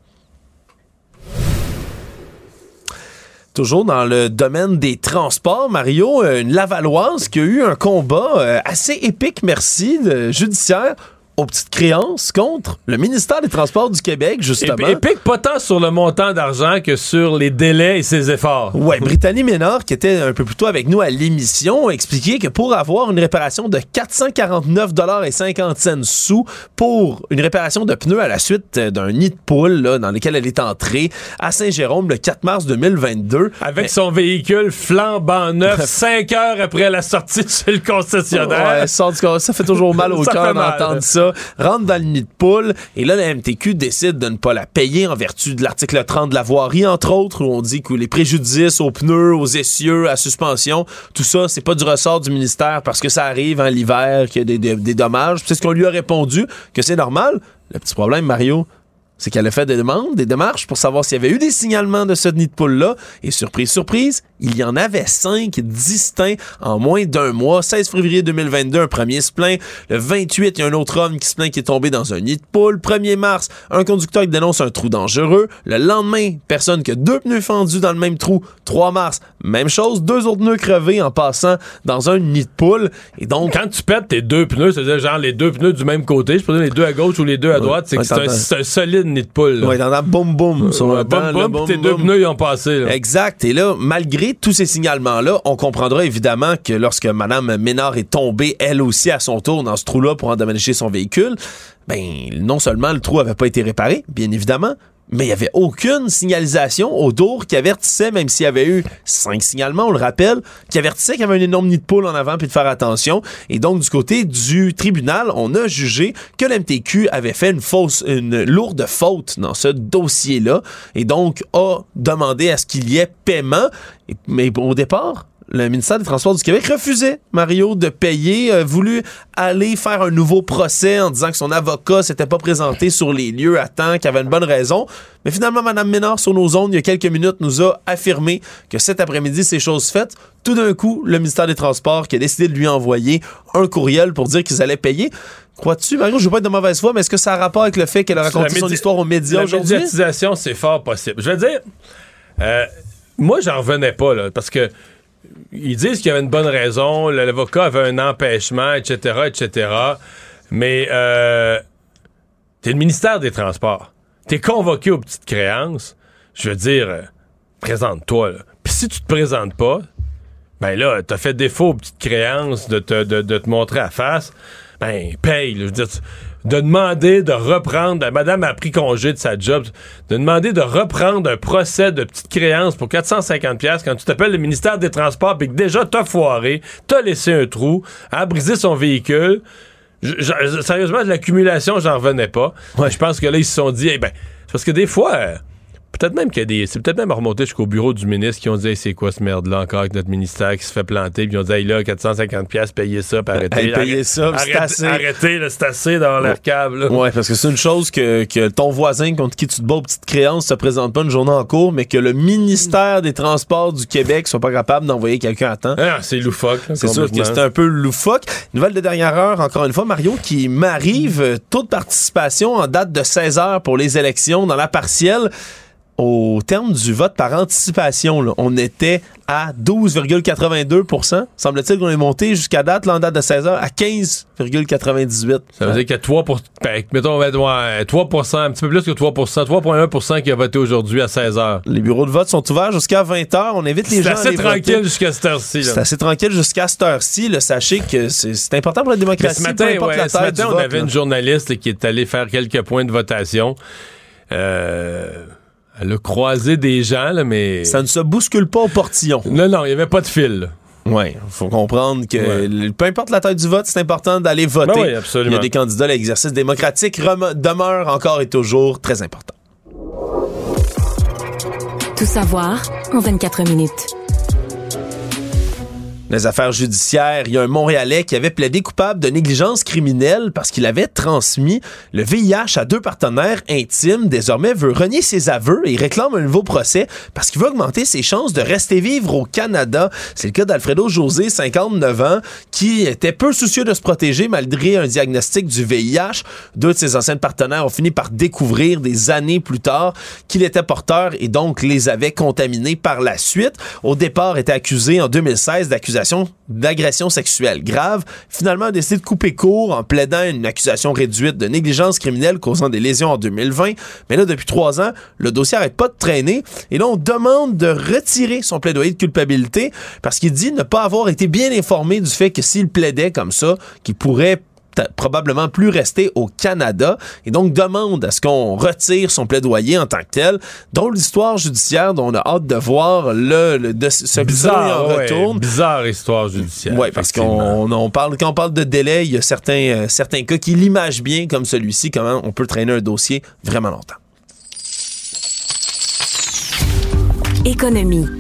Toujours dans le domaine des transports, Mario, une Lavalloise qui a eu un combat assez épique, merci, de, judiciaire, aux petites créances contre le ministère des Transports du Québec, justement. Épique, pas tant sur le montant d'argent que sur les délais et ses efforts. Oui, Brittany Ménard, qui était un peu plus tôt avec nous à l'émission, a expliqué que pour avoir une réparation de quatre cent quarante-neuf dollars cinquante sous pour une réparation de pneus à la suite d'un nid de poule là, dans lequel elle est entrée à Saint-Jérôme le quatre mars deux mille vingt-deux. Avec Mais... son véhicule flambant neuf, cinq heures après la sortie chez le concessionnaire. Ouais, ça, ça fait toujours mal au cœur d'entendre ça. Rentre dans le nid de poule et là, la M T Q décide de ne pas la payer en vertu de l'article trente de la voirie, entre autres, où on dit que les préjudices aux pneus, aux essieux, à suspension, tout ça, c'est pas du ressort du ministère parce que ça arrive en l'hiver, qu'il y a des, des, des dommages. C'est ce qu'on lui a répondu, que c'est normal. Le petit problème, Mario, c'est qu'elle a fait des demandes, des démarches pour savoir s'il y avait eu des signalements de ce nid de poule-là. Et surprise, surprise, il y en avait cinq distincts en moins d'un mois. seize février deux mille vingt-deux, un premier se plaint. Le vingt-huit, il y a un autre homme qui se plaint qui est tombé dans un nid de poule. premier mars, un conducteur qui dénonce un trou dangereux. Le lendemain, personne qui a deux pneus fendus dans le même trou. trois mars, même chose, deux autres pneus crevés en passant dans un nid de poule. Et donc, quand tu pètes tes deux pneus, c'est-à-dire genre les deux pneus du même côté, je peux dire les deux à gauche ou les deux à droite, c'est, ouais, que c'est, un, c'est un solide nid de poule. Oui, t'entends boum boum sur ouais, boum boum, boum, tes deux pneus ils ont passé. Là. Exact. Et là, malgré tous ces signalements-là, on comprendra évidemment que lorsque Mme Ménard est tombée, elle aussi à son tour, dans ce trou-là pour endommager son véhicule, ben non seulement le trou avait pas été réparé, bien évidemment, mais il n'y avait aucune signalisation autour qui avertissait, même s'il y avait eu cinq signalements, on le rappelle, qui avertissait qu'il y avait un énorme nid de poule en avant puis de faire attention. Et donc, du côté du tribunal, on a jugé que l'M T Q avait fait une fausse, une lourde faute dans ce dossier-là et donc a demandé à ce qu'il y ait paiement. Et, mais au départ, le ministère des Transports du Québec refusait, Mario, de payer, a voulu aller faire un nouveau procès en disant que son avocat s'était pas présenté sur les lieux à temps, qu'il avait une bonne raison. Mais finalement, Mme Ménard, sur nos ondes, il y a quelques minutes, nous a affirmé que cet après-midi, c'est chose faite. Tout d'un coup, le ministère des Transports qui a décidé de lui envoyer un courriel pour dire qu'ils allaient payer. Crois-tu, Mario, je veux pas être de mauvaise foi, mais est-ce que ça a rapport avec le fait qu'elle a raconté médi- son histoire aux médias aujourd'hui? La médiatisation, c'est fort possible. Je veux dire, euh, moi, j'en revenais pas, là, parce que ils disent qu'il y avait une bonne raison, l'avocat avait un empêchement, et cetera, et cetera. Mais euh, t'es le ministère des Transports. T'es convoqué aux petites créances. Je veux dire, euh, présente-toi. Là. Puis si tu te présentes pas, ben là, t'as fait défaut aux petites créances de te, de, de te montrer à face. Ben, paye. Là. Je veux dire, tu, de demander de reprendre, madame a pris congé de sa job, de demander de reprendre un procès de petite créance pour quatre cent cinquante dollars quand tu t'appelles le ministère des Transports et que déjà t'as foiré, t'as laissé un trou, a brisé son véhicule. Je, je, sérieusement, de l'accumulation, j'en revenais pas. Ouais. Je pense que là, ils se sont dit, eh ben, c'est parce que des fois... Euh, Peut-être même qu'il y a des. C'est peut-être même remonté jusqu'au bureau du ministre qui ont dit hey, c'est quoi ce merde-là encore avec notre ministère qui se fait planter. Puis ils ont dit hey, là, quatre cent cinquante dollars, payez ça, puis arrêtez. Hey, payez ça, arrêtez, c'est assez. Arrêtez, là, c'est assez dans l'air câble. Oui, parce que c'est une chose que, que ton voisin contre qui tu te bats aux petites créances se présente pas une journée en cours, mais que le ministère des Transports du Québec soit pas capable d'envoyer quelqu'un à temps. Ah, c'est loufoque. Là, c'est sûr que c'est un peu loufoque. Nouvelle de dernière heure, encore une fois, Mario, qui m'arrive. Taux de participation en date de seize heures pour les élections dans la partielle. au terme du vote par anticipation, là, on était à douze virgule quatre-vingt-deux pour cent. Semble-t-il qu'on est monté jusqu'à date, là, en date de seize heures, à quinze virgule quatre-vingt-dix-huit. Ça veut dire qu'il y a trois pour cent, ben, mettons, ouais, trois pour cent, un petit peu plus que trois pour cent, trois virgule un pour cent qui a voté aujourd'hui à seize heures. Les bureaux de vote sont ouverts jusqu'à vingt heures. On invite les c'est gens à aller voter. C'est assez tranquille jusqu'à cette heure-ci. Là. C'est assez tranquille jusqu'à cette heure-ci. Là. Sachez que c'est, c'est important pour la démocratie. Mais ce matin, peu importe ouais, la ce matin on vote, avait là. une journaliste qui est allée faire quelques points de votation. Euh... Elle a croisé des gens, là, mais... Ça ne se bouscule pas au portillon. Non, non, il n'y avait pas de fil. Oui, il faut comprendre que ouais. peu importe la taille du vote, c'est important d'aller voter. Ben oui, absolument. Il y a des candidats, l'exercice démocratique rem- demeure encore et toujours très important. Tout savoir en vingt-quatre minutes. Les affaires judiciaires, il y a un Montréalais qui avait plaidé coupable de négligence criminelle parce qu'il avait transmis le V I H à deux partenaires intimes. Désormais, veut renier ses aveux et réclame un nouveau procès parce qu'il veut augmenter ses chances de rester vivre au Canada. C'est le cas d'Alfredo José, cinquante-neuf ans, qui était peu soucieux de se protéger malgré un diagnostic du V I H. Deux de ses anciens partenaires ont fini par découvrir des années plus tard qu'il était porteur et donc les avait contaminés par la suite. Au départ, était accusé en deux mille seize d'accusation d'agression sexuelle grave. Finalement, a décidé de couper court en plaidant une accusation réduite de négligence criminelle causant des lésions en deux mille vingt. Mais là, depuis trois ans, le dossier n'arrête pas de traîner. Et là, on demande de retirer son plaidoyer de culpabilité parce qu'il dit ne pas avoir été bien informé du fait que s'il plaidait comme ça, qu'il pourrait t- probablement plus rester au Canada et donc demande à ce qu'on retire son plaidoyer en tant que tel. Drôle d'histoire judiciaire dont on a hâte de voir le, le de ce bizarre, en ouais, retourne. Bizarre histoire judiciaire. Oui, parce qu'on on, on parle, quand on parle de délai, il y a certains, euh, certains cas qui l'imagent bien comme celui-ci, comment on peut traîner un dossier vraiment longtemps. Économie.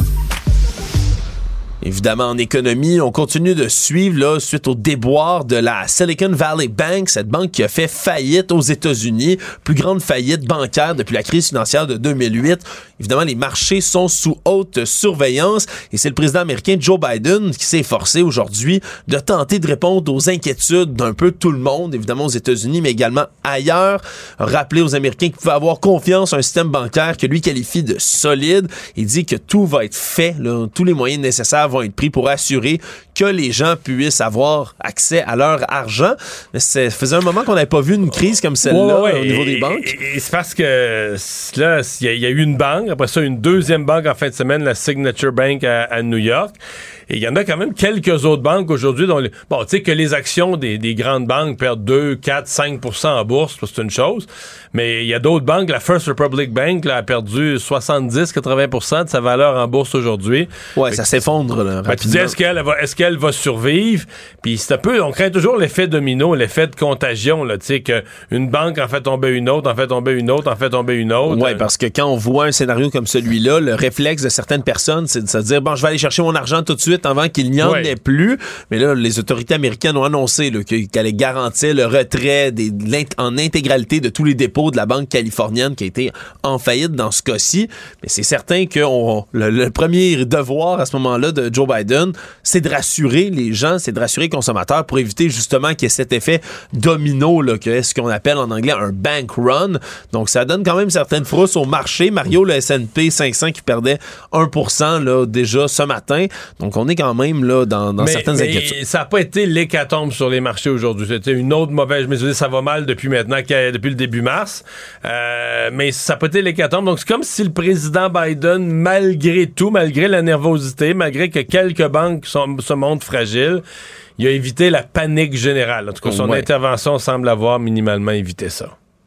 Évidemment, en économie, on continue de suivre là, suite au déboire de la Silicon Valley Bank, cette banque qui a fait faillite aux États-Unis, plus grande faillite bancaire depuis la crise financière de deux mille huit. Évidemment, les marchés sont sous haute surveillance et c'est le président américain Joe Biden qui s'est efforcé aujourd'hui de tenter de répondre aux inquiétudes d'un peu tout le monde, évidemment aux États-Unis, mais également ailleurs. Rappeler aux Américains qu'ils pouvaient avoir confiance en un système bancaire que lui qualifie de solide. Il dit que tout va être fait, là, tous les moyens nécessaires vont être pris pour assurer que les gens puissent avoir accès à leur argent. Mais ça faisait un moment qu'on n'avait pas vu une crise comme celle-là ouais, ouais, au niveau et, des banques. Et, et c'est parce que là, il y, y a eu une banque, après ça, une deuxième banque en fin de semaine, la Signature Bank à, à New York. Et il y en a quand même quelques autres banques aujourd'hui dont les, bon, tu sais que les actions des, des grandes banques perdent deux, quatre, cinq pour cent en bourse, c'est une chose. Mais il y a d'autres banques, la First Republic Bank là, a perdu soixante-dix à quatre-vingts pour cent de sa valeur en bourse aujourd'hui. Ouais, fait ça que, s'effondre là, ben, tu dis, est-ce qu'elle va, est-ce qu'elle va survivre? Puis c'est un peu, on craint toujours l'effet domino, l'effet de contagion, là, tu sais, qu'une banque en fait tomber une autre, en fait tomber une autre, en fait tomber une autre. Ouais, parce que quand on voit un scénario comme celui-là, le réflexe de certaines personnes, c'est de se dire, bon, je vais aller chercher mon argent tout de suite avant qu'il n'y en ouais. ait plus. Mais là, les autorités américaines ont annoncé là, qu'elles allaient garantir le retrait des, en intégralité de tous les dépôts de la banque californienne qui a été en faillite dans ce cas-ci. Mais c'est certain que on, le, le premier devoir à ce moment-là de Joe Biden, c'est de rassurer les gens, c'est de rassurer les consommateurs pour éviter justement qu'il y ait cet effet domino, là, que est ce qu'on appelle en anglais un bank run. Donc, ça donne quand même certaines frousses au marché. Mario, le S and P cinq cents qui perdait un pour cent là, déjà ce matin. Donc, on est quand même là, dans, dans mais, certaines mais inquiétudes. Ça n'a pas été l'hécatombe sur les marchés aujourd'hui. C'était une autre mauvaise... Mais je veux dire, ça va mal depuis maintenant, depuis le début mars. Euh, mais ça n'a pas été l'hécatombe. Donc, c'est comme si le président Biden, malgré tout, malgré la nervosité, malgré que quelques banques sont, se montrent fragiles, il a évité la panique générale. En tout cas, son ouais. intervention semble avoir minimalement évité ça.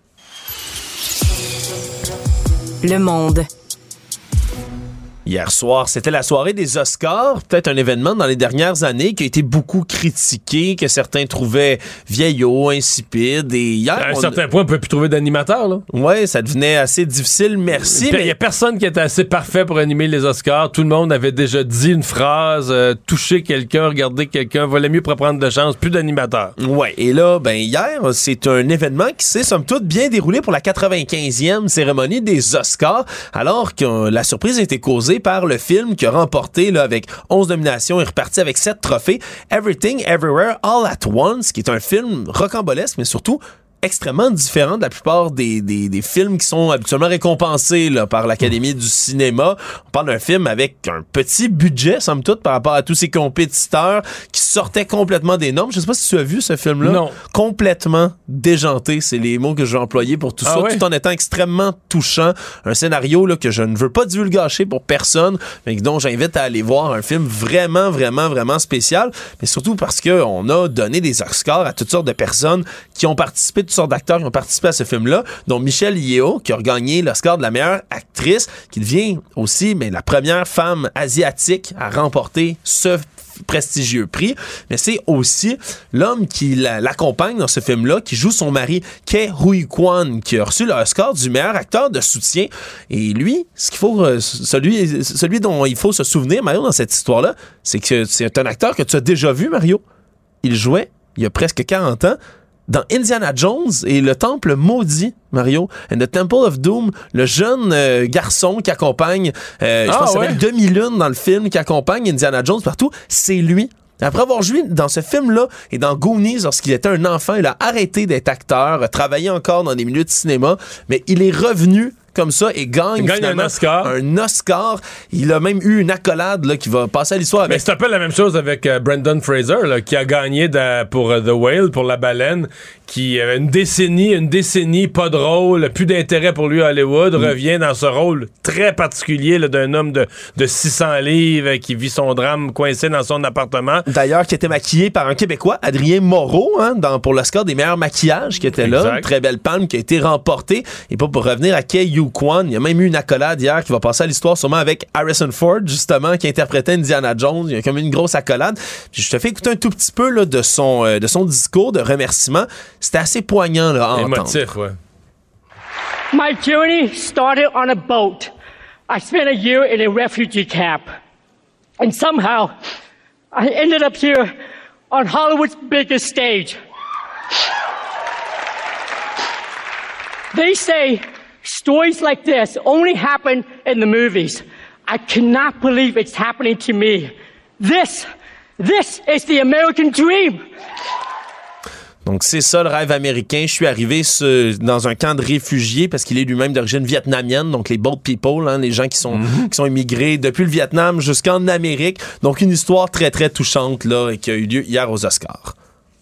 Le Monde. Hier soir, c'était la soirée des Oscars, peut-être un événement dans les dernières années qui a été beaucoup critiqué, que certains trouvaient vieillot, insipide. Et hier, à un on... certain point, on ne peut plus trouver d'animateur, là. Ouais, ça devenait assez difficile, merci. Il n'y mais... a personne qui était assez parfait pour animer les Oscars. Tout le monde avait déjà dit une phrase, euh, toucher quelqu'un, regarder quelqu'un, valait mieux pour prendre de chance, plus d'animateur. Ouais, et là, ben hier, c'est un événement qui s'est, somme toute, bien déroulé pour la quatre-vingt-quinzième cérémonie des Oscars, alors que euh, la surprise a été causée par le film qui a remporté là, avec onze nominations et reparti avec sept trophées, Everything, Everywhere, All at Once, qui est un film rocambolesque, mais surtout extrêmement différent de la plupart des, des, des films qui sont habituellement récompensés là, par l'Académie du cinéma. On parle d'un film avec un petit budget, somme toute, par rapport à tous ses compétiteurs qui sortaient complètement des normes. Je sais pas si tu as vu ce film-là. Non. Complètement déjanté, c'est les mots que je vais employer pour tout ah ça, ouais? tout en étant extrêmement touchant. Un scénario là, que je ne veux pas divulgacher pour personne, mais dont j'invite à aller voir. Un film vraiment, vraiment, vraiment spécial, mais surtout parce qu'on a donné des Oscars à toutes sortes de personnes qui ont participé, toutes sortes d'acteurs qui ont participé à ce film-là, dont Michelle Yeoh, qui a gagné l'Oscar de la meilleure actrice, qui devient aussi mais, la première femme asiatique à remporter ce prestigieux prix, mais c'est aussi l'homme qui l'accompagne dans ce film-là, qui joue son mari, Ke Huy Quan, qui a reçu l'Oscar du meilleur acteur de soutien. Et lui, ce qu'il faut, celui, celui dont il faut se souvenir, Mario, dans cette histoire-là, c'est que c'est un acteur que tu as déjà vu, Mario. Il jouait, il y a presque quarante ans, dans Indiana Jones et le Temple maudit, Mario, and the Temple of Doom, le jeune euh, garçon qui accompagne, euh, ah, je pense que ouais. ça s'appelle Demi-Lune dans le film, qui accompagne Indiana Jones partout, c'est lui. Après avoir joué dans ce film-là et dans Goonies, lorsqu'il était un enfant, il a arrêté d'être acteur, a travaillé encore dans des milieux de cinéma, mais il est revenu comme ça et gagne, il gagne un Oscar. Un Oscar. Il a même eu une accolade là, qui va passer à l'histoire. Avec... Mais c'est un peu la même chose avec euh, Brendan Fraser, là, qui a gagné de, pour uh, The Whale, pour La Baleine, qui avait une décennie, une décennie pas de rôle, plus d'intérêt pour lui à Hollywood, mm. revient dans ce rôle très particulier là, d'un homme de, de six cents livres qui vit son drame coincé dans son appartement. D'ailleurs, qui était maquillé par un Québécois, Adrien Moreau, hein, dans, pour l'Oscar des meilleurs maquillages qui était exact. Là. Une très belle palme qui a été remportée. Et pas pour revenir à Ke Huy Quan, il y a même eu une accolade hier qui va passer à l'histoire sûrement avec Harrison Ford, justement, qui interprétait Indiana Jones. Il y a comme une grosse accolade. Puis je te fais écouter un tout petit peu là, de, son, euh, de son discours de remerciement. C'était assez poignant là, à émotif, entendre. Ouais. My journey started on a boat. I spent a year in a refugee camp. And somehow, I ended up here on Hollywood's biggest stage. They say stories like this only happen in the movies. I cannot believe it's happening to me. This, this is the American dream. Donc, c'est ça le rêve américain. Je suis arrivé ce, dans un camp de réfugiés parce qu'il est lui-même d'origine vietnamienne, donc les boat people, hein, les gens qui sont, mm-hmm. qui sont immigrés depuis le Vietnam jusqu'en Amérique. Donc, une histoire très, très touchante là, et qui a eu lieu hier aux Oscars.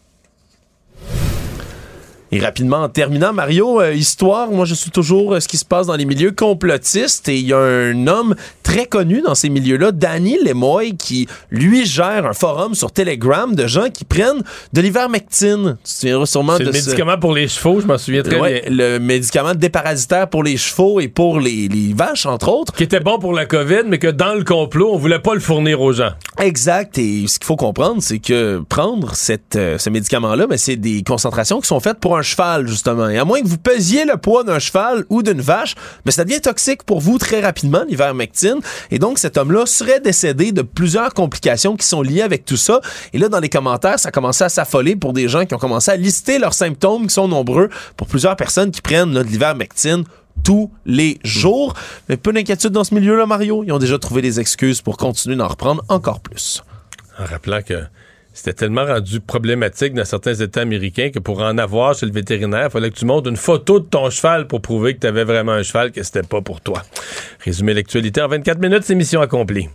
Et rapidement, en terminant, Mario, euh, histoire, moi je suis toujours euh, ce qui se passe dans les milieux complotistes et il y a un homme très connu dans ces milieux-là, Danny Lemoy, qui lui gère un forum sur Telegram de gens qui prennent de l'ivermectine. Tu te souviendras sûrement c'est de le ce... médicament pour les chevaux, je m'en souviens très ouais, bien. Le médicament déparasitaire pour les chevaux et pour les, les vaches, entre autres. Qui était bon pour la COVID, mais que dans le complot, on voulait pas le fournir aux gens. Exact, et ce qu'il faut comprendre, c'est que prendre cette, euh, ce médicament-là, ben, c'est des concentrations qui sont faites pour un cheval, justement. Et à moins que vous pesiez le poids d'un cheval ou d'une vache, mais ça devient toxique pour vous très rapidement, l'ivermectine. Et donc, cet homme-là serait décédé de plusieurs complications qui sont liées avec tout ça. Et là, dans les commentaires, ça a commencé à s'affoler pour des gens qui ont commencé à lister leurs symptômes qui sont nombreux pour plusieurs personnes qui prennent là, de l'ivermectine tous les jours. Mais peu d'inquiétude dans ce milieu-là, Mario. Ils ont déjà trouvé des excuses pour continuer d'en reprendre encore plus. En rappelant que c'était tellement rendu problématique dans certains États américains que pour en avoir chez le vétérinaire, il fallait que tu montres une photo de ton cheval pour prouver que tu avais vraiment un cheval, que c'était pas pour toi. Résumé l'actualité en vingt-quatre minutes, c'est mission accomplie.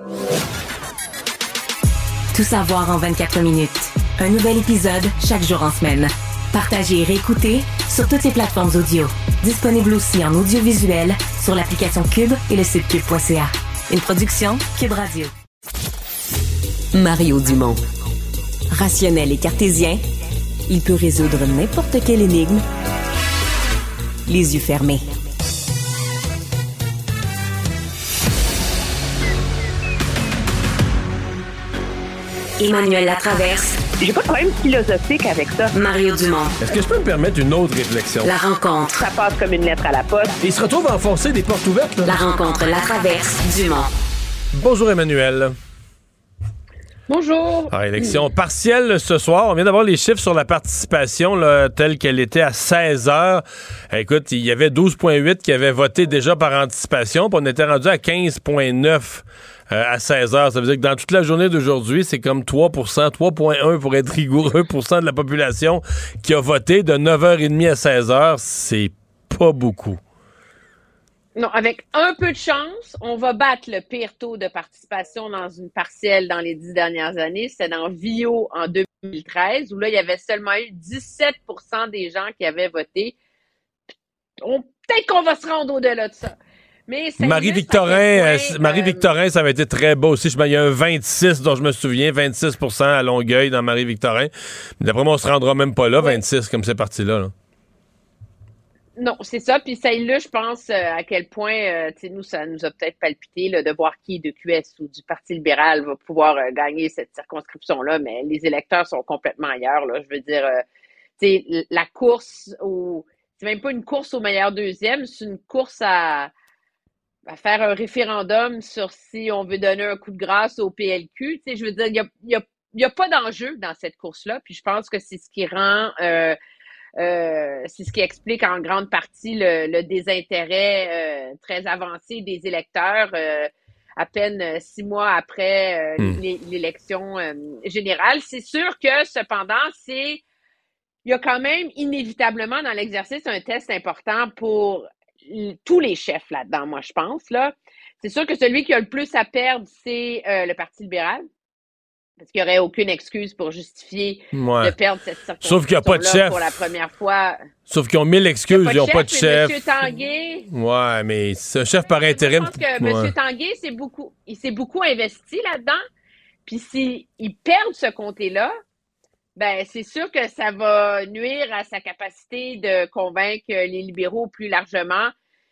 Tout savoir en vingt-quatre minutes. Un nouvel épisode chaque jour en semaine. Partagez et réécoutez sur toutes les plateformes audio. Disponible aussi en audiovisuel sur l'application Cube et le site cube point c a. Une production Cube Radio. Mario Dumont. Rationnel et cartésien, il peut résoudre n'importe quelle énigme les yeux fermés. Emmanuel Latraverse. J'ai pas de problème philosophique avec ça. Mario Dumont. Est-ce que je peux me permettre une autre réflexion? La rencontre. Ça passe comme une lettre à la poste. Et il se retrouve à enfoncer des portes ouvertes, là. La rencontre Latraverse Dumont. Bonjour Emmanuel. Bonjour. Alors, élection partielle ce soir. On vient d'avoir les chiffres sur la participation là, telle qu'elle était à seize heures. Écoute, il y avait douze virgule huit qui avaient voté déjà par anticipation, puis on était rendu à quinze virgule neuf euh, à seize heures. Ça veut dire que dans toute la journée d'aujourd'hui, c'est comme trois pour cent, trois virgule un pour être rigoureux, pour cent de la population qui a voté de neuf heures trente à seize heures. C'est pas beaucoup. Non, avec un peu de chance, on va battre le pire taux de participation dans une partielle dans les dix dernières années. C'était dans Vio en deux mille treize, où là, il y avait seulement eu dix-sept pour cent des gens qui avaient voté. On, peut-être qu'on va se rendre au-delà de ça. Mais Marie-Victorin, point, euh, Marie-Victorin, ça avait été très beau aussi. Il y a un vingt-six dont je me souviens, vingt-six pour cent à Longueuil dans Marie-Victorin. Mais d'après moi, on se rendra même pas là, oui. vingt-six comme c'est parti là. là. Non, c'est ça. Puis ça illustre, je pense, euh, à quel point, euh, tu sais, nous, ça nous a peut-être palpité là, de voir qui de Q S ou du Parti libéral va pouvoir euh, gagner cette circonscription-là, mais les électeurs sont complètement ailleurs. Là. Je veux dire, euh, tu sais, la course au... C'est même pas une course au meilleur deuxième, c'est une course à, à faire un référendum sur si on veut donner un coup de grâce au P L Q. Tu sais, je veux dire, il y a, y a, y a pas d'enjeu dans cette course-là, puis je pense que c'est ce qui rend... Euh, Euh, c'est ce qui explique en grande partie le, le désintérêt euh, très avancé des électeurs euh, à peine six mois après euh, mmh. l'élection euh, générale. C'est sûr que, cependant, c'est il y a quand même inévitablement dans l'exercice un test important pour l- tous les chefs là-dedans, moi, je pense. Là. C'est sûr que celui qui a le plus à perdre, c'est euh, le Parti libéral. Parce qu'il n'y aurait aucune excuse pour justifier ouais. de perdre cette circonscription. Sauf qu'il n'y a pas de chef. Pour la première fois. Sauf qu'ils ont mille excuses, ils n'ont pas de chef. M. Tanguay. Ouais, mais c'est un chef par intérim. Je pense que ouais. M. Tanguay, c'est beaucoup, il s'est beaucoup investi là-dedans. Puis s'il perd ce comté-là, ben c'est sûr que ça va nuire à sa capacité de convaincre les libéraux plus largement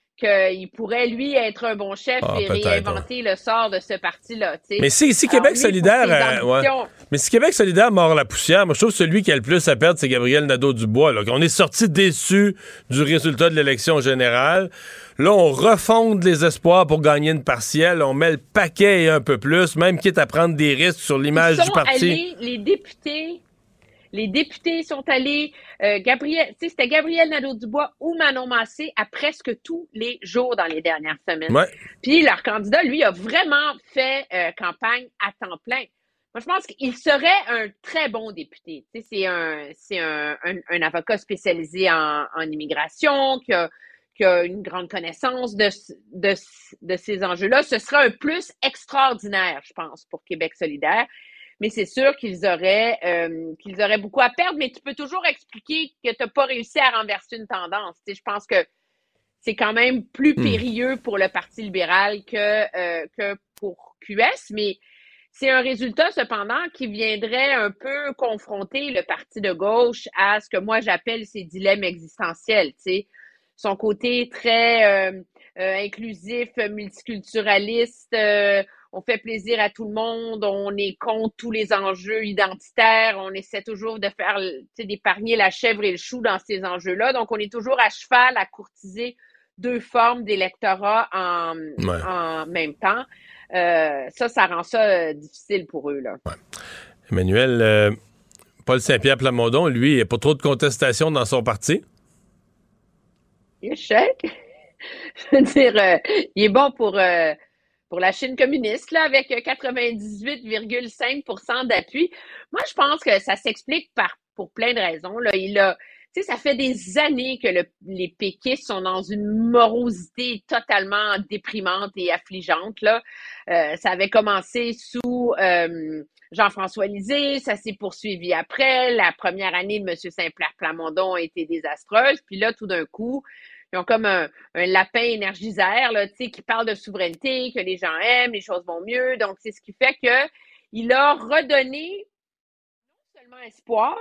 qu'il pourrait, lui, être un bon chef ah, et réinventer ouais. le sort de ce parti-là. T'sais. Mais si, si Québec Alors, lui, solidaire... Euh, ouais. Mais si Québec solidaire mord la poussière, moi, je trouve que celui qui a le plus à perdre, c'est Gabriel Nadeau-Dubois. Là. On est sorti déçu du résultat de l'élection générale. Là, on refonde les espoirs pour gagner une partielle. On met le paquet et un peu plus, même quitte à prendre des risques sur l'image du parti. Allés, les députés... Les députés sont allés, euh, Gabriel, tu sais, c'était Gabriel Nadeau-Dubois ou Manon Massé à presque tous les jours dans les dernières semaines. Ouais. Puis leur candidat, lui, a vraiment fait euh, campagne à temps plein. Moi, je pense qu'il serait un très bon député. Tu sais, c'est un, c'est un, un, un avocat spécialisé en, en immigration qui a, qui a une grande connaissance de, de, de ces enjeux-là. Ce sera un plus extraordinaire, je pense, pour Québec solidaire. Mais c'est sûr qu'ils auraient euh, qu'ils auraient beaucoup à perdre, mais tu peux toujours expliquer que tu n'as pas réussi à renverser une tendance. Tu sais, je pense que c'est quand même plus périlleux mmh. pour le Parti libéral que, euh, que pour Q S, mais c'est un résultat, cependant, qui viendrait un peu confronter le Parti de gauche à ce que moi j'appelle ses dilemmes existentiels. Tu sais. Son côté très euh, euh, inclusif, multiculturaliste, euh, on fait plaisir à tout le monde, on est contre tous les enjeux identitaires, on essaie toujours de faire, tu sais, d'épargner la chèvre et le chou dans ces enjeux-là. Donc, on est toujours à cheval à courtiser deux formes d'électorat en, ouais. en même temps. Euh, ça, ça rend ça euh, difficile pour eux, là. Ouais. Emmanuel, euh, Paul Saint-Pierre Plamondon, lui, il n'y a pas trop de contestation dans son parti. Il est chèque. Je veux dire, euh, il est bon pour... Euh, pour la Chine communiste, là, avec quatre-vingt-dix-huit virgule cinq pour cent d'appui. Moi, je pense que ça s'explique par pour plein de raisons. Là. Il a, tu sais, ça fait des années que le, les péquistes sont dans une morosité totalement déprimante et affligeante. Là. Euh, ça avait commencé sous euh, Jean-François Lisée, ça s'est poursuivi après. La première année de M. Saint-Pierre Plamondon a été désastreuse. Puis là, tout d'un coup, ils ont comme un, un lapin énergiseur, là, tu sais, qui parle de souveraineté, que les gens aiment, les choses vont mieux. Donc, c'est ce qui fait que il a redonné non seulement espoir,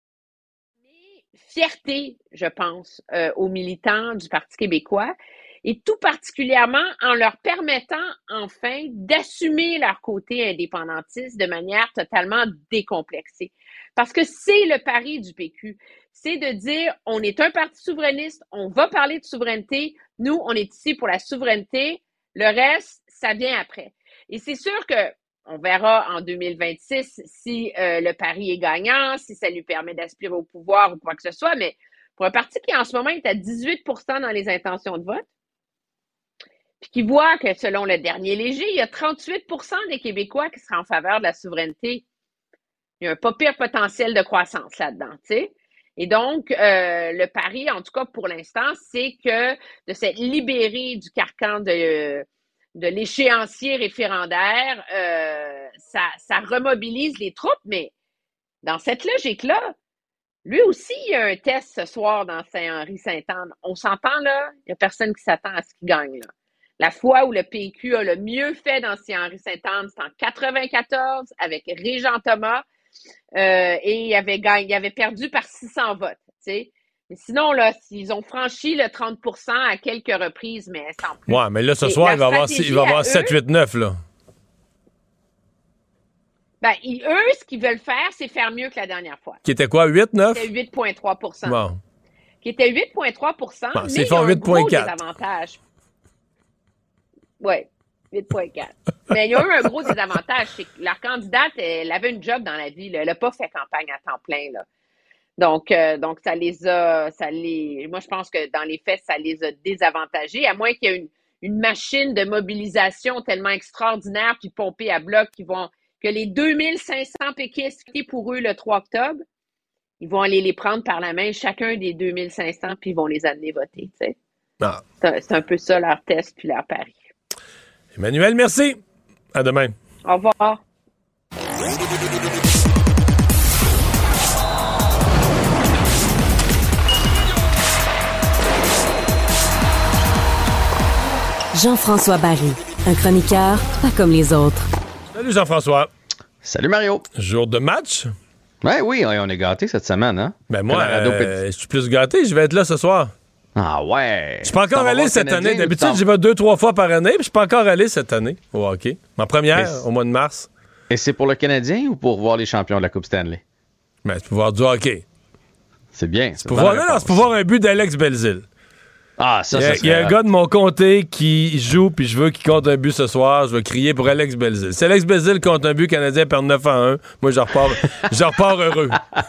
mais fierté, je pense, euh, aux militants du Parti québécois, et tout particulièrement en leur permettant enfin d'assumer leur côté indépendantiste de manière totalement décomplexée. Parce que c'est le pari du P Q. C'est de dire, on est un parti souverainiste, on va parler de souveraineté, nous, on est ici pour la souveraineté, le reste, ça vient après. Et c'est sûr que on verra en deux mille vingt-six si euh, le pari est gagnant, si ça lui permet d'aspirer au pouvoir ou quoi que ce soit, mais pour un parti qui en ce moment est à dix-huit pour cent dans les intentions de vote, puis qui voit que selon le dernier léger, il y a trente-huit pour cent des Québécois qui seraient en faveur de la souveraineté. Il y a un pas pire potentiel de croissance là-dedans, tu sais. Et donc, euh, le pari, en tout cas pour l'instant, c'est que de s'être libéré du carcan de, de l'échéancier référendaire, euh, ça, ça remobilise les troupes, mais dans cette logique-là, lui aussi, il y a un test ce soir dans Saint-Henri-Sainte-Anne. On s'entend là, il n'y a personne qui s'attend à ce qu'il gagne là. La fois où le P Q a le mieux fait dans Saint-Henri-Sainte-Anne, c'est en quatre-vingt-quatorze avec Régent Thomas. Euh, et il avait, gagné, il avait perdu par six cents votes. T'sais. Mais sinon, là, s'ils ont franchi le trente pour cent à quelques reprises, mais sans plus. Ouais, mais là, ce soir, il va avoir, il va avoir sept, huit, neuf, là. Ben, ils, eux, ce qu'ils veulent faire, c'est faire mieux que la dernière fois. Qui était quoi, huit, neuf? Qui était huit virgule trois pour cent. Bon. Qui était huit virgule trois pour cent, bon, mais c'est ils ont un gros quatre. désavantage. Oui. huit virgule quatre. Mais il y a eu un gros désavantage, c'est que leur candidate, elle avait une job dans la vie, là. Elle n'a pas fait campagne à temps plein, là. Donc, euh, donc ça les a, ça les, moi je pense que dans les faits, ça les a désavantagés, à moins qu'il y ait une, une machine de mobilisation tellement extraordinaire puis pompée à bloc qui vont, que les deux mille cinq cents péquistes qui pour eux le trois octobre, ils vont aller les prendre par la main, chacun des deux mille cinq cents, puis ils vont les amener voter, tu sais. Ah. C'est, c'est un peu ça leur test puis leur pari. Emmanuel, merci. À demain. Au revoir. Jean-François Barry, un chroniqueur pas comme les autres. Salut Jean-François. Salut Mario. Jour de match? Ouais, oui, on est gâtés cette semaine, hein? Ben moi, euh, je suis plus gâté, je vais être là ce soir. Ah ouais! Je suis pas encore allé cette année. D'habitude, j'y vais deux, trois fois par année, puis je suis pas encore allé cette année au hockey. Ma première, au mois de mars. Et c'est pour le Canadien ou pour voir les champions de la Coupe Stanley? Ben, c'est pour voir du hockey. C'est bien. C'est pour voir, non, non, c'est pour voir un but d'Alex Belzile. Ah, ça, il y a, ça il y a un gars de mon comté qui joue, puis je veux qu'il compte un but ce soir. Je vais crier pour Alex Belzile. Si Alex Belzile compte un but, Canadien perd neuf à un. Moi, je repars, je repars heureux.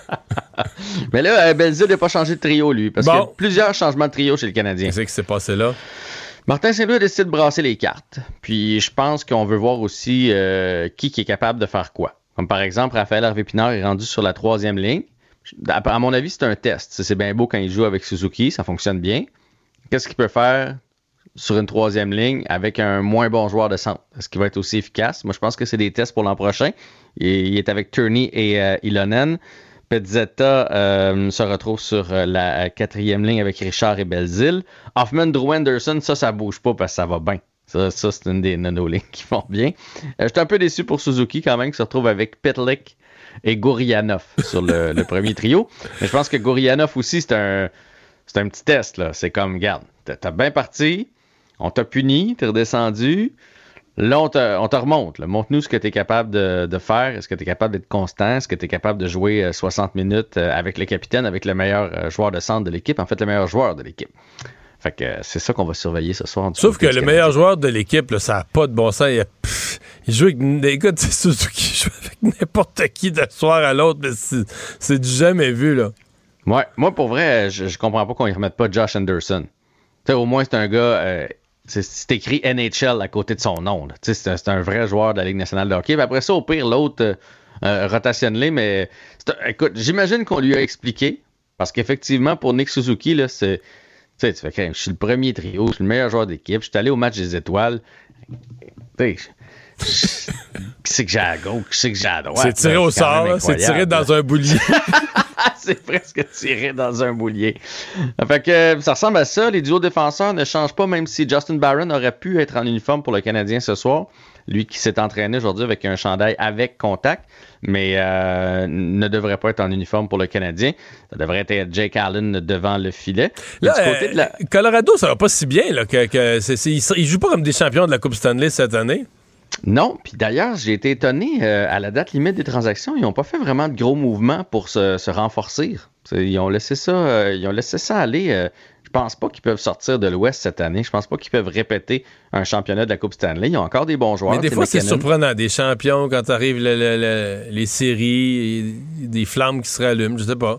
Mais là, Belzile n'a pas changé de trio, lui, parce bon. qu'il y a plusieurs changements de trio chez le Canadien. Qu'est-ce qui s'est passé là? Martin Saint-Louis a décidé de brasser les cartes. Puis je pense qu'on veut voir aussi euh, qui, qui est capable de faire quoi. Comme par exemple, Raphaël Harvey-Pinard est rendu sur la troisième ligne. À mon avis, c'est un test. C'est bien beau quand il joue avec Suzuki, ça fonctionne bien. Qu'est-ce qu'il peut faire sur une troisième ligne avec un moins bon joueur de centre? Est-ce qu'il va être aussi efficace? Moi, je pense que c'est des tests pour l'an prochain. Il, il est avec Turney et euh, Ilonen. Pezzetta euh, se retrouve sur euh, la quatrième ligne avec Richard et Belzile. Hoffman, Drew Anderson, ça, ça bouge pas parce que ça va bien. Ça, ça c'est une des nono-lignes qui vont bien. Euh, J'étais un peu déçu pour Suzuki quand même, qui se retrouve avec Pitlick et Gourianov sur le, le premier trio. Mais je pense que Gourianov aussi, c'est un... C'est un petit test, là. C'est comme, regarde, t'as bien parti, on t'a puni, t'es redescendu, là, on te, on te remonte. Là. Montre-nous ce que t'es capable de, de faire. Est-ce que t'es capable d'être constant? Est-ce que t'es capable de jouer soixante minutes avec le capitaine, avec le meilleur joueur de centre de l'équipe? En fait, le meilleur joueur de l'équipe. Fait que c'est ça qu'on va surveiller ce soir. Sauf que le meilleur joueur de l'équipe, là, ça n'a pas de bon sens. Il, a, pff, il joue avec des gars de Suzuki, il joue avec n'importe qui d'un soir à l'autre, mais c'est, c'est du jamais vu, là. Ouais, moi, pour vrai, je, je comprends pas qu'on y remette pas Josh Anderson. T'sais, au moins, c'est un gars... Euh, c'est, c'est écrit N H L à côté de son nom. C'est un, c'est un vrai joueur de la Ligue nationale de hockey. Puis après ça, au pire, l'autre, euh, euh, rotationne-les. Mais un, écoute, j'imagine qu'on lui a expliqué. Parce qu'effectivement, pour Nick Suzuki, là, c'est... Tu sais, tu fais quand même, je suis le premier trio, je suis le meilleur joueur d'équipe. Je suis allé au match des étoiles. Tu sais... Qui c'est que j'ai à gauche, qui c'est que j'ai à droite. C'est tiré là, au sort, là, c'est tiré dans un boulier. C'est presque tiré dans un boulier. Fait que ça ressemble à ça. Les duos défenseurs ne changent pas, même si Justin Barron aurait pu être en uniforme pour le Canadien ce soir. Lui qui s'est entraîné aujourd'hui avec un chandail avec contact, mais euh, ne devrait pas être en uniforme pour le Canadien. Ça devrait être Jake Allen devant le filet. Là, du côté de la... Colorado, ça va pas si bien. Là, que, que c'est, c'est, ils, ils jouent pas comme des champions de la Coupe Stanley cette année. Non, puis d'ailleurs, j'ai été étonné, euh, à la date limite des transactions, ils n'ont pas fait vraiment de gros mouvements pour se, se renforcer. Ils ont laissé ça, euh, ils ont laissé ça aller. Euh, je pense pas qu'ils peuvent sortir de l'Ouest cette année. Je pense pas qu'ils peuvent répéter un championnat de la Coupe Stanley. Ils ont encore des bons joueurs. Mais des fois, McKinnon. c'est surprenant. Des champions, quand arrivent le, le, le, les séries, des flammes qui se rallument, je sais pas.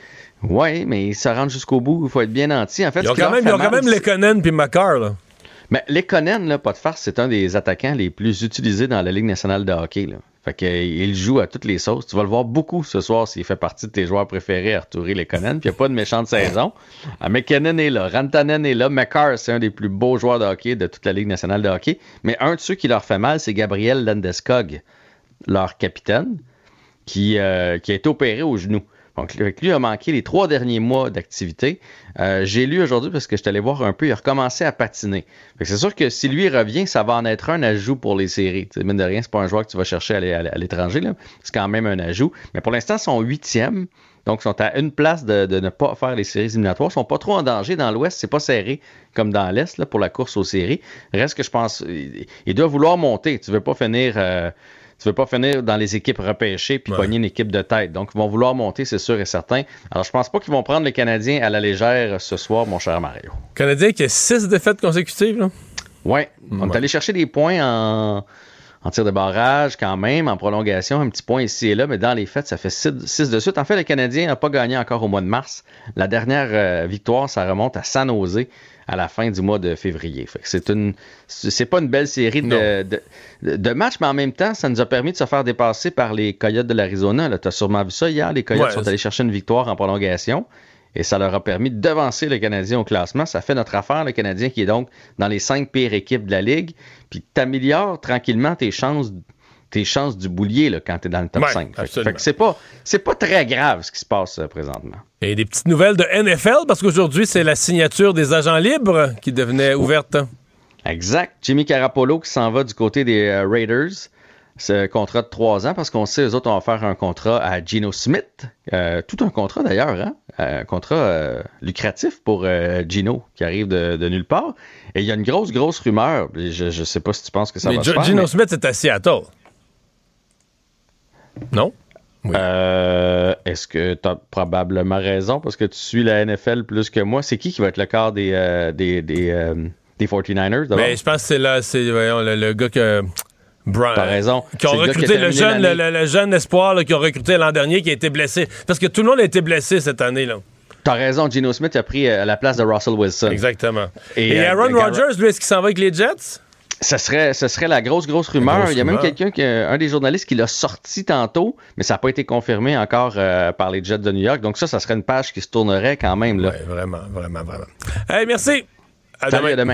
Oui, mais ils se rendent jusqu'au bout. Il faut être bien nanti. En fait, ils ont quand même, ils ont quand même Lekonen puis Makar, là. Mais Lekonen, là, pas de farce, c'est un des attaquants les plus utilisés dans la Ligue nationale de hockey, là. Fait qu'il joue à toutes les sauces. Tu vas le voir beaucoup ce soir s'il fait partie de tes joueurs préférés, Artturi Lekonen. Puis il n'y a pas de méchante saison. McKinnon est là, Rantanen est là. Makar, c'est un des plus beaux joueurs de hockey de toute la Ligue nationale de hockey. Mais un de ceux qui leur fait mal, c'est Gabriel Landeskog, leur capitaine, qui, euh, qui a été opéré au genou. Donc, lui a manqué les trois derniers mois d'activité. Euh, j'ai lu aujourd'hui parce que je suis allé voir un peu, il a recommencé à patiner. Fait que c'est sûr que si lui revient, ça va en être un ajout pour les séries. T'sais, mine de rien, c'est pas un joueur que tu vas chercher à, à, à l'étranger, là. C'est quand même un ajout. Mais pour l'instant, ils sont huitièmes. Donc, ils sont à une place de, de ne pas faire les séries éliminatoires. Ils sont pas trop en danger. Dans l'Ouest, c'est pas serré comme dans l'Est là, pour la course aux séries. Reste que je pense, il, il doit vouloir monter. Tu veux pas finir... Euh, Tu veux pas finir dans les équipes repêchées puis ouais. pogner une équipe de tête. Donc, ils vont vouloir monter, c'est sûr et certain. Alors, je pense pas qu'ils vont prendre les Canadiens à la légère ce soir, mon cher Mario. Canadien qui a six défaites consécutives, là? Oui. On ouais. est allé chercher des points en, en tir de barrage quand même, en prolongation, un petit point ici et là, mais dans les faits, ça fait six de suite. En fait, le Canadien n'a pas gagné encore au mois de mars. La dernière euh, victoire, ça remonte à San Jose à la fin du mois de février. Fait que c'est une, c'est pas une belle série de, de, de, de matchs, mais en même temps, ça nous a permis de se faire dépasser par les Coyotes de l'Arizona. Tu as sûrement vu ça hier. Les Coyotes ouais, sont allés chercher une victoire en prolongation et ça leur a permis de devancer le Canadien au classement. Ça fait notre affaire, le Canadien qui est donc dans les cinq pires équipes de la Ligue. Puis tu améliores tranquillement tes chances tes chances du boulier là, quand tu es dans le top ouais, cinq. Fait, fait que c'est pas, c'est pas très grave ce qui se passe euh, présentement. Et des petites nouvelles de N F L, parce qu'aujourd'hui, c'est la signature des agents libres qui devenait ouverte. Exact. Jimmy Garoppolo qui s'en va du côté des euh, Raiders. C'est un contrat de trois ans, parce qu'on sait, eux autres, on va faire un contrat à Geno Smith. Euh, tout un contrat, d'ailleurs, hein? Un contrat euh, lucratif pour euh, Geno, qui arrive de, de nulle part. Et il y a une grosse, grosse rumeur. Je ne sais pas si tu penses que ça mais va G- se faire. Geno mais... Smith, c'est à Seattle. Non? Oui. Euh, est-ce que tu as probablement raison parce que tu suis la N F L plus que moi? C'est qui qui va être le quart des, euh, des, des, euh, des forty-niners? D'abord? Mais je pense que c'est là, c'est voyons, le, le gars que. Brian, T'as raison. Qui ont recruté le, le, jeune, le, le, le jeune espoir là, qui ont recruté l'an dernier qui a été blessé. Parce que tout le monde a été blessé cette année. Là. T'as raison, Geno Smith a pris euh, la place de Russell Wilson. Exactement. Et, Et Aaron euh, Rodgers, lui, est-ce qu'il s'en va avec les Jets? Ce serait, ce serait la grosse, grosse rumeur. Grosse Il y a rumeur. même quelqu'un, qui, un des journalistes qui l'a sorti tantôt, mais ça n'a pas été confirmé encore euh, par les Jets de New York. Donc ça, ça serait une page qui se tournerait quand même. Là. Oui, vraiment, vraiment, vraiment. Hey, merci. À Salut, demain.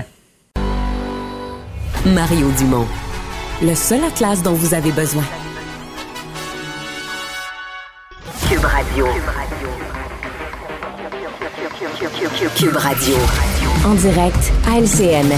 À demain. Mario Dumont. Le seul atlas dont vous avez besoin. Cube Radio. Cube Radio. En direct à L C N.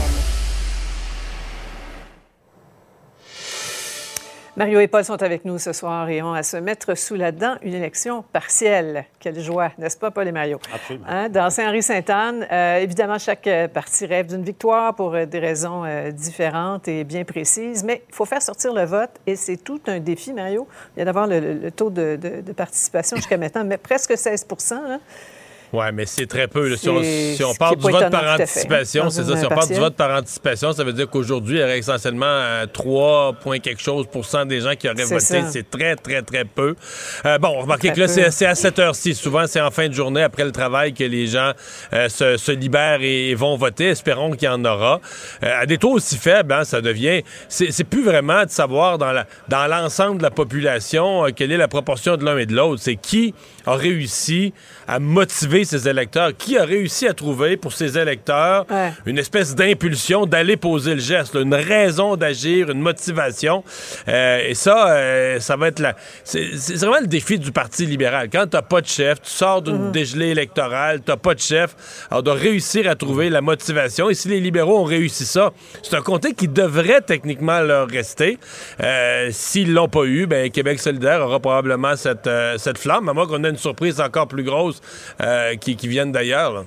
Mario et Paul sont avec nous ce soir et ont à se mettre sous la dent une élection partielle. Quelle joie, n'est-ce pas, Paul et Mario? Absolument. Hein? Dans Saint-Henri-Sainte-Anne, euh, évidemment, chaque parti rêve d'une victoire pour euh, des raisons euh, différentes et bien précises, mais il faut faire sortir le vote et c'est tout un défi, Mario. Il y a d'avoir le, le, le taux de, de, de participation jusqu'à maintenant, mais presque seize pour cent. Là. Oui, mais c'est très peu. Là. Si on, si on parle du vote par anticipation, c'est ça. Si on parle du vote par anticipation, ça veut dire qu'aujourd'hui, il y aurait essentiellement euh, trois points quelque chose pour cent des gens qui auraient c'est voté. Ça. C'est très, très, très peu. Euh, bon, remarquez très que là, c'est, c'est à cette heure-ci. Souvent, c'est en fin de journée, après le travail, que les gens euh, se, se libèrent et, et vont voter. Espérons qu'il y en aura. Euh, à des taux aussi faibles, hein, ça devient... C'est, c'est plus vraiment de savoir dans, la, dans l'ensemble de la population euh, quelle est la proportion de l'un et de l'autre. C'est qui a réussi à motiver ses électeurs, qui a réussi à trouver pour ses électeurs ouais. une espèce d'impulsion d'aller poser le geste, là, une raison d'agir, une motivation. Euh, et ça, euh, ça va être la... C'est, c'est vraiment le défi du Parti libéral. Quand t'as pas de chef, tu sors d'une mm-hmm. dégelée électorale, t'as pas de chef, alors de réussir à trouver la motivation. Et si les libéraux ont réussi ça, c'est un comté qui devrait techniquement leur rester. Euh, s'ils l'ont pas eu, ben Québec solidaire aura probablement cette, euh, cette flamme, à moins qu'on ait une surprise encore plus grosse euh, qui, qui vienne d'ailleurs.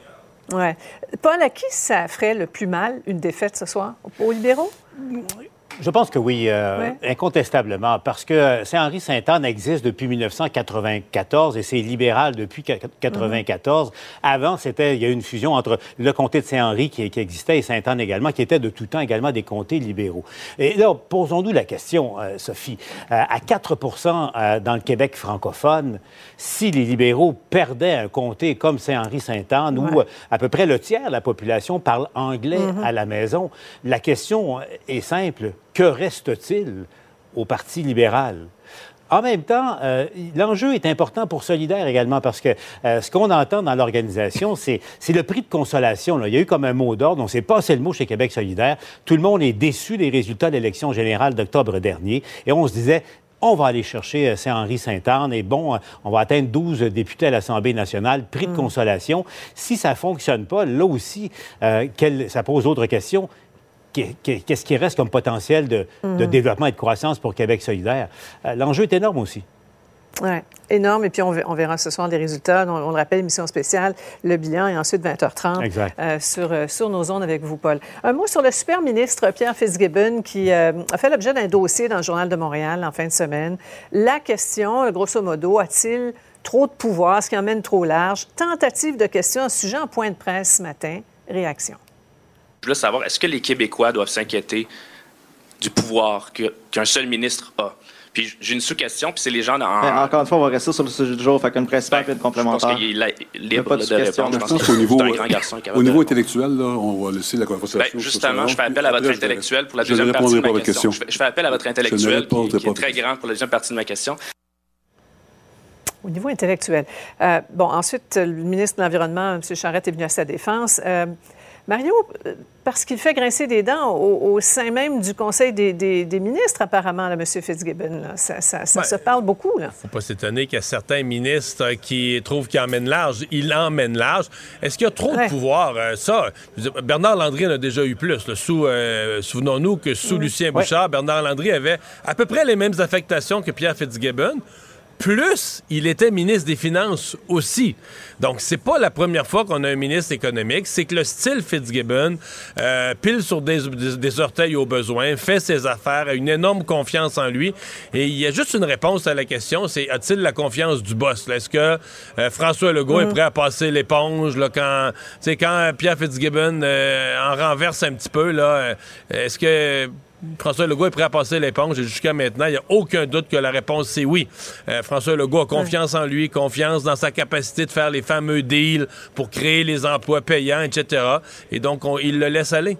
Oui. Paul, à qui ça ferait le plus mal, une défaite ce soir? Aux libéraux? Je pense que oui, euh, ouais. incontestablement, parce que Saint-Henri-Sainte-Anne existe depuis dix-neuf cent quatre-vingt-quatorze et c'est libéral depuis quatre-vingt-quatorze. Mm-hmm. Avant, c'était, il y a eu une fusion entre le comté de Saint-Henri qui, qui existait et Sainte-Anne également, qui étaient de tout temps également des comtés libéraux. Et là, posons-nous la question, euh, Sophie. Euh, à quatre pour cent euh, dans le Québec francophone, si les libéraux perdaient un comté comme Saint-Henri-Sainte-Anne, ouais. où euh, à peu près le tiers de la population parle anglais mm-hmm. à la maison, la question est simple. Que reste-t-il au Parti libéral? En même temps, euh, l'enjeu est important pour Solidaire également parce que euh, ce qu'on entend dans l'organisation, c'est, c'est le prix de consolation. Là. Il y a eu comme un mot d'ordre, on ne sait pas c'est le mot chez Québec solidaire. Tout le monde est déçu des résultats de l'élection générale d'octobre dernier et on se disait... On va aller chercher Saint-Henri-Sainte-Anne et bon, on va atteindre douze députés à l'Assemblée nationale, prix de mmh. consolation. Si ça ne fonctionne pas, là aussi, euh, quelle, ça pose d'autres questions. Qu'est-ce qui reste comme potentiel de, mmh. de développement et de croissance pour Québec solidaire? Euh, l'enjeu est énorme aussi. Oui, énorme. Et puis, on, on verra ce soir des résultats. On, on le rappelle, émission spéciale, le bilan, et ensuite vingt heures trente euh, sur, euh, sur nos ondes avec vous, Paul. Un mot sur le super ministre Pierre Fitzgibbon qui euh, a fait l'objet d'un dossier dans le Journal de Montréal en fin de semaine. La question, grosso modo, a-t-il trop de pouvoir, ce qui emmène trop large? Tentative de question à ce sujet en point de presse ce matin. Réaction. Je voulais savoir, est-ce que les Québécois doivent s'inquiéter du pouvoir que, qu'un seul ministre a? Puis j'ai une sous-question, puis c'est les gens... En... Ben, encore une fois, on va rester sur le sujet du jour, fait qu'une presse ben, et complémentaire. Je pense qu'il est libre là, de répondre. Je pense qu'au niveau, un grand garçon au niveau intellectuel, là, on va laisser la conversation. Ben, justement, je fais appel à votre Après, intellectuel pour la deuxième partie de ma question. question. Je, fais, je fais appel à votre intellectuel, qui, qui est très grand pour la deuxième partie de ma question. Au niveau intellectuel. Euh, bon, ensuite, le ministre de l'Environnement, M. Charette, est venu à sa défense. Euh, Mario, parce qu'il fait grincer des dents au, au sein même du Conseil des, des, des ministres, apparemment, là, M. Fitzgibbon. Là. Ça, ça, ça ouais. se parle beaucoup. Il ne faut pas s'étonner qu'il y a certains ministres qui trouvent qu'il emmène large. Il emmène large. Est-ce qu'il y a trop ouais. de pouvoir? Euh, ça, Bernard Landry en a déjà eu plus. Là, sous, euh, souvenons-nous que sous mmh. Lucien Bouchard, ouais. Bernard Landry avait à peu près les mêmes affectations que Pierre Fitzgibbon. Plus, il était ministre des Finances aussi. Donc, c'est pas la première fois qu'on a un ministre économique. C'est que le style Fitzgibbon euh, pile sur des, des, des orteils au besoin, fait ses affaires, a une énorme confiance en lui. Et il y a juste une réponse à la question, c'est a-t-il la confiance du boss? Là? Est-ce que euh, François Legault mm-hmm. est prêt à passer l'éponge là, quand, quand Pierre Fitzgibbon euh, en renverse un petit peu? Là, euh, est-ce que... François Legault est prêt à passer l'éponge et jusqu'à maintenant, il n'y a aucun doute que la réponse, c'est oui. Euh, François Legault a confiance ouais. en lui, confiance dans sa capacité de faire les fameux deals pour créer les emplois payants, et cetera. Et donc, on, il le laisse aller.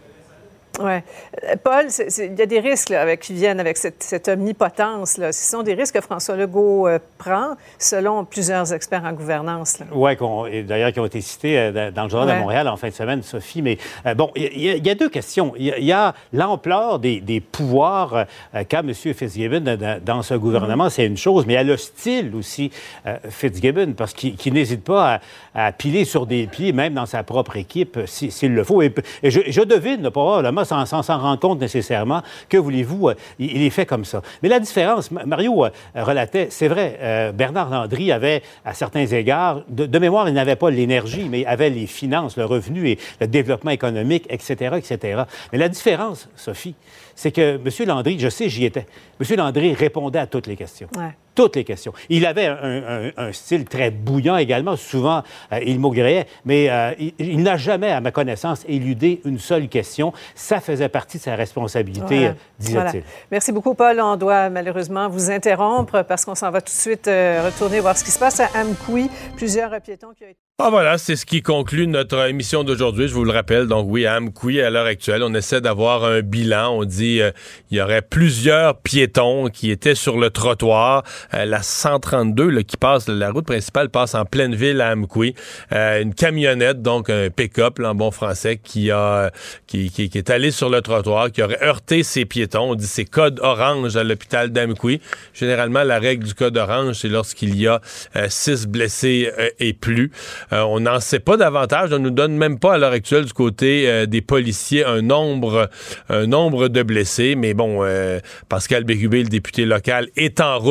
Oui. Paul, il y a des risques là, avec, qui viennent avec cette, cette omnipotence. Là. Ce sont des risques que François Legault euh, prend, selon plusieurs experts en gouvernance. Oui, d'ailleurs, qui ont été cités euh, dans le Journal ouais. de Montréal en fin de semaine, Sophie. Mais euh, bon, il y, y a deux questions. Il y, y a l'ampleur des, des pouvoirs euh, qu'a M. Fitzgibbon dans, dans ce gouvernement, mm-hmm. c'est une chose, mais il y a le style aussi, euh, Fitzgibbon, parce qu'il, qu'il n'hésite pas à, à piler sur des pieds, même dans sa propre équipe, si, s'il le faut. Et, et je, je devine, probablement, sans s'en rendre compte nécessairement, que voulez-vous, euh, il, il est fait comme ça. Mais la différence, Mario euh, relatait, c'est vrai, euh, Bernard Landry avait, à certains égards, de, de mémoire, il n'avait pas l'énergie, mais il avait les finances, le revenu et le développement économique, et cetera, et cetera. Mais la différence, Sophie, c'est que M. Landry, je sais, j'y étais, M. Landry répondait à toutes les questions. Ouais. Toutes les questions. Il avait un, un, un style très bouillant également. Souvent, euh, il maugréait, mais euh, il, il n'a jamais, à ma connaissance, éludé une seule question. Ça faisait partie de sa responsabilité, voilà. euh, disait-il. Voilà. Merci beaucoup, Paul. On doit malheureusement vous interrompre parce qu'on s'en va tout de suite euh, retourner voir ce qui se passe à Amqui. Plusieurs piétons qui ont été... Ah voilà, c'est ce qui conclut notre émission d'aujourd'hui. Je vous le rappelle. Donc oui, à Amqui, à l'heure actuelle, on essaie d'avoir un bilan. On dit euh, il y aurait plusieurs piétons qui étaient sur le trottoir. Euh, la cent trente-deux là, qui passe, la route principale passe en pleine ville à Amqui. Euh, une camionnette, donc un pick-up là, en bon français, qui a qui, qui, qui est allé sur le trottoir, qui aurait heurté ces piétons. On dit c'est code orange à l'hôpital d'Amqui. Généralement, la règle du code orange, c'est lorsqu'il y a euh, six blessés euh, et plus. Euh, on n'en sait pas davantage. On ne nous donne même pas à l'heure actuelle du côté euh, des policiers un nombre, un nombre de blessés. Mais bon, euh, Pascal Bérubé, le député local, est en route vers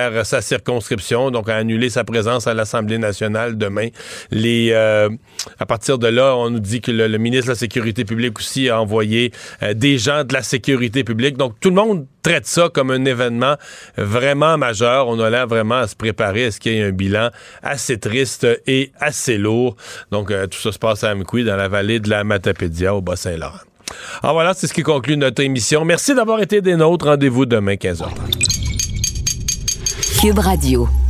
vers sa circonscription, donc a annulé sa présence à l'Assemblée nationale demain. Les, euh, à partir de là, on nous dit que le, le ministre de la Sécurité publique aussi a envoyé euh, des gens de la sécurité publique. Donc, tout le monde traite ça comme un événement vraiment majeur. On a l'air vraiment à se préparer à ce qu'il y ait un bilan assez triste et assez lourd. Donc, euh, tout ça se passe à Amqui, dans la vallée de la Matapédia, au Bas-Saint-Laurent. Alors voilà, c'est ce qui conclut notre émission. Merci d'avoir été des nôtres. Rendez-vous demain, quinze heures trente. Cube Radio.